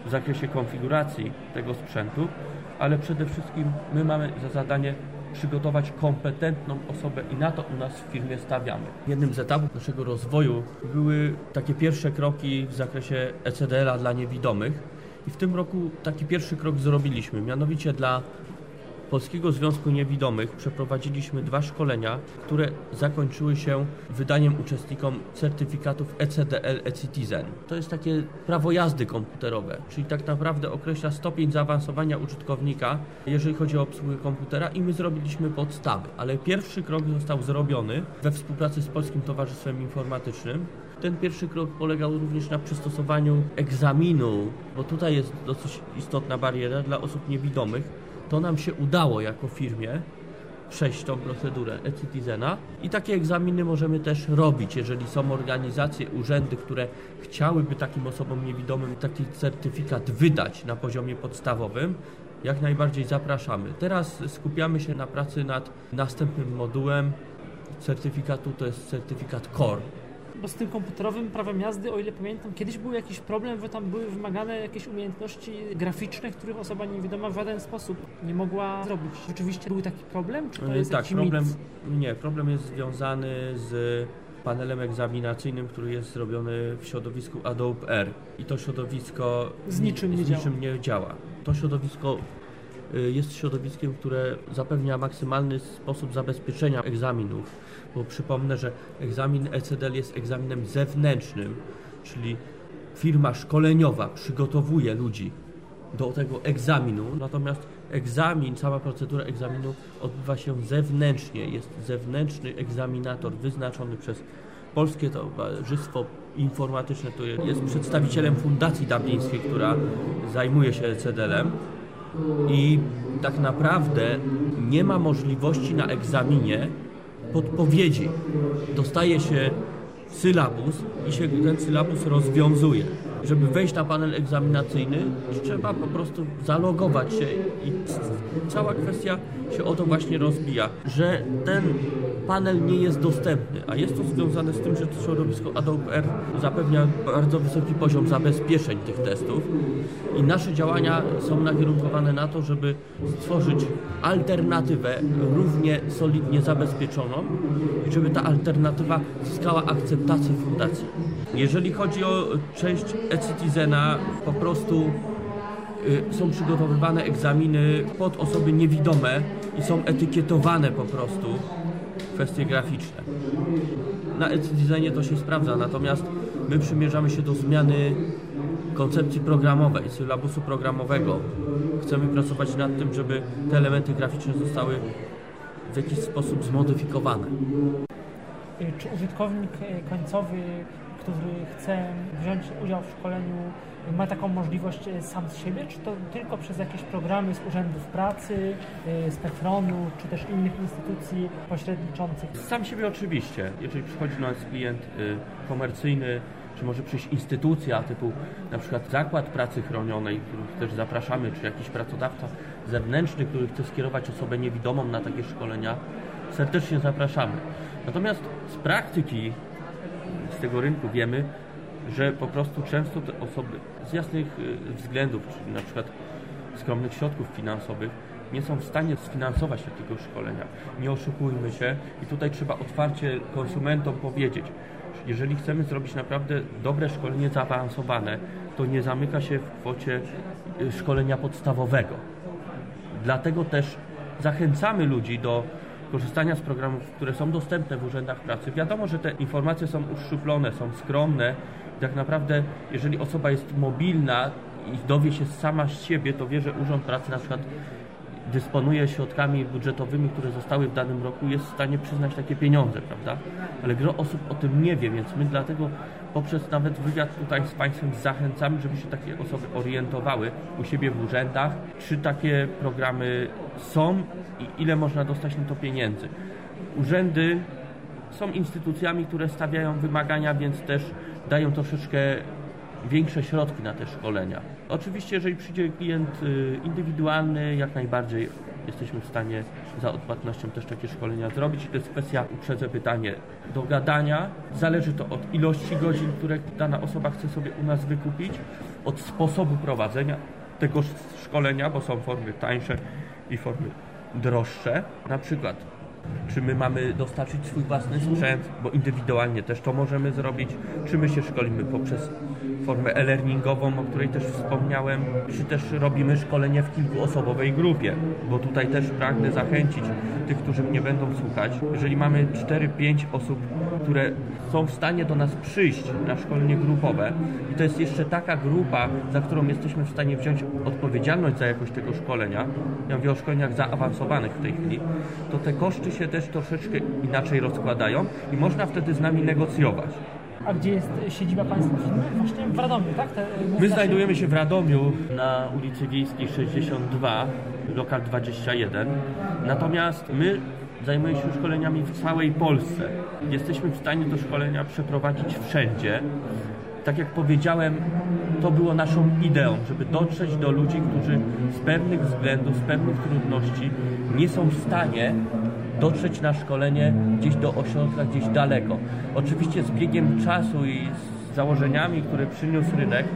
w zakresie konfiguracji tego sprzętu, ale przede wszystkim my mamy za zadanie przygotować kompetentną osobę i na to u nas w firmie stawiamy. Jednym z etapów naszego rozwoju były takie pierwsze kroki w zakresie E C D L-a dla niewidomych i w tym roku taki pierwszy krok zrobiliśmy, mianowicie dla Polskiego Związku Niewidomych przeprowadziliśmy dwa szkolenia, które zakończyły się wydaniem uczestnikom certyfikatów E C D L e-Citizen. To jest takie prawo jazdy komputerowe, czyli tak naprawdę określa stopień zaawansowania użytkownika, jeżeli chodzi o obsługę komputera i my zrobiliśmy podstawy, ale pierwszy krok został zrobiony we współpracy z Polskim Towarzystwem Informatycznym. Ten pierwszy krok polegał również na przystosowaniu egzaminu, bo tutaj jest dosyć istotna bariera dla osób niewidomych. To nam się udało jako firmie przejść tą procedurę e-Citizena i takie egzaminy możemy też robić, jeżeli są organizacje, urzędy, które chciałyby takim osobom niewidomym taki certyfikat wydać na poziomie podstawowym, jak najbardziej zapraszamy. Teraz skupiamy się na pracy nad następnym modułem certyfikatu, to jest certyfikat Core. Bo z tym komputerowym prawem jazdy, o ile pamiętam, kiedyś był jakiś problem, że tam były wymagane jakieś umiejętności graficzne, których osoba niewidoma w żaden sposób nie mogła zrobić. Rzeczywiście był taki problem? Czy to jest tak, jakiś problem, mit? nie, problem jest związany z panelem egzaminacyjnym, który jest zrobiony w środowisku Adobe R. I to środowisko z niczym nie, z działa. niczym nie działa. To środowisko jest środowiskiem, które zapewnia maksymalny sposób zabezpieczenia egzaminów, bo przypomnę, że egzamin E C D L jest egzaminem zewnętrznym, czyli firma szkoleniowa przygotowuje ludzi do tego egzaminu, natomiast egzamin, cała procedura egzaminu odbywa się zewnętrznie. Jest zewnętrzny egzaminator wyznaczony przez Polskie Towarzystwo Informatyczne, które jest przedstawicielem Fundacji Dublińskiej, która zajmuje się E C D L-em. I tak naprawdę nie ma możliwości na egzaminie podpowiedzi. Dostaje się sylabus i się ten sylabus rozwiązuje. Żeby wejść na panel egzaminacyjny, trzeba po prostu zalogować się i cała kwestia się o to właśnie rozbija, że ten panel nie jest dostępny, a jest to związane z tym, że to środowisko Adobe R zapewnia bardzo wysoki poziom zabezpieczeń tych testów i nasze działania są nakierunkowane na to, żeby stworzyć alternatywę równie solidnie zabezpieczoną i żeby ta alternatywa zyskała akceptację fundacji. Jeżeli chodzi o część e-Citizena, po prostu y, są przygotowywane egzaminy pod osoby niewidome i są etykietowane po prostu kwestie graficzne. Na e-Citizenie to się sprawdza, natomiast my przymierzamy się do zmiany koncepcji programowej, sylabusu programowego. Chcemy pracować nad tym, żeby te elementy graficzne zostały w jakiś sposób zmodyfikowane. Czy użytkownik końcowy, który chce wziąć udział w szkoleniu, ma taką możliwość sam z siebie, czy to tylko przez jakieś programy z urzędów pracy, z PEFRON-u, czy też innych instytucji pośredniczących? Sam siebie oczywiście. Jeżeli przychodzi do nas klient komercyjny, czy może przyjść instytucja typu na przykład Zakład Pracy Chronionej, których też zapraszamy, czy jakiś pracodawca zewnętrzny, który chce skierować osobę niewidomą na takie szkolenia, serdecznie zapraszamy. Natomiast z praktyki, z tego rynku wiemy, że po prostu często te osoby z jasnych względów, czyli na przykład skromnych środków finansowych, nie są w stanie sfinansować takiego szkolenia. Nie oszukujmy się i tutaj trzeba otwarcie konsumentom powiedzieć, jeżeli chcemy zrobić naprawdę dobre szkolenie zaawansowane, to nie zamyka się w kwocie szkolenia podstawowego. Dlatego też zachęcamy ludzi do korzystania z programów, które są dostępne w urzędach pracy. Wiadomo, że te informacje są uszczuplone, są skromne. Tak naprawdę, jeżeli osoba jest mobilna i dowie się sama z siebie, to wie, że Urząd Pracy na przykład dysponuje środkami budżetowymi, które zostały w danym roku, jest w stanie przyznać takie pieniądze, prawda? Ale gro osób o tym nie wie, więc my dlatego poprzez nawet wywiad tutaj z Państwem zachęcamy, żeby się takie osoby orientowały u siebie w urzędach, czy takie programy są i ile można dostać na to pieniędzy. Urzędy są instytucjami, które stawiają wymagania, więc też dają troszeczkę większe środki na te szkolenia. Oczywiście, jeżeli przyjdzie klient indywidualny, jak najbardziej jesteśmy w stanie za odpłatnością też takie szkolenia zrobić. I to jest kwestia, uprzedzę pytanie, dogadania. Zależy to od ilości godzin, które dana osoba chce sobie u nas wykupić, od sposobu prowadzenia tego szkolenia, bo są formy tańsze i formy droższe. Na przykład, czy my mamy dostarczyć swój własny sprzęt, bo indywidualnie też to możemy zrobić, czy my się szkolimy poprzez formę e-learningową, o której też wspomniałem, czy też robimy szkolenie w kilkuosobowej grupie, bo tutaj też pragnę zachęcić tych, którzy mnie będą słuchać. Jeżeli mamy cztery pięć osób, które są w stanie do nas przyjść na szkolenie grupowe i to jest jeszcze taka grupa, za którą jesteśmy w stanie wziąć odpowiedzialność za jakość tego szkolenia, ja mówię o szkoleniach zaawansowanych w tej chwili, to te koszty się też troszeczkę inaczej rozkładają i można wtedy z nami negocjować. A gdzie jest siedziba Państwa firmy? Właśnie w Radomiu, tak? Te, My znajdujemy się w Radomiu na ulicy Wiejskiej sześćdziesiąt dwa, lokal dwadzieścia jeden. Natomiast my zajmujemy się szkoleniami w całej Polsce. Jesteśmy w stanie te szkolenia przeprowadzić wszędzie. Tak jak powiedziałem, to było naszą ideą, żeby dotrzeć do ludzi, którzy z pewnych względów, z pewnych trudności nie są w stanie dotrzeć na szkolenie gdzieś do ośrodka, gdzieś daleko. Oczywiście z biegiem czasu i z założeniami, które przyniósł rynek,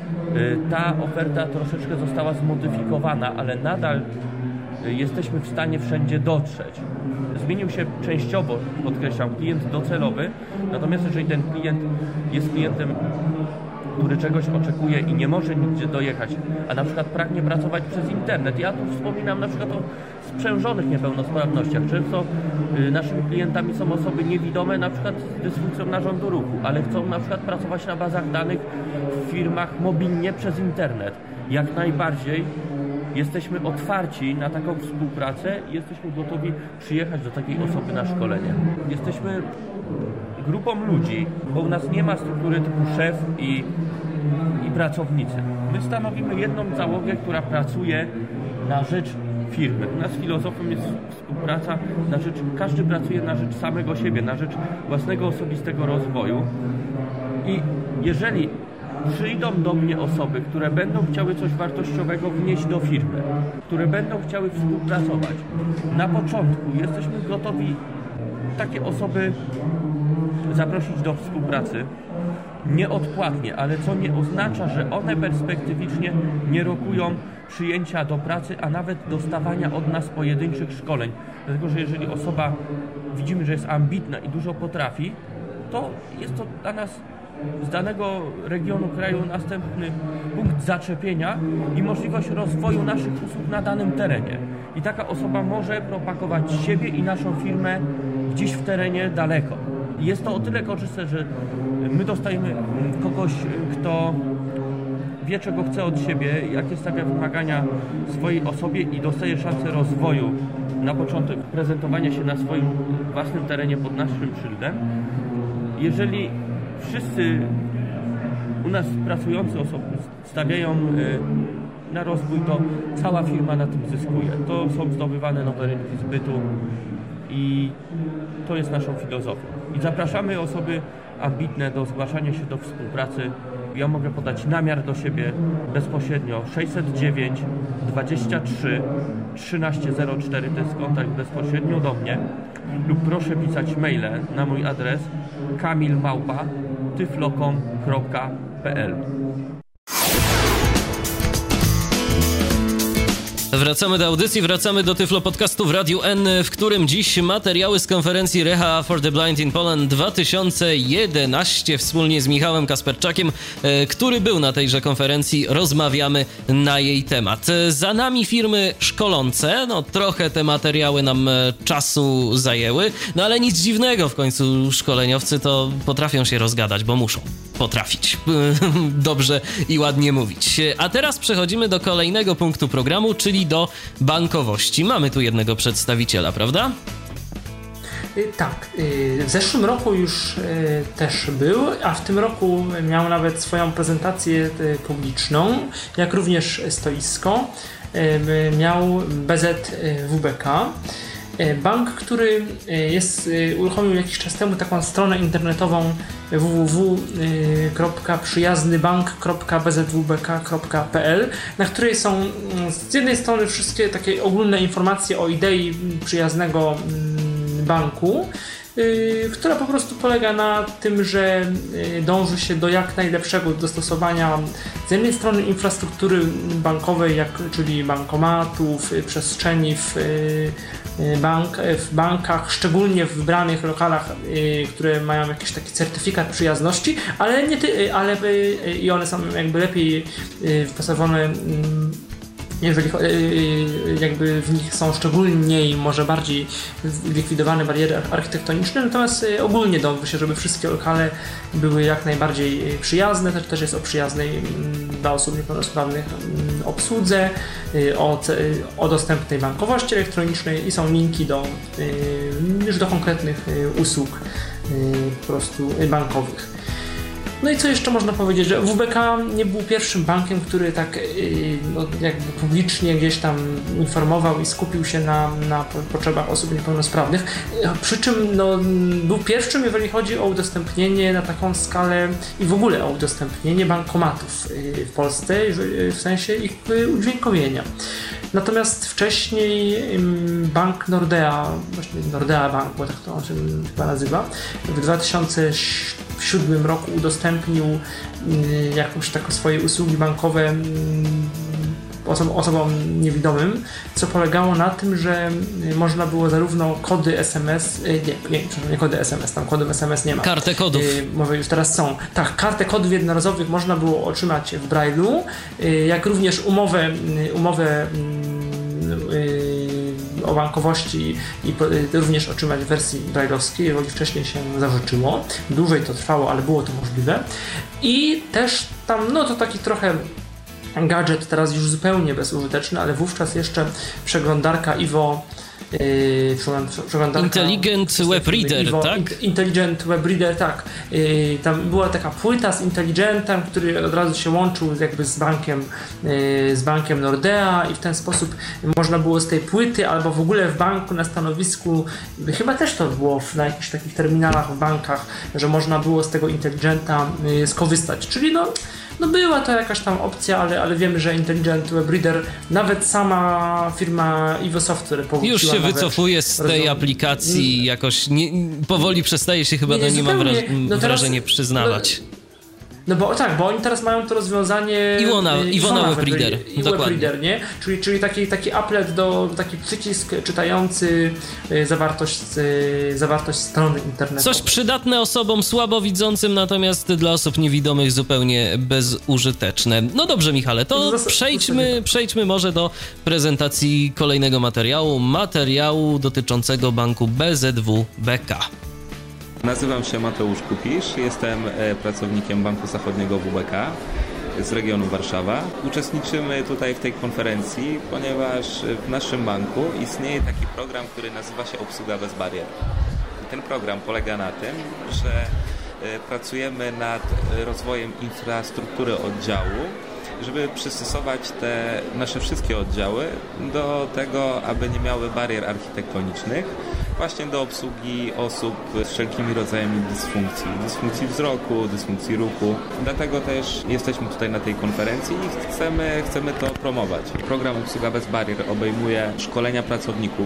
ta oferta troszeczkę została zmodyfikowana, ale nadal jesteśmy w stanie wszędzie dotrzeć. Zmienił się częściowo, podkreślam, klient docelowy, natomiast jeżeli ten klient jest klientem, który czegoś oczekuje i nie może nigdzie dojechać, a na przykład pragnie pracować przez internet. Ja tu wspominam na przykład o sprzężonych niepełnosprawnościach. Często y, naszymi klientami są osoby niewidome, na przykład z dysfunkcją narządu ruchu, ale chcą na przykład pracować na bazach danych w firmach mobilnie przez internet. Jak najbardziej jesteśmy otwarci na taką współpracę i jesteśmy gotowi przyjechać do takiej osoby na szkolenie. Jesteśmy grupą ludzi, bo u nas nie ma struktury typu szef i, i pracownicy. My stanowimy jedną załogę, która pracuje na rzecz firmy. U nas filozofią jest współpraca na rzecz, każdy pracuje na rzecz samego siebie, na rzecz własnego osobistego rozwoju. I jeżeli przyjdą do mnie osoby, które będą chciały coś wartościowego wnieść do firmy, które będą chciały współpracować, na początku jesteśmy gotowi takie osoby zaprosić do współpracy nieodpłatnie, ale co nie oznacza, że one perspektywicznie nie rokują przyjęcia do pracy, a nawet dostawania od nas pojedynczych szkoleń. Dlatego, że jeżeli osoba widzimy, że jest ambitna i dużo potrafi, to jest to dla nas z danego regionu kraju następny punkt zaczepienia i możliwość rozwoju naszych usług na danym terenie. I taka osoba może propagować siebie i naszą firmę gdzieś w terenie daleko. I jest to o tyle korzystne, że my dostajemy kogoś, kto wie, czego chce od siebie, jakie stawia wymagania swojej osobie i dostaje szansę rozwoju na początek prezentowania się na swoim własnym terenie pod naszym szyldem. Jeżeli wszyscy u nas pracujące osoby stawiają na rozwój, to cała firma na tym zyskuje. To są zdobywane nowe rynki zbytu i to jest naszą filozofią. I zapraszamy osoby ambitne do zgłaszania się do współpracy. Ja mogę podać namiar do siebie bezpośrednio sześćset dziewięć dwadzieścia trzy trzynaście zero cztery, to jest kontakt bezpośrednio do mnie, lub proszę pisać maile na mój adres kamil małpa tyflocom kropka p l. Wracamy do audycji, wracamy do Tyflo Podcastu w Radiu N, w którym dziś materiały z konferencji Reha for the Blind in Poland dwa tysiące jedenaście. Wspólnie z Michałem Kasperczakiem, który był na tejże konferencji, rozmawiamy na jej temat. Za nami firmy szkolące, no trochę te materiały nam czasu zajęły, no ale nic dziwnego, w końcu szkoleniowcy to potrafią się rozgadać, bo muszą potrafić dobrze i ładnie mówić. A teraz przechodzimy do kolejnego punktu programu, czyli do bankowości. Mamy tu jednego przedstawiciela, prawda? Tak, w zeszłym roku już też był, a w tym roku miał nawet swoją prezentację publiczną, jak również stoisko. Miał B Z W B K. Bank, który jest, uruchomił jakiś czas temu taką stronę internetową w w w kropka przyjazny bank kropka b z w b k kropka p l, na której są z jednej strony wszystkie takie ogólne informacje o idei przyjaznego banku, która po prostu polega na tym, że dąży się do jak najlepszego dostosowania z jednej strony infrastruktury bankowej, jak, czyli bankomatów, przestrzeni w, bank, w bankach, szczególnie w wybranych lokalach, które mają jakiś taki certyfikat przyjazności, ale nie ty, ale i one są jakby lepiej wyposażone, jeżeli jakby w nich są szczególniej, może bardziej likwidowane bariery architektoniczne, natomiast ogólnie dąży się, żeby wszystkie lokale były jak najbardziej przyjazne. Też, też jest o przyjaznej dla osób niepełnosprawnych obsłudze, o, o dostępnej bankowości elektronicznej i są linki do, już do konkretnych usług po prostu bankowych. No i co jeszcze można powiedzieć, że W B K nie był pierwszym bankiem, który tak no, jakby publicznie gdzieś tam informował i skupił się na, na potrzebach osób niepełnosprawnych, przy czym no, był pierwszym, jeżeli chodzi o udostępnienie na taką skalę i w ogóle o udostępnienie bankomatów w Polsce, w sensie ich udźwiękowienia. Natomiast wcześniej bank Nordea, właśnie Nordea Bank, bo tak to on się chyba nazywa, w dwa tysiące siódmym roku udostępnił jakąś taką swoje usługi bankowe osobom, osobom niewidomym, co polegało na tym, że można było zarówno kody S M S, nie, nie, nie kody S M S, tam kodów S M S nie ma. Kartę kodów. Może już teraz są. Tak, kartę kodów jednorazowych można było otrzymać w Braille'u, jak również umowę, umowę o bankowości i również otrzymać w wersji brajlowskiej, jeżeli wcześniej się zażyczyło. Dłużej to trwało, ale było to możliwe. I też tam, no to taki trochę gadżet teraz już zupełnie bezużyteczny, ale wówczas jeszcze przeglądarka Ivo, Yy, przeglądarka Intelligent Web Reader, Ivo, tak? Intelligent Web Reader, tak. Yy, tam była taka płyta z Intelligentem, który od razu się łączył jakby z bankiem, yy, z bankiem Nordea i w ten sposób można było z tej płyty albo w ogóle w banku na stanowisku, chyba też to było w, na jakichś takich terminalach w bankach, że można było z tego Intelligenta yy, skorzystać. Czyli no No była to jakaś tam opcja, ale, ale wiemy, że Intelligent Web Reader, nawet sama firma Ivo Software powróciła. Już się wycofuje z tej rozum... aplikacji, jakoś nie, powoli przestaje się chyba nie, nie, do niej, mam wraż... no teraz, wrażenie, przyznawać. No, No bo tak, bo oni teraz mają to rozwiązanie Iwona, Iwona Web Reader, i Web Reader, nie? Czyli, czyli taki, taki applet, do, taki przycisk czytający zawartość, zawartość strony internetowej. Coś przydatne osobom słabowidzącym, natomiast dla osób niewidomych zupełnie bezużyteczne. No dobrze, Michale, to Zas- przejdźmy, przejdźmy może do prezentacji kolejnego materiału, materiału dotyczącego banku B Z W B K. Nazywam się Mateusz Kupisz, jestem pracownikiem Banku Zachodniego W B K z regionu Warszawa. Uczestniczymy tutaj w tej konferencji, ponieważ w naszym banku istnieje taki program, który nazywa się Obsługa bez barier. I ten program polega na tym, że pracujemy nad rozwojem infrastruktury oddziału, żeby przystosować te nasze wszystkie oddziały do tego, aby nie miały barier architektonicznych, właśnie do obsługi osób z wszelkimi rodzajami dysfunkcji, dysfunkcji wzroku, dysfunkcji ruchu. Dlatego też jesteśmy tutaj na tej konferencji i chcemy, chcemy to promować. Program Obsługa bez barier obejmuje szkolenia pracowników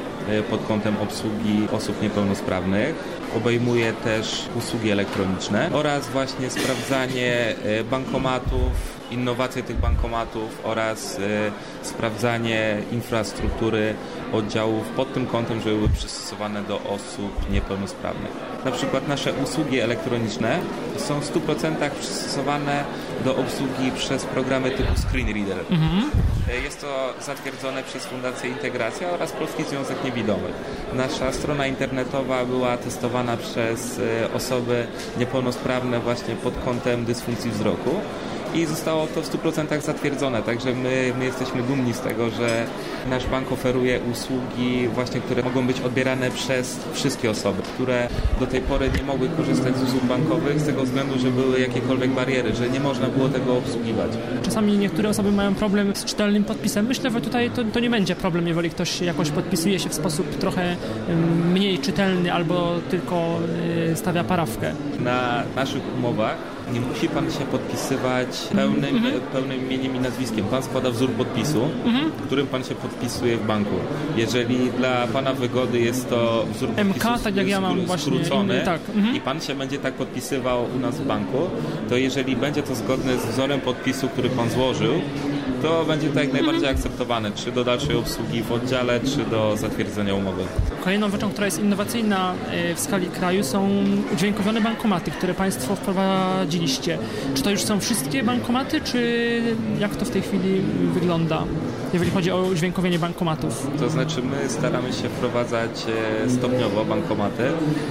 pod kątem obsługi osób niepełnosprawnych, obejmuje też usługi elektroniczne oraz właśnie sprawdzanie bankomatów, innowacje tych bankomatów oraz y, sprawdzanie infrastruktury oddziałów pod tym kątem, żeby były przystosowane do osób niepełnosprawnych. Na przykład nasze usługi elektroniczne są w stu procentach przystosowane do obsługi przez programy typu Screen Reader. Mhm. Jest to zatwierdzone przez Fundację Integracja oraz Polski Związek Niewidomych. Nasza strona internetowa była testowana przez y, osoby niepełnosprawne właśnie pod kątem dysfunkcji wzroku. i zostało to w stu procentach zatwierdzone, także my, my jesteśmy dumni z tego, że nasz bank oferuje usługi właśnie, które mogą być odbierane przez wszystkie osoby, które do tej pory nie mogły korzystać z usług bankowych z tego względu, że były jakiekolwiek bariery, że nie można było tego obsługiwać. Czasami niektóre osoby mają problem z czytelnym podpisem. Myślę, że tutaj to, to nie będzie problem, jeżeli ktoś jakoś podpisuje się w sposób trochę mniej czytelny albo tylko stawia parafkę. Na naszych umowach nie musi pan się podpisywać pełnym, mm-hmm. pełnym imieniem i nazwiskiem. Pan składa wzór podpisu, mm-hmm. którym pan się podpisuje w banku. Jeżeli dla pana wygody jest to wzór M K, podpisu tak jak ja mam skrócony właśnie, tak. mm-hmm. i pan się będzie tak podpisywał u nas w banku, to jeżeli będzie to zgodne z wzorem podpisu, który pan złożył, to będzie to jak najbardziej mm-hmm. akceptowane, czy do dalszej obsługi w oddziale, czy do zatwierdzenia umowy. Kolejną rzeczą, która jest innowacyjna w skali kraju, są udźwiękowione bankomaty, które państwo wprowadziliście. Czy to już są wszystkie bankomaty, czy jak to w tej chwili wygląda, jeżeli chodzi o udźwiękowienie bankomatów? To znaczy my staramy się wprowadzać stopniowo bankomaty.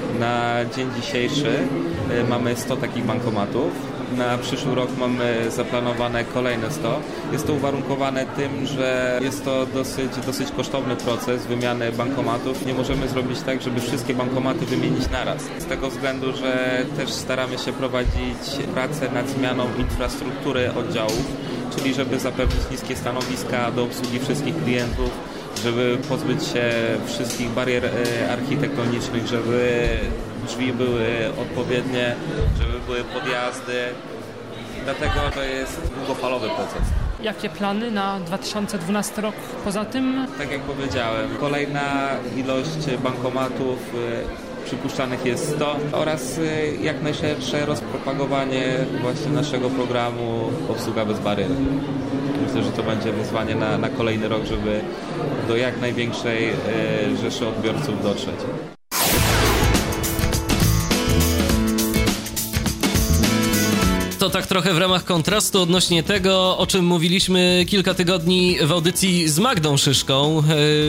Na dzień dzisiejszy mamy sto takich bankomatów. Na przyszły rok mamy zaplanowane kolejne sto. Jest to uwarunkowane tym, że jest to dosyć, dosyć kosztowny proces wymiany bankomatów. Nie możemy zrobić tak, żeby wszystkie bankomaty wymienić naraz. Z tego względu, że też staramy się prowadzić pracę nad zmianą infrastruktury oddziałów, czyli żeby zapewnić niskie stanowiska do obsługi wszystkich klientów, żeby pozbyć się wszystkich barier architektonicznych, żeby drzwi były odpowiednie, żeby były podjazdy. Dlatego to jest długofalowy proces. Jakie plany na dwa tysiące dwunasty rok poza tym? Tak jak powiedziałem, kolejna ilość bankomatów przypuszczanych jest sto oraz jak najszersze rozpropagowanie właśnie naszego programu Obsługa bez barier. Myślę, że to będzie wyzwanie na, na kolejny rok, żeby do jak największej rzeszy odbiorców dotrzeć. To tak trochę w ramach kontrastu odnośnie tego, o czym mówiliśmy kilka tygodni w audycji z Magdą Szyszką.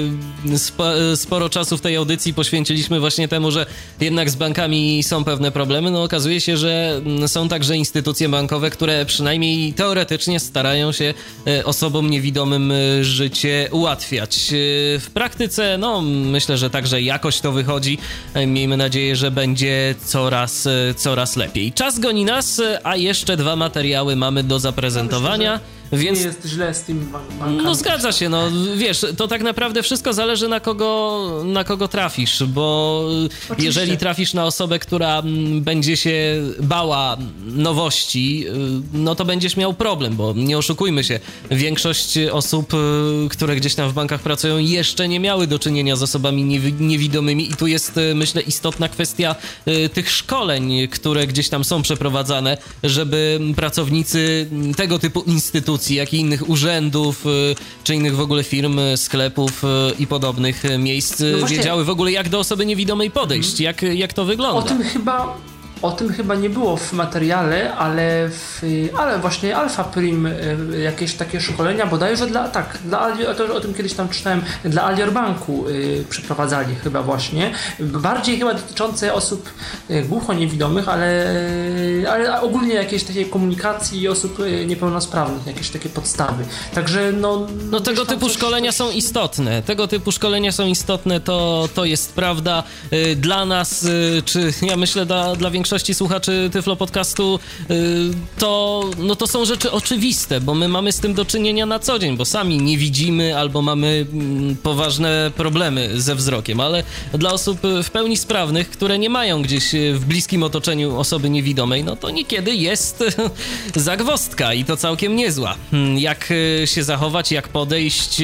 Sporo czasu w tej audycji poświęciliśmy właśnie temu, że jednak z bankami są pewne problemy. No okazuje się, że są także instytucje bankowe, które przynajmniej teoretycznie starają się osobom niewidomym życie ułatwiać. W praktyce, no myślę, że także jakoś to wychodzi. Miejmy nadzieję, że będzie coraz, coraz lepiej. Czas goni nas, a jeszcze Jeszcze dwa materiały mamy do zaprezentowania. Myślę, więc nie jest źle z tym bankami. No zgadza się, no wiesz, to tak naprawdę wszystko zależy na kogo, na kogo trafisz, bo Oczywiście. jeżeli trafisz na osobę, która będzie się bała nowości, no to będziesz miał problem, bo nie oszukujmy się, większość osób, które gdzieś tam w bankach pracują, jeszcze nie miały do czynienia z osobami niewidomymi i tu jest, myślę, istotna kwestia tych szkoleń, które gdzieś tam są przeprowadzane, żeby pracownicy tego typu instytucji, jak i innych urzędów, czy innych w ogóle firm, sklepów i podobnych miejsc no wiedziały w ogóle, jak do osoby niewidomej podejść, jak, jak to wygląda. O tym chyba... O tym chyba nie było w materiale, ale, w, ale właśnie Alpha Prim jakieś takie szkolenia bodajże dla, tak, dla Alior, to o tym kiedyś tam czytałem, dla Alior Banku y, przeprowadzali chyba właśnie, bardziej chyba dotyczące osób głucho-niewidomych, ale, ale ogólnie jakiejś takiej komunikacji osób niepełnosprawnych, jakieś takie podstawy. Także no... No tego typu coś, szkolenia coś... są istotne, tego typu szkolenia są istotne, to, to jest prawda. Dla nas, czy ja myślę dla, dla większości większości słuchaczy Tyflo Podcastu, to, no to są rzeczy oczywiste, bo my mamy z tym do czynienia na co dzień, bo sami nie widzimy albo mamy poważne problemy ze wzrokiem, ale dla osób w pełni sprawnych, które nie mają gdzieś w bliskim otoczeniu osoby niewidomej, no to niekiedy jest zagwozdka i to całkiem niezła. Jak się zachować, jak podejść,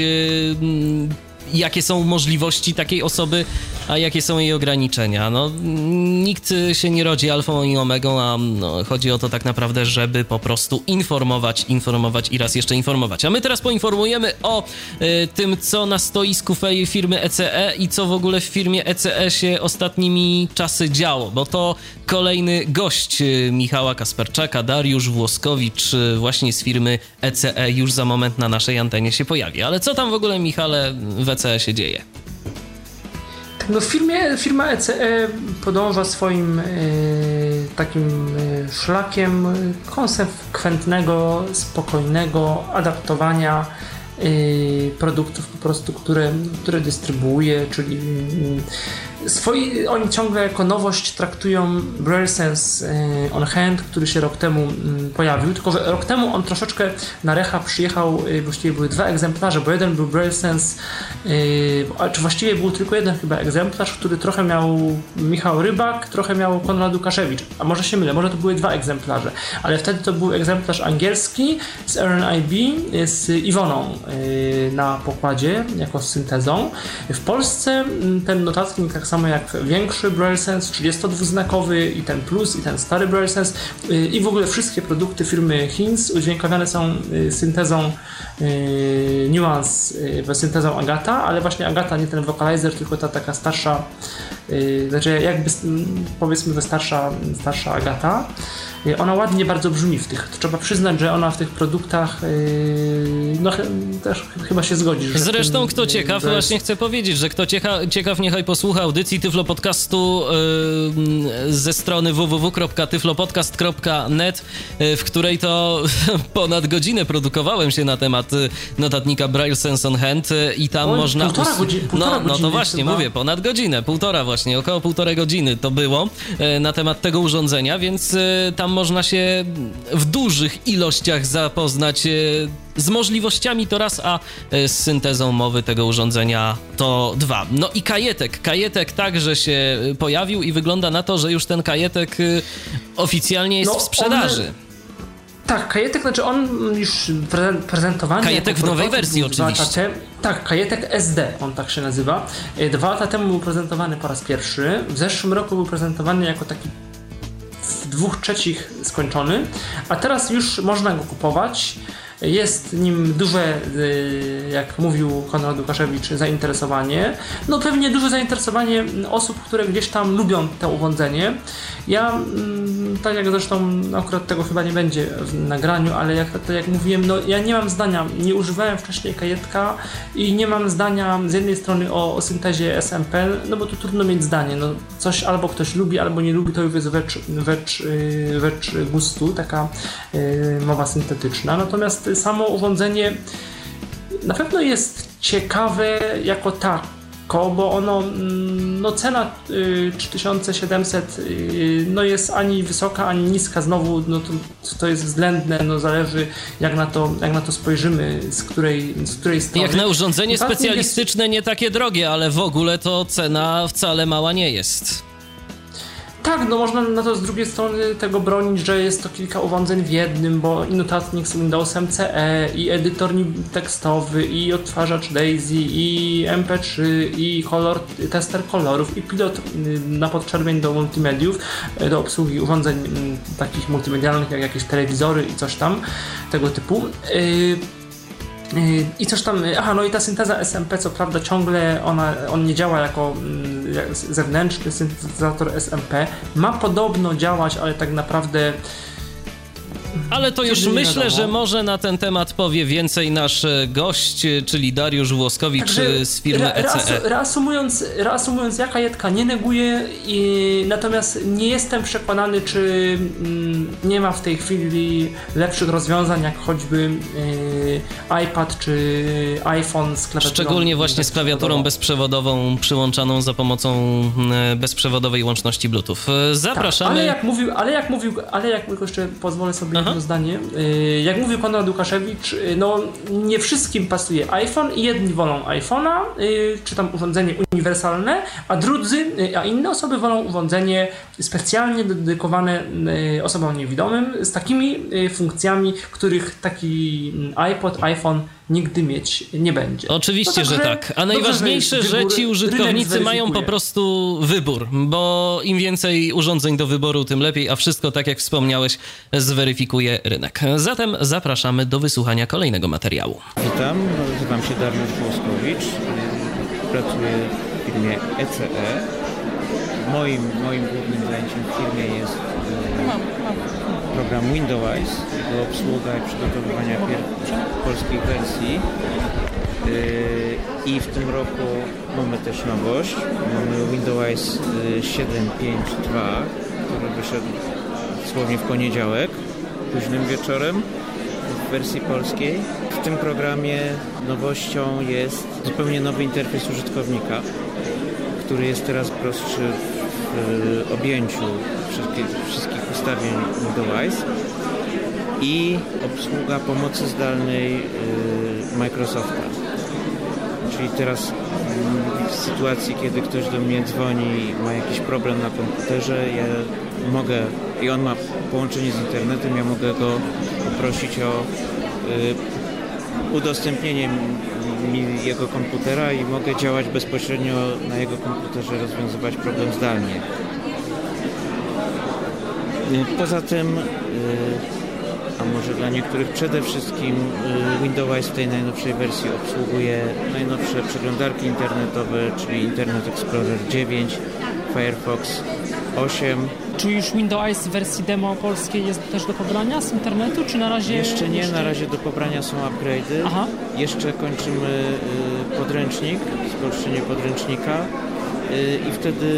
jakie są możliwości takiej osoby, a jakie są jej ograniczenia. No, nikt się nie rodzi alfą i omegą, a no, chodzi o to tak naprawdę, żeby po prostu informować, informować i raz jeszcze informować. A my teraz poinformujemy o y, tym, co na stoisku firmy E C E i co w ogóle w firmie E C E się ostatnimi czasy działo, bo to kolejny gość Michała Kasperczaka, Dariusz Włoskowicz, właśnie z firmy E C E, już za moment na naszej antenie się pojawi. Ale co tam w ogóle, Michale, w E C E się dzieje? No w firmie, firma E C E podąża swoim, takim szlakiem konsekwentnego, spokojnego adaptowania produktów po prostu, które, które dystrybuuje, czyli swoi, oni ciągle jako nowość traktują Braille Sense on Hand, który się rok temu pojawił, tylko że rok temu on troszeczkę na Recha przyjechał, właściwie były dwa egzemplarze, bo jeden był Braille Sense, czy właściwie był tylko jeden chyba egzemplarz, który trochę miał Michał Rybak, trochę miał Konrad Łukaszewicz, a może się mylę, może to były dwa egzemplarze, ale wtedy to był egzemplarz angielski z R N I B z Iwoną na pokładzie, jako z syntezą. W Polsce ten notatnik, tak samo jak większy Braille Sense, trzydziestodwuznakowy i ten Plus, i ten stary Braille Sense i w ogóle wszystkie produkty firmy Hinz udźwiękowione są syntezą Nuance, syntezą Agata, ale właśnie Agata, nie ten vocalizer, tylko ta taka starsza, znaczy jakby powiedzmy starsza, starsza Agata. Ona ładnie bardzo brzmi w tych. Trzeba przyznać, że ona w tych produktach no też chyba się zgodzi. Że Zresztą tym, kto ciekaw, jest... właśnie chcę powiedzieć, że kto cieka, ciekaw niechaj posłucha audycji Tyflo Podcastu yy, ze strony w w w kropka tyflopodcast kropka net, yy, w której to ponad godzinę produkowałem się na temat notatnika Braille Sense on Hand yy, i tam o, można... Półtora us... godziny, półtora no, no godziny to właśnie, chyba. mówię, ponad godzinę, półtora właśnie, około półtorej godziny to było yy, na temat tego urządzenia, więc yy, tam można się w dużych ilościach zapoznać z możliwościami to raz, a z syntezą mowy tego urządzenia to dwa. No i kajetek. Kajetek także się pojawił i wygląda na to, że już ten kajetek oficjalnie jest no, w sprzedaży. One... Tak, kajetek, znaczy on już pre- prezentowany... Kajetek w nowej wersji oczywiście. Tak, kajetek S D, on tak się nazywa. Dwa lata temu był prezentowany po raz pierwszy. W zeszłym roku był prezentowany jako taki w dwóch trzecich skończony, a teraz już można go kupować. Jest nim duże, jak mówił Konrad Łukaszewicz, zainteresowanie. No pewnie duże zainteresowanie osób, które gdzieś tam lubią to urządzenie. Ja, tak jak zresztą akurat tego chyba nie będzie w nagraniu, ale jak, to jak mówiłem, no ja nie mam zdania, nie używałem wcześniej kajetka i nie mam zdania z jednej strony o, o syntezie S M P, no bo tu trudno mieć zdanie. No coś albo ktoś lubi, albo nie lubi, to już jest wecz, wecz, wecz gustu, taka mowa syntetyczna. Natomiast samo urządzenie na pewno jest ciekawe jako tako, bo ono, no cena y, trzy tysiące siedemset y, no jest ani wysoka, ani niska, znowu no to, to jest względne, no zależy jak na to, jak na to spojrzymy, z której, z której strony. Jak na urządzenie Notatnik specjalistyczne jest... nie takie drogie, ale w ogóle to cena wcale mała nie jest. Tak, no można na to z drugiej strony tego bronić, że jest to kilka urządzeń w jednym, bo i notatnik z Windowsem C E, i edytor tekstowy, i odtwarzacz Daisy, i M P trzy, i kolor, tester kolorów, i pilot na podczerwień do multimediów, do obsługi urządzeń takich multimedialnych jak jakieś telewizory i coś tam tego typu. I coś tam, aha, no i ta synteza S M P, co prawda ciągle ona, on nie działa jako jak zewnętrzny syntezator S M P, ma podobno działać, ale tak naprawdę... Ale to już myślę, wiadomo. Że może na ten temat powie więcej nasz gość, czyli Dariusz Włoskowicz Także z firmy E C E. Reasumując, reasumując, ja kajetka nie neguję, i, natomiast nie jestem przekonany, czy mm, nie ma w tej chwili lepszych rozwiązań, jak choćby y, iPad czy iPhone z klawiaturą. Szczególnie właśnie z klawiaturą bezprzewodową przyłączaną za pomocą y, bezprzewodowej łączności Bluetooth. Zapraszamy. Tak, ale jak mówił, ale jak mówił, ale jak mówił, jeszcze pozwolę sobie jedno zdanie. Jak mówił Konrad Łukaszewicz, no nie wszystkim pasuje iPhone i jedni wolą iPhone'a, czy tam urządzenie uniwersalne, a drudzy, a inne osoby wolą urządzenie specjalnie dedykowane osobom niewidomym z takimi funkcjami, których taki iPod, iPhone nigdy mieć nie będzie. Oczywiście, no że tak. A najważniejsze, że, że ci użytkownicy mają po prostu wybór, bo im więcej urządzeń do wyboru, tym lepiej, a wszystko, tak jak wspomniałeś, zweryfikuje rynek. Zatem zapraszamy do wysłuchania kolejnego materiału. Witam, nazywam się Dariusz Włoskowicz, pracuję w firmie E C E. Moim, moim głównym zajęciem w firmie jest program Windows, jego obsługa i przygotowywania polskiej wersji. I w tym roku mamy też nowość. Mamy Windows siedem pięć dwa, który wyszedł dosłownie w poniedziałek, późnym wieczorem w wersji polskiej. W tym programie nowością jest zupełnie nowy interfejs użytkownika, który jest teraz prostszy w objęciu wszystkich, wszystkich ustawień Windows i obsługa pomocy zdalnej Microsofta. Czyli teraz w sytuacji, kiedy ktoś do mnie dzwoni i ma jakiś problem na komputerze, ja mogę, i on ma połączenie z internetem, ja mogę go prosić o y, udostępnienie mi jego komputera i mogę działać bezpośrednio na jego komputerze, rozwiązywać problem zdalnie. Poza tym, y, a może dla niektórych przede wszystkim, y, Windows w tej najnowszej wersji obsługuje najnowsze przeglądarki internetowe, czyli Internet Explorer dziewięć, Firefox osiem. Czy już Windows w wersji demo polskiej jest też do pobrania z internetu, czy na razie... Jeszcze nie, na razie do pobrania są upgrade'y. Aha. Jeszcze kończymy y, podręcznik, spolszczenie podręcznika y, i wtedy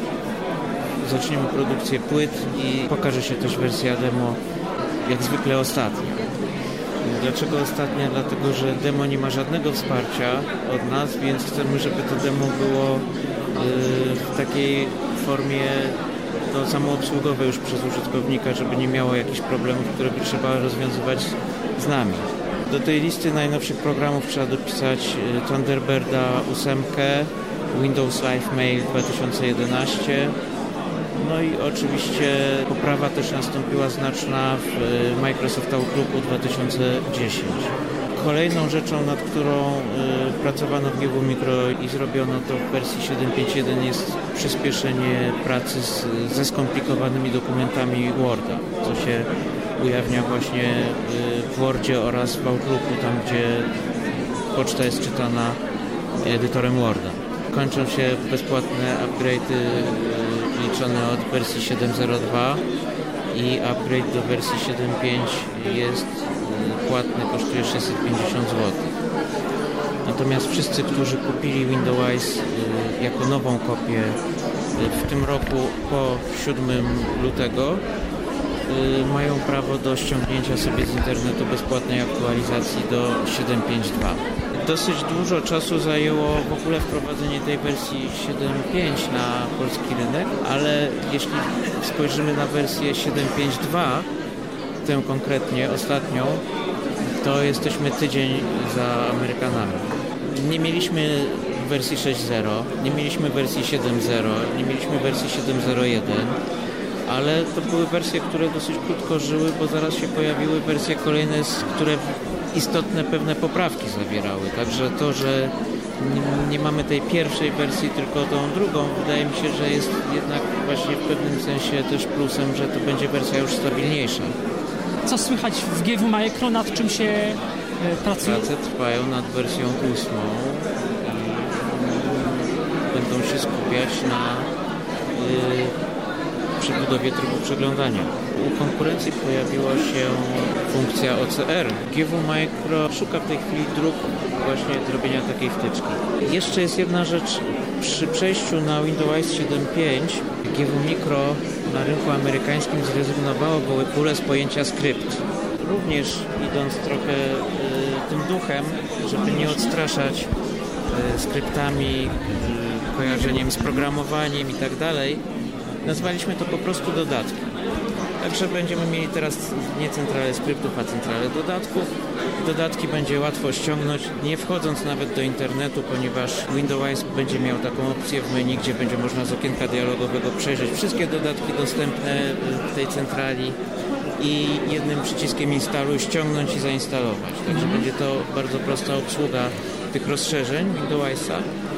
zaczniemy produkcję płyt i pokaże się też wersja demo, jak zwykle ostatnia. Dlaczego ostatnia? Dlatego, że demo nie ma żadnego wsparcia od nas, więc chcemy, żeby to demo było y, w takiej formie no, samoobsługowe już przez użytkownika, żeby nie miało jakichś problemów, które by trzeba rozwiązywać z nami. Do tej listy najnowszych programów trzeba dopisać Thunderbirda osiem, Windows Live Mail dwa tysiące jedenaście, no i oczywiście poprawa też nastąpiła znaczna w Microsoft Outlooku dwa tysiące dziesięć. Kolejną rzeczą, nad którą y, pracowano w G W Micro i zrobiono to w wersji siedem pięć jeden jest przyspieszenie pracy z, ze skomplikowanymi dokumentami Worda, co się ujawnia właśnie y, w Wordzie oraz w Outlooku, tam gdzie poczta jest czytana edytorem Worda. Kończą się bezpłatne upgrade'y y, liczone od wersji siedem zero dwa i upgrade do wersji siedem pięć jest płatny, kosztuje sześćset pięćdziesiąt złotych. Natomiast wszyscy, którzy kupili Windows y, jako nową kopię y, w tym roku po siódmego lutego y, mają prawo do ściągnięcia sobie z internetu bezpłatnej aktualizacji do siedem pięć dwa. Dosyć dużo czasu zajęło w ogóle wprowadzenie tej wersji siedem pięć na polski rynek, ale jeśli spojrzymy na wersję siedem pięć dwa, tę konkretnie, ostatnią, to jesteśmy tydzień za Amerykanami. Nie mieliśmy wersji sześć zero, nie mieliśmy wersji siedem zero, nie mieliśmy wersji siedem zero jeden, ale to były wersje, które dosyć krótko żyły, bo zaraz się pojawiły wersje kolejne, które istotne pewne poprawki zawierały. Także to, że nie, nie mamy tej pierwszej wersji, tylko tą drugą, wydaje mi się, że jest jednak właśnie w pewnym sensie też plusem, że to będzie wersja już stabilniejsza. Co słychać w G W Micro, nad czym się e, pracuje? Prace trwają nad wersją ósmą i będą się skupiać na y, przebudowie trybu przeglądania. U konkurencji pojawiła się funkcja O C R. G W Micro szuka w tej chwili dróg właśnie zrobienia takiej wtyczki. Jeszcze jest jedna rzecz. Przy przejściu na Windows siedem pięć G W Micro na rynku amerykańskim zrezygnowało w ogóle z pojęcia skrypt. Również idąc trochę y, tym duchem, żeby nie odstraszać y, skryptami, y, kojarzeniem z programowaniem i tak dalej, nazwaliśmy to po prostu dodatki. Także będziemy mieli teraz nie centralę skryptów, a centralę dodatków. Dodatki będzie łatwo ściągnąć, nie wchodząc nawet do internetu, ponieważ Windows będzie miał taką opcję w menu, gdzie będzie można z okienka dialogowego przejrzeć wszystkie dodatki dostępne w tej centrali i jednym przyciskiem instaluj, ściągnąć i zainstalować. Także mm-hmm. będzie to bardzo prosta obsługa tych rozszerzeń Windowsa.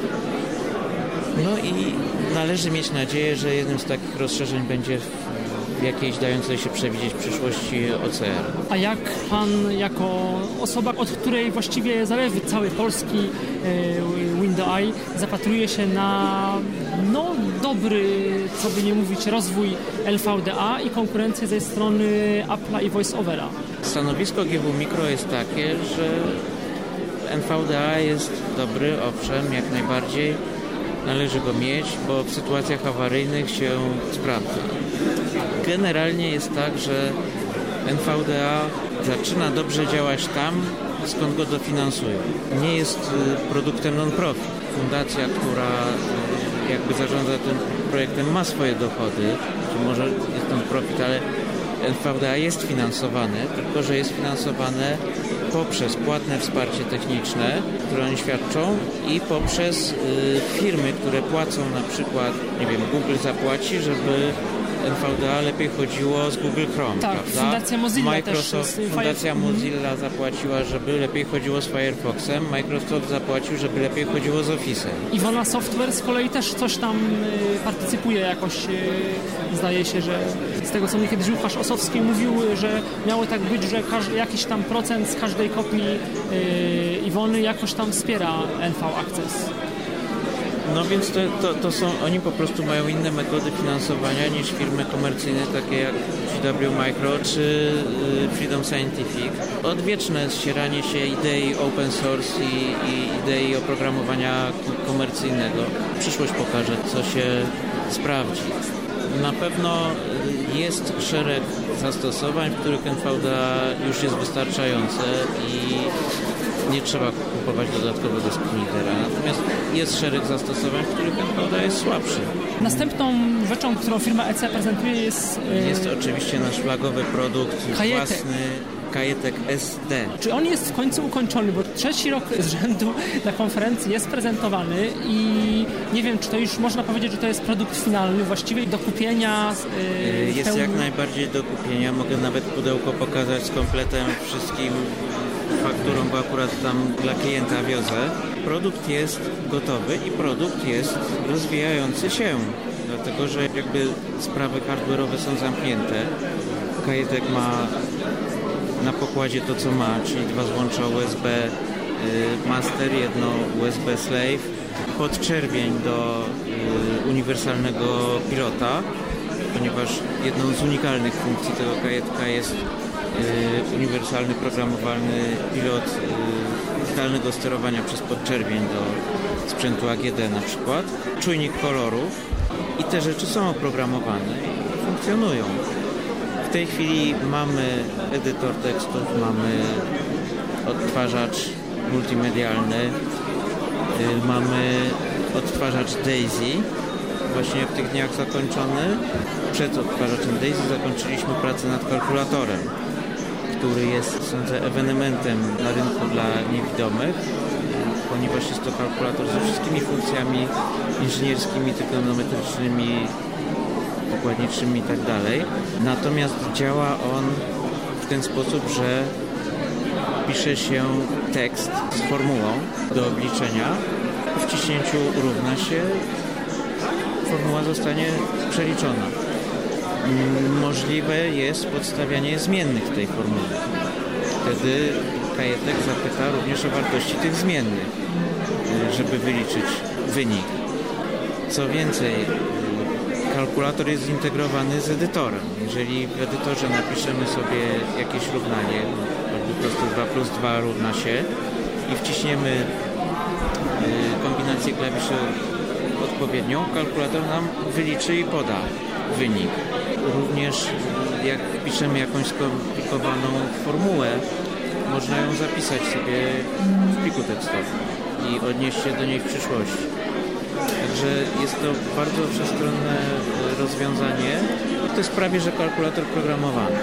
No i należy mieć nadzieję, że jednym z takich rozszerzeń będzie w jakiejś dającej się przewidzieć przyszłości O C R. A jak pan jako osoba, od której właściwie zależy cały polski e, Windows, zapatruje się na no, dobry, co by nie mówić, rozwój L V D A i konkurencję ze strony Apple'a i VoiceOvera? Stanowisko G W Micro jest takie, że N V D A jest dobry, owszem, jak najbardziej. Należy go mieć, bo w sytuacjach awaryjnych się sprawdza. Generalnie jest tak, że N V D A zaczyna dobrze działać tam, skąd go dofinansują. Nie jest produktem non-profit. Fundacja, która jakby zarządza tym projektem, ma swoje dochody, czy może jest non-profit, ale N V D A jest finansowane, tylko że jest finansowane poprzez płatne wsparcie techniczne, które oni świadczą, i poprzez y, firmy, które płacą, na przykład, nie wiem, Google zapłaci, żeby N V D A lepiej chodziło z Google Chrome, tak, prawda? Fundacja Mozilla Microsoft, też. Fundacja Mozilla zapłaciła, żeby lepiej chodziło z Firefoxem, Microsoft zapłacił, żeby lepiej chodziło z Office'em. Iwona Software z kolei też coś tam y, partycypuje jakoś, y, zdaje się, że z tego, co mi kiedyś Łukasz Osowski mówił, że miało tak być, że każdy, jakiś tam procent z każdej kopii y, Iwony jakoś tam wspiera N V Access. No więc to, to, to są, oni po prostu mają inne metody finansowania niż firmy komercyjne takie jak G W Micro czy Freedom Scientific. Odwieczne ścieranie się idei open source i, i idei oprogramowania komercyjnego. Przyszłość pokaże, co się sprawdzi. Na pewno jest szereg zastosowań, w których N V D A już jest wystarczające i nie trzeba kupować dodatkowego screenreadera. Natomiast jest szereg zastosowań, w których N V D A jest słabszy. Następną rzeczą, którą firma E C prezentuje, jest... Yy... Jest oczywiście nasz flagowy produkt, Kajetek. własny Kajetek S D. Czy on jest w końcu ukończony? Bo trzeci rok z rzędu na konferencji jest prezentowany i nie wiem, czy to już można powiedzieć, że to jest produkt finalny, właściwie do kupienia. Yy, jest pełni... jak najbardziej do kupienia. Mogę nawet pudełko pokazać z kompletem wszystkim fakturą, bo akurat tam dla klienta wiozę. Produkt jest gotowy i produkt jest rozwijający się, dlatego że jakby sprawy hardware'owe są zamknięte. Kajetek ma na pokładzie to, co ma, czyli dwa złącza U S B y, master, jedno U S B slave, podczerwień do y, uniwersalnego pilota, ponieważ jedną z unikalnych funkcji tego kajetka jest y, uniwersalny programowalny pilot y, zdalnego sterowania przez podczerwień do sprzętu A G D na przykład, czujnik kolorów i te rzeczy są oprogramowane i funkcjonują. W tej chwili mamy edytor tekstów, mamy odtwarzacz multimedialny, yy, mamy odtwarzacz Daisy, właśnie w tych dniach zakończony. Przed odtwarzaczem Daisy zakończyliśmy pracę nad kalkulatorem, który jest, sądzę, ewenementem na rynku dla niewidomych, ponieważ jest to kalkulator ze wszystkimi funkcjami inżynierskimi, trygonometrycznymi, pokładniczymi i tak dalej. Natomiast działa on w ten sposób, że pisze się tekst z formułą do obliczenia. Po wciśnięciu równa się, formuła zostanie przeliczona. Możliwe jest podstawianie zmiennych w tej formule. Wtedy kajetek zapyta również o wartości tych zmiennych, żeby wyliczyć wynik. Co więcej, kalkulator jest zintegrowany z edytorem. Jeżeli w edytorze napiszemy sobie jakieś równanie, po prostu dwa plus dwa równa się i wciśniemy kombinację klawiszy odpowiednią, kalkulator nam wyliczy i poda wynik. Również jak wpiszemy jakąś skomplikowaną formułę, można ją zapisać sobie w pliku tekstowym i odnieść się do niej w przyszłości. Także jest to bardzo wszechstronne rozwiązanie. To jest prawie że kalkulator programowany.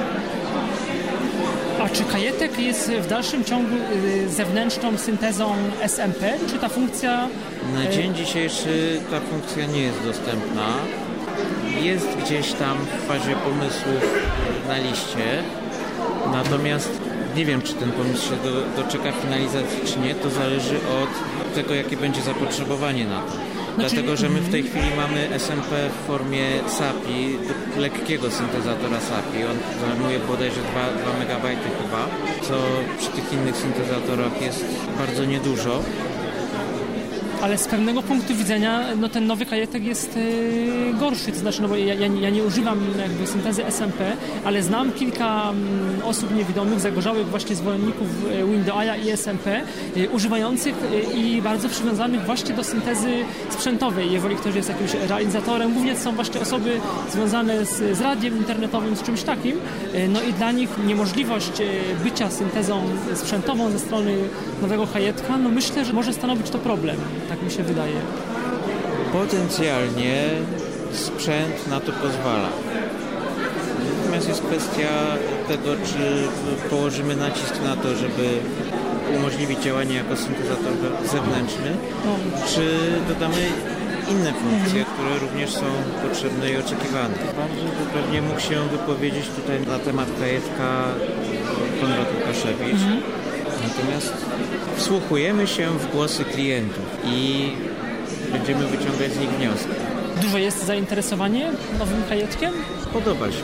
A czy kajetek jest w dalszym ciągu zewnętrzną syntezą S M P, czy ta funkcja... Na dzień dzisiejszy ta funkcja nie jest dostępna. Jest gdzieś tam w fazie pomysłów na liście. Natomiast nie wiem, czy ten pomysł się do, doczeka finalizacji, czy nie. To zależy od tego, jakie będzie zapotrzebowanie na to. Znaczy... Dlatego, że my w tej chwili mamy S M P w formie S A P I, lekkiego syntezatora S A P I. On zajmuje bodajże dwa megabajty chyba, co przy tych innych syntezatorach jest bardzo niedużo. ale z pewnego punktu widzenia no, ten nowy kajetek jest e, gorszy, to znaczy, no bo ja, ja, ja nie używam jakby syntezy S M P, ale znam kilka m, osób niewidomych, zagorzałych właśnie zwolenników Windowsa i S M P, e, używających e, i bardzo przywiązanych właśnie do syntezy sprzętowej, jeżeli ktoś jest jakimś realizatorem, głównie są właśnie osoby związane z, z radiem internetowym, z czymś takim, e, no i dla nich niemożliwość e, bycia syntezą sprzętową ze strony nowego kajetka, no myślę, że może stanowić to problem, tak mi się wydaje. Potencjalnie sprzęt na to pozwala. Natomiast jest kwestia tego, czy położymy nacisk na to, żeby umożliwić działanie jako syntezator zewnętrzny, czy dodamy inne funkcje, które również są potrzebne i oczekiwane. Bardziej by pewnie mógł się wypowiedzieć tutaj na temat kajetka Konrad Łukaszewicz. Mhm. Natomiast wsłuchujemy się w głosy klientów i będziemy wyciągać z nich wnioski. Dużo jest zainteresowanie nowym kajetkiem? Podoba się.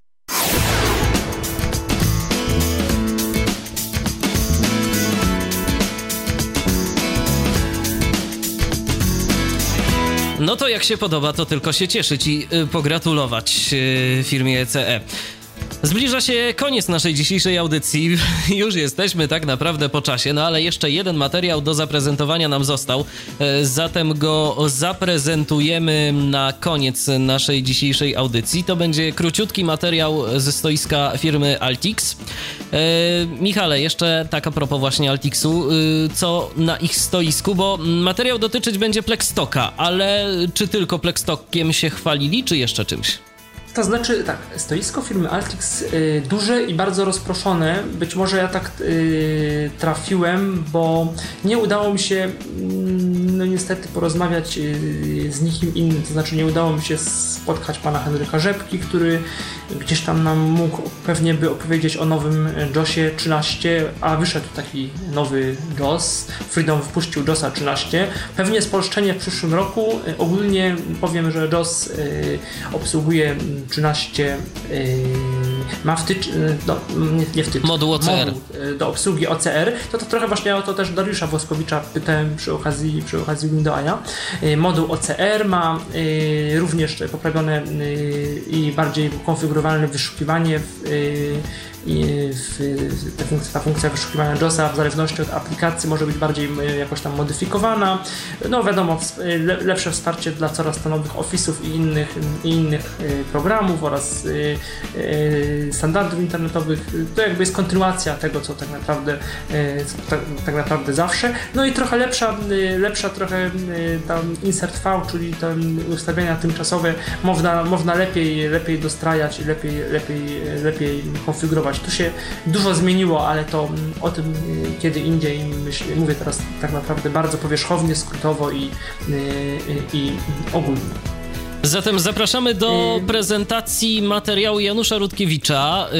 No to jak się podoba, to tylko się cieszyć i y, pogratulować y, firmie E C E. Zbliża się koniec naszej dzisiejszej audycji. Już jesteśmy tak naprawdę po czasie, no ale jeszcze jeden materiał do zaprezentowania nam został. Zatem go zaprezentujemy na koniec naszej dzisiejszej audycji. To będzie króciutki materiał ze stoiska firmy Altix. E, Michale, jeszcze tak a propos właśnie Altixu, co na ich stoisku, bo materiał dotyczyć będzie Plexstoka, ale czy tylko Plexstokiem się chwalili, czy jeszcze czymś? To znaczy tak, stoisko firmy Altix y, duże i bardzo rozproszone. Być może ja tak y, trafiłem, bo nie udało mi się y, no niestety porozmawiać y, z nikim innym, to znaczy nie udało mi się spotkać pana Henryka Rzepki, który gdzieś tam nam mógł pewnie by opowiedzieć o nowym josie trzynaście, a wyszedł taki nowy JOS. Freedom wpuścił josa trzynaście. Pewnie spolszczenie w przyszłym roku. Y, ogólnie powiem, że JOS y, obsługuje trzynaście yy, ma wtycz, no, nie, nie wtycz, moduł O C R. Moduł do obsługi O C R. To, to trochę właśnie o to też Dariusza Włoskowicza pytałem przy okazji, przy okazji Windowsa. Yy, moduł O C R ma yy, również poprawione yy, i bardziej konfigurowalne wyszukiwanie w, yy, i w, ta, funkcja, ta funkcja wyszukiwania JOSa w zależności od aplikacji może być bardziej jakoś tam modyfikowana. No wiadomo, le, lepsze wsparcie dla coraz to nowych Office'ów i innych, i innych programów oraz y, y, standardów internetowych. To jakby jest kontynuacja tego, co tak naprawdę, y, tak, tak naprawdę zawsze. No i trochę lepsza, y, lepsza trochę y, tam insert V, czyli te ustawienia tymczasowe można, można lepiej, lepiej dostrajać i lepiej, lepiej, lepiej konfigurować. Tu się dużo zmieniło, ale to o tym kiedy indziej myślę, mówię teraz tak naprawdę bardzo powierzchownie, skrótowo i, i, i ogólnie. Zatem zapraszamy do prezentacji materiału Janusza Rutkiewicza.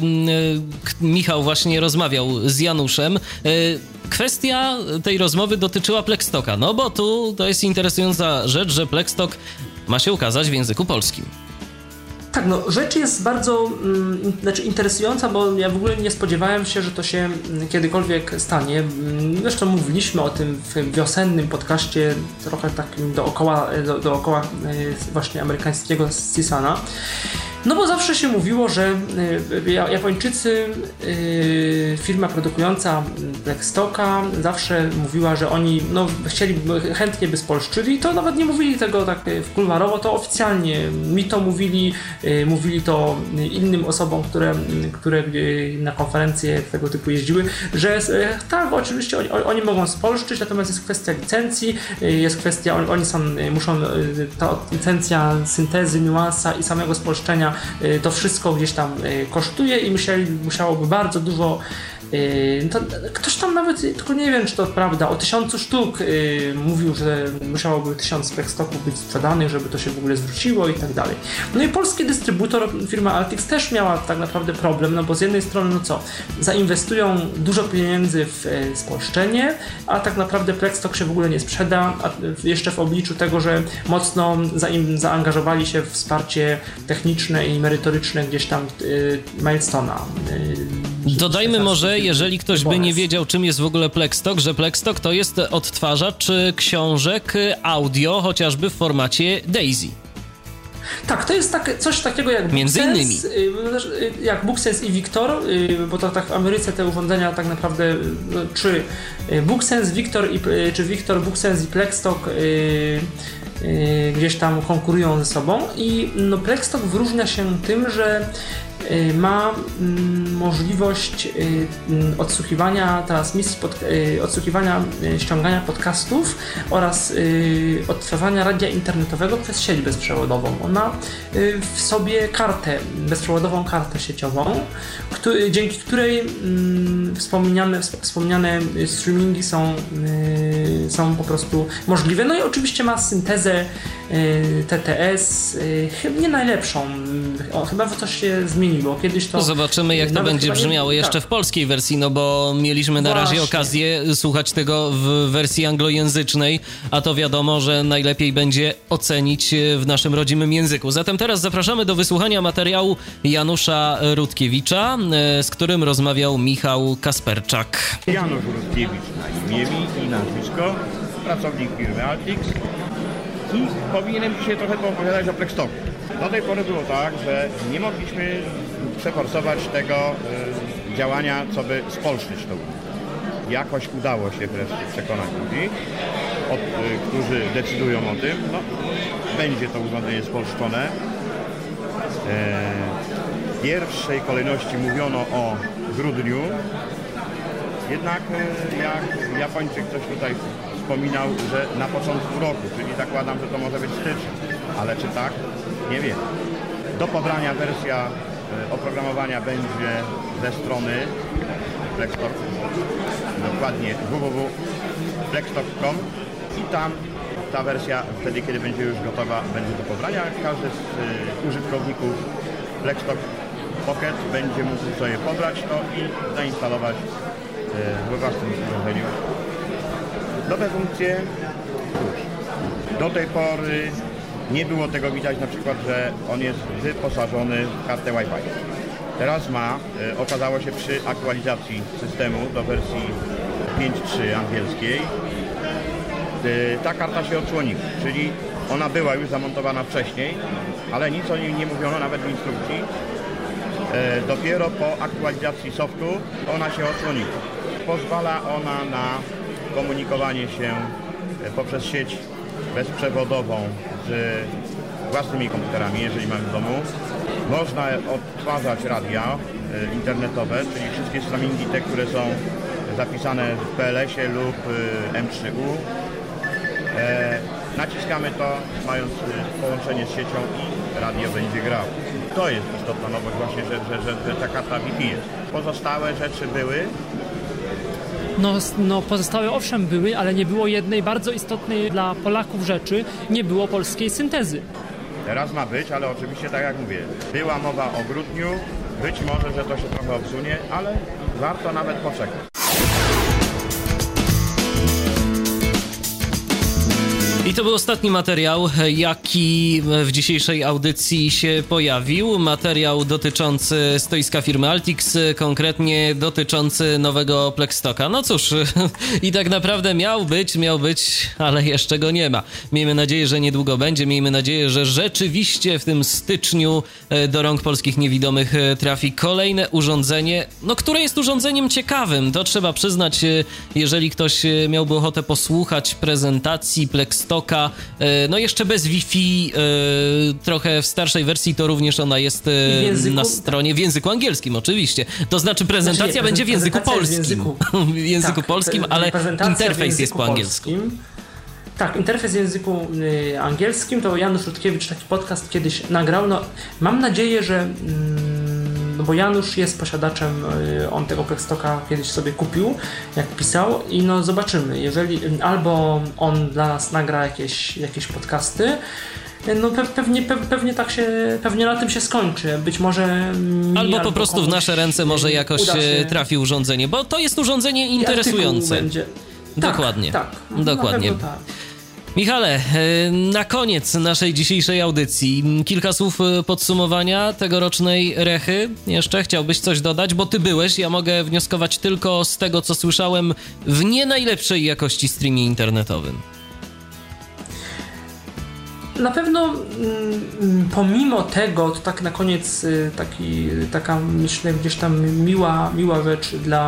Michał właśnie rozmawiał z Januszem. Kwestia tej rozmowy dotyczyła Plexstoka, no bo tu to jest interesująca rzecz, że Plexstok ma się ukazać w języku polskim. Tak, no rzecz jest bardzo mm, znaczy interesująca, bo ja w ogóle nie spodziewałem się, że to się kiedykolwiek stanie. Zresztą mówiliśmy o tym w wiosennym podcaście, trochę takim dookoła, do, dookoła właśnie amerykańskiego CSUNa. No bo zawsze się mówiło, że Japończycy, firma produkująca Plexstoka zawsze mówiła, że oni no, chcieli, chętnie by spolszczyli, to nawet nie mówili tego tak kuluarowo, to oficjalnie mi to mówili, mówili to innym osobom, które, które na konferencje tego typu jeździły, że tak, oczywiście oni, oni mogą spolszczyć, natomiast jest kwestia licencji, jest kwestia, oni są, muszą, ta licencja syntezy, niuansa i samego spolszczenia, to wszystko gdzieś tam kosztuje i musieli, musiałoby bardzo dużo. To ktoś tam nawet, tylko nie wiem, czy to prawda, o tysiącu sztuk yy, mówił, że musiałoby tysiąc Plexstoków być sprzedanych, żeby to się w ogóle zwróciło i tak dalej. No i polski dystrybutor, firma Altix też miała tak naprawdę problem, no bo z jednej strony, no co, zainwestują dużo pieniędzy w e, spolszczenie, a tak naprawdę Plexstok się w ogóle nie sprzeda, a jeszcze w obliczu tego, że mocno zaim, zaangażowali się w wsparcie techniczne i merytoryczne gdzieś tam yy, Milestone'a. Yy, Dodajmy może, jeżeli ktoś by nie wiedział, czym jest w ogóle Plextalk, że Plextalk to jest odtwarzacz książek audio, chociażby w formacie DAISY. Tak, to jest tak, coś takiego jak Między BookSense, innymi. jak BookSense i Victor, bo to tak w Ameryce te urządzenia tak naprawdę, czy BookSense, Victor i, czy Victor, BookSense i Plextalk gdzieś tam konkurują ze sobą i no, Plextalk wyróżnia się tym, że ma możliwość odsłuchiwania transmisji, pod, odsłuchiwania, ściągania podcastów oraz odtwarzania radia internetowego przez sieć bezprzewodową. On ma w sobie kartę, bezprzewodową kartę sieciową, który, dzięki której wspomniane, wspomniane streamingi są, są po prostu możliwe. No i oczywiście ma syntezę T T S, nie najlepszą, o, chyba coś się zmieniło. Kiedyś to... Zobaczymy, jak to będzie brzmiało nie... jeszcze tak. w polskiej wersji, no bo mieliśmy na Właśnie. razie okazję słuchać tego w wersji anglojęzycznej, a to wiadomo, że najlepiej będzie ocenić w naszym rodzimym języku. Zatem teraz zapraszamy do wysłuchania materiału Janusza Rutkiewicza, z którym rozmawiał Michał Kasperczak. Janusz Rutkiewicz na imię i nazwisko, pracownik firmy Altix. I powinienem dzisiaj trochę poopowiadać o Plextalku. Do tej pory było tak, że nie mogliśmy przeforsować tego y, działania, co by spolszczyć to. Jakoś udało się wreszcie przekonać ludzi, od, y, którzy decydują o tym. No, będzie to urządzenie spolszczone. E, w pierwszej kolejności mówiono o grudniu. Jednak y, jak Japończyk coś tutaj wspominał, że na początku roku, czyli zakładam, że to może być styczeń, ale czy tak? Nie wiem. Do pobrania wersja y, oprogramowania będzie ze strony Plextalk, dokładnie w w w kropka plextalk kropka com i tam ta wersja wtedy, kiedy będzie już gotowa, będzie do pobrania. Każdy z y, użytkowników Plextalk Pocket będzie mógł sobie pobrać to i zainstalować y, we własnym urządzeniu. Nowe funkcje, cóż, do tej pory nie było tego widać, na przykład, że on jest wyposażony w kartę Wi-Fi. Teraz ma, y, okazało się przy aktualizacji systemu do wersji pięć trzy angielskiej, y, ta karta się odsłoniła, czyli ona była już zamontowana wcześniej, ale nic o niej nie mówiono nawet w instrukcji. Y, dopiero po aktualizacji softu ona się odsłoniła. Pozwala ona na komunikowanie się poprzez sieć bezprzewodową z własnymi komputerami, jeżeli mamy w domu. Można odtwarzać radia internetowe, czyli wszystkie streamingi te, które są zapisane w P L S-ie lub M trzy U. E, naciskamy to, mając połączenie z siecią i radio będzie grało. To jest istotna nowość właśnie, że, że, że, że ta karta Wi-Fi jest. Pozostałe rzeczy były. No, no pozostałe owszem były, ale nie było jednej bardzo istotnej dla Polaków rzeczy, nie było polskiej syntezy. Teraz ma być, ale oczywiście tak jak mówię, była mowa o grudniu, być może, że to się trochę odsunie, ale warto nawet poczekać. I to był ostatni materiał, jaki w dzisiejszej audycji się pojawił. Materiał dotyczący stoiska firmy Altix, konkretnie dotyczący nowego Plextalka. No cóż, i tak naprawdę miał być, miał być, ale jeszcze go nie ma. Miejmy nadzieję, że niedługo będzie. Miejmy nadzieję, że rzeczywiście w tym styczniu do rąk polskich niewidomych trafi kolejne urządzenie, no które jest urządzeniem ciekawym. To trzeba przyznać, jeżeli ktoś miałby ochotę posłuchać prezentacji Plextalka, no jeszcze bez Wi-Fi, trochę w starszej wersji, to również ona jest języku, na stronie w języku angielskim oczywiście. To znaczy prezentacja znaczy nie, będzie w języku polskim. W języku, w języku tak, polskim, ale interfejs jest po angielsku. Polskim. Tak, interfejs w języku y, angielskim, to Janusz Rutkiewicz taki podcast kiedyś nagrał. No, mam nadzieję, że mm, no bo Janusz jest posiadaczem, y, on tego Plextalka kiedyś sobie kupił, jak pisał i no zobaczymy, jeżeli albo on dla nas nagra jakieś, jakieś podcasty, no pe- pewnie, pe- pewnie tak się, pewnie na tym się skończy. Być może mi, albo po prostu w nasze ręce może jakoś się trafi urządzenie, bo to jest urządzenie interesujące. Będzie. Dokładnie. Tak, tak. Dokładnie. Tak. Michale, na koniec naszej dzisiejszej audycji kilka słów podsumowania tegorocznej Rechy. Jeszcze chciałbyś coś dodać, bo ty byłeś, ja mogę wnioskować tylko z tego, co słyszałem, w nie najlepszej jakości streamie internetowym. Na pewno mm, pomimo tego, to tak na koniec taki, taka myślę gdzieś tam miła, miła rzecz dla,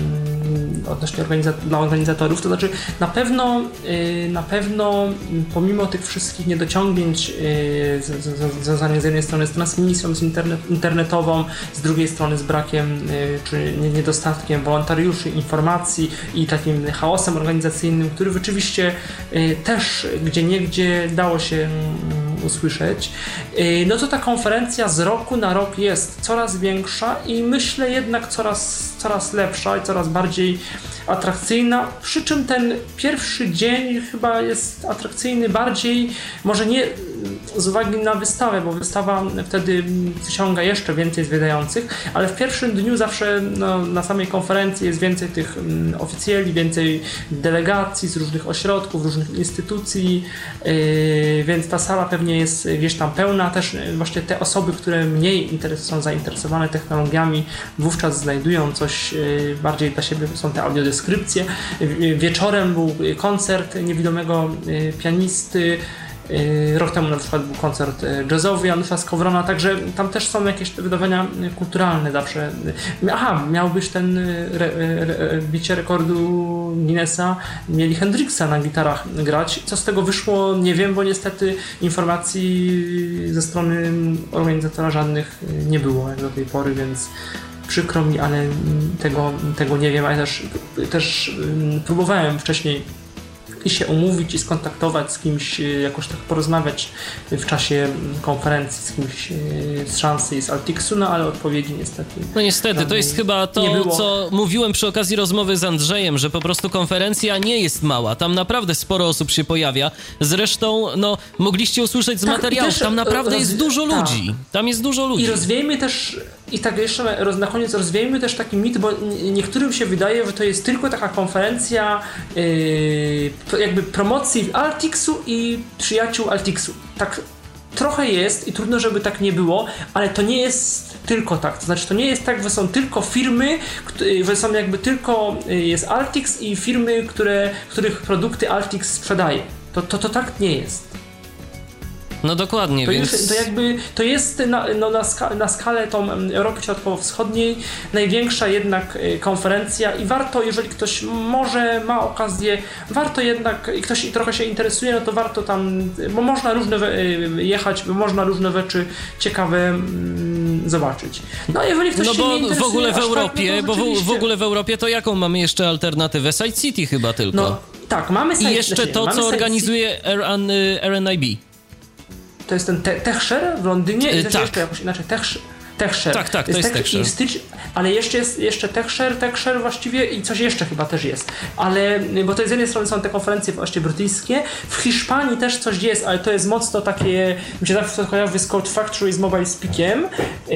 mm, odnośnie organiza- dla organizatorów, to znaczy na pewno, y, na pewno pomimo tych wszystkich niedociągnięć związanych z jednej strony z transmisją z internet, internetową, z drugiej strony z brakiem y, czy niedostatkiem wolontariuszy, informacji i takim chaosem organizacyjnym, który rzeczywiście y, też gdzieniegdzie dało się usłyszeć, no to ta konferencja z roku na rok jest coraz większa i myślę jednak coraz, coraz lepsza i coraz bardziej atrakcyjna, przy czym ten pierwszy dzień chyba jest atrakcyjny bardziej, może nie z uwagi na wystawę, bo wystawa wtedy przyciąga jeszcze więcej zwiedzających, ale w pierwszym dniu zawsze no, na samej konferencji jest więcej tych um, oficjeli, więcej delegacji z różnych ośrodków, różnych instytucji, yy, więc ta sala pewnie jest gdzieś tam pełna. Też właśnie te osoby, które mniej interes- są zainteresowane technologiami, wówczas znajdują coś yy, bardziej dla siebie, są te audiodeskrypcje. Yy, wieczorem był koncert niewidomego yy, pianisty. Rok temu na przykład był koncert jazzowy Janusza Skowrona, także tam też są jakieś wydarzenia kulturalne zawsze. Aha, miał być ten re, re, bicie rekordu Guinnessa, mieli Hendrixa na gitarach grać. Co z tego wyszło, nie wiem, bo niestety informacji ze strony organizatora żadnych nie było jak do tej pory, więc przykro mi, ale tego, tego nie wiem, ale też, też próbowałem wcześniej i się umówić i skontaktować z kimś, jakoś tak porozmawiać w czasie konferencji z kimś z Szansy i z Altixu, no ale odpowiedzi niestety. No niestety, to jest chyba to, co mówiłem przy okazji rozmowy z Andrzejem, że po prostu konferencja nie jest mała, tam naprawdę sporo osób się pojawia, zresztą, no, mogliście usłyszeć z tak, materiałów, tam naprawdę roz... jest dużo ludzi, tak. tam jest dużo ludzi. I rozwiejmy też, i tak jeszcze na koniec rozwiejmy też taki mit, bo niektórym się wydaje, że to jest tylko taka konferencja yy, jakby promocji Altixu i przyjaciół Altixu. Tak trochę jest i trudno, żeby tak nie było, ale to nie jest tylko tak. To znaczy, to nie jest tak, że są tylko firmy, że są jakby tylko jest Altix i firmy, które, których produkty Altix sprzedaje. To, to, to tak nie jest. No dokładnie, to więc... Już, to jakby, to jest na, no na, ska, na skalę tą Europy Środkowo-Wschodniej największa jednak konferencja i warto, jeżeli ktoś może, ma okazję, warto jednak, i ktoś trochę się interesuje, no to warto tam, bo można różne jechać, bo można różne rzeczy ciekawe mm, zobaczyć. No jeżeli ktoś no się bo nie interesuje w ogóle w Europie, tak, no bo w, w ogóle w Europie to jaką mamy jeszcze alternatywę? Side City chyba tylko. No tak, mamy Side I jeszcze znaczy, to, co organizuje R N I B. To jest ten te- TechShare w Londynie i yy, tak. jeszcze jakoś inaczej TechShare. TechShare. Tak, tak, to jest TechShare. Stycz... Ale jeszcze jest jeszcze TechShare, TechShare właściwie i coś jeszcze chyba też jest. Ale, bo to z jednej strony są te konferencje właśnie brytyjskie, w Hiszpanii też coś jest, ale to jest mocno takie, mi się zawsze kojarzy z Code Factory z Mobile Speakiem yy,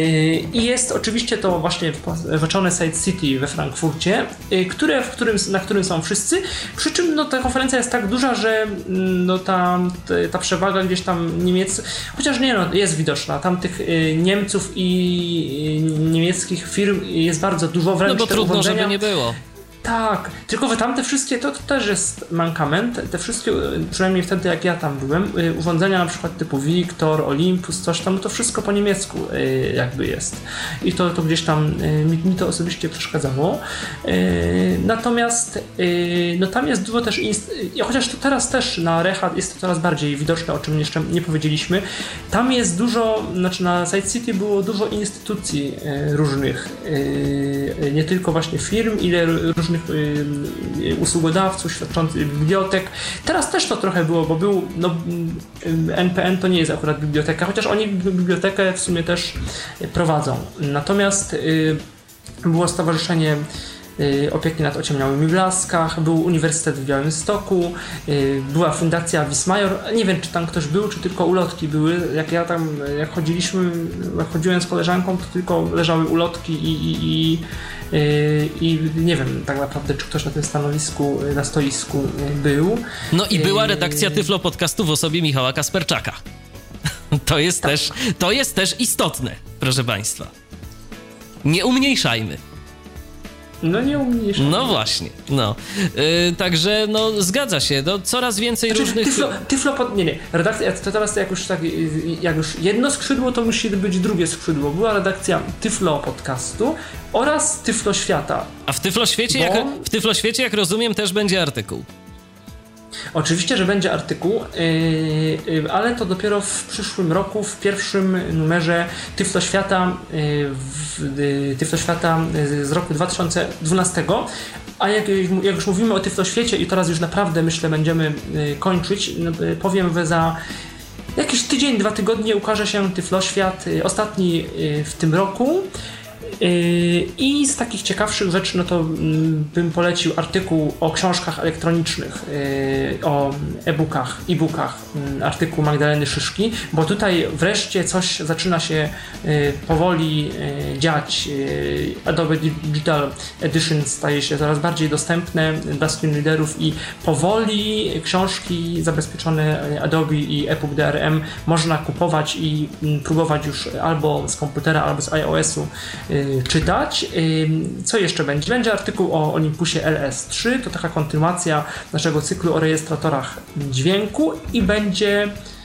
i jest oczywiście to właśnie rzeczone Side City we Frankfurcie, yy, które, w którym, na którym są wszyscy, przy czym no, ta konferencja jest tak duża, że no, ta, ta przewaga gdzieś tam niemiecka, chociaż nie no, jest widoczna, tam tych yy, Niemców i niemieckich firm jest bardzo dużo, wręcz no bo te trudno, urządzenia... żeby nie było. Tak, tylko że tamte wszystkie, to, to też jest mankament, te wszystkie, przynajmniej wtedy jak ja tam byłem, urządzenia na przykład typu Victor, Olympus, coś tam, to wszystko po niemiecku jakby jest. I to, to gdzieś tam mi, mi to osobiście przeszkadzało. Natomiast no tam jest dużo też, inst- chociaż to teraz też na Recha jest to coraz bardziej widoczne, o czym jeszcze nie powiedzieliśmy, tam jest dużo, znaczy na Side City było dużo instytucji różnych, nie tylko właśnie firm, ile różnych usługodawców, świadczących bibliotek. Teraz też to trochę było, bo był no, N P N to nie jest akurat biblioteka, chociaż oni bibliotekę w sumie też prowadzą. Natomiast y, było stowarzyszenie opieki nad ociemniałymi w Laskach, był Uniwersytet w Białymstoku, była Fundacja Wismajor. Nie wiem, czy tam ktoś był, czy tylko ulotki były. Jak ja tam, jak chodziliśmy, jak chodziłem z koleżanką, to tylko leżały ulotki i, i, i, i nie wiem tak naprawdę, czy ktoś na tym stanowisku, na stoisku był. No i była redakcja Tyflo Podcastu w osobie Michała Kasperczaka. To jest, tak. też, to jest też istotne, proszę Państwa. Nie umniejszajmy. No nie umniejszajmy. No właśnie, no. Yy, także, no zgadza się, no, coraz więcej znaczy, różnych... Tyflo, tyflo pod... Nie, nie, redakcja, to teraz jak już, tak, jak już jedno skrzydło, to musi być drugie skrzydło. Była redakcja Tyflo Podcastu oraz Tyflo Świata. A w Tyflo Świecie, bo... jak, w Tyflo Świecie, jak rozumiem, też będzie artykuł. Oczywiście, że będzie artykuł, yy, ale to dopiero w przyszłym roku, w pierwszym numerze Tyflo Świata, yy, Tyflo Świata z roku dwa tysiące dwunastego. A jak, jak już mówimy o Tyflo Świecie i teraz już naprawdę, myślę, będziemy yy, kończyć, no, yy, powiem, że za jakiś tydzień, dwa tygodnie ukaże się Tyflo Świat, yy, ostatni yy, w tym roku. I z takich ciekawszych rzeczy, no to bym polecił artykuł o książkach elektronicznych, o e-bookach, e-bookach, artykuł Magdaleny Szyszki, bo tutaj wreszcie coś zaczyna się powoli dziać. Adobe Digital Edition staje się coraz bardziej dostępne dla screenreaderów i powoli książki zabezpieczone Adobe i eBook D R M można kupować i próbować już albo z komputera, albo z iOS-u czytać. Co jeszcze będzie? Będzie artykuł o Olympusie L S trzy, to taka kontynuacja naszego cyklu o rejestratorach dźwięku i będzie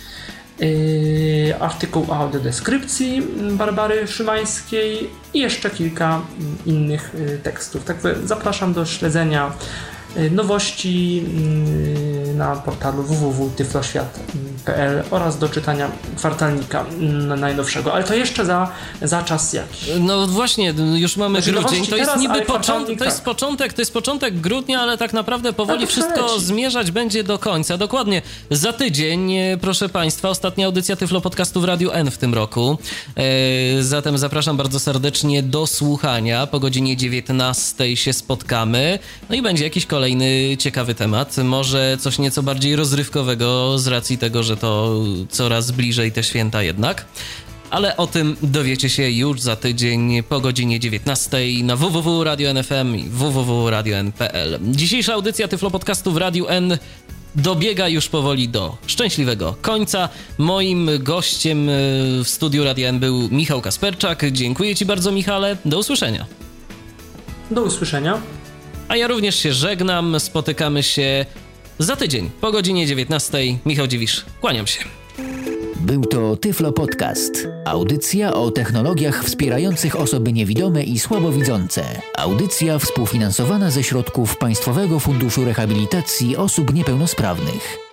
artykuł o audiodeskrypcji Barbary Szymańskiej i jeszcze kilka innych tekstów. Także zapraszam do śledzenia nowości na portalu w w w kropka tyfloświat kropka p l oraz do czytania kwartalnika najnowszego, ale to jeszcze za, za czas jakiś. No właśnie, już mamy znaczy, grudzień, to jest teraz, niby początek, to jest tak. początek, to jest początek grudnia, ale tak naprawdę powoli tak wszystko leci. zmierzać będzie do końca. Dokładnie za tydzień, proszę Państwa, ostatnia audycja Tyflo Podcastu w Radiu N w tym roku. E, zatem zapraszam bardzo serdecznie do słuchania. Po godzinie dziewiętnastej się spotkamy. No i będzie jakiś kolejny ciekawy temat. Może coś nieco bardziej rozrywkowego z racji tego, że to coraz bliżej te święta jednak. Ale o tym dowiecie się już za tydzień po godzinie dziewiętnastej na w w w kropka radio n f m i w w w kropka radio n kropka p l. Dzisiejsza audycja Tyflo Podcastu w Radiu N dobiega już powoli do szczęśliwego końca. Moim gościem w studiu Radia N był Michał Kasperczak. Dziękuję Ci bardzo, Michale. Do usłyszenia. Do usłyszenia. A ja również się żegnam. Spotykamy się za tydzień po godzinie dziewiętnastej. Michał Dziwisz. Kłaniam się. Był to Tyflo Podcast. Audycja o technologiach wspierających osoby niewidome i słabowidzące. Audycja współfinansowana ze środków Państwowego Funduszu Rehabilitacji Osób Niepełnosprawnych.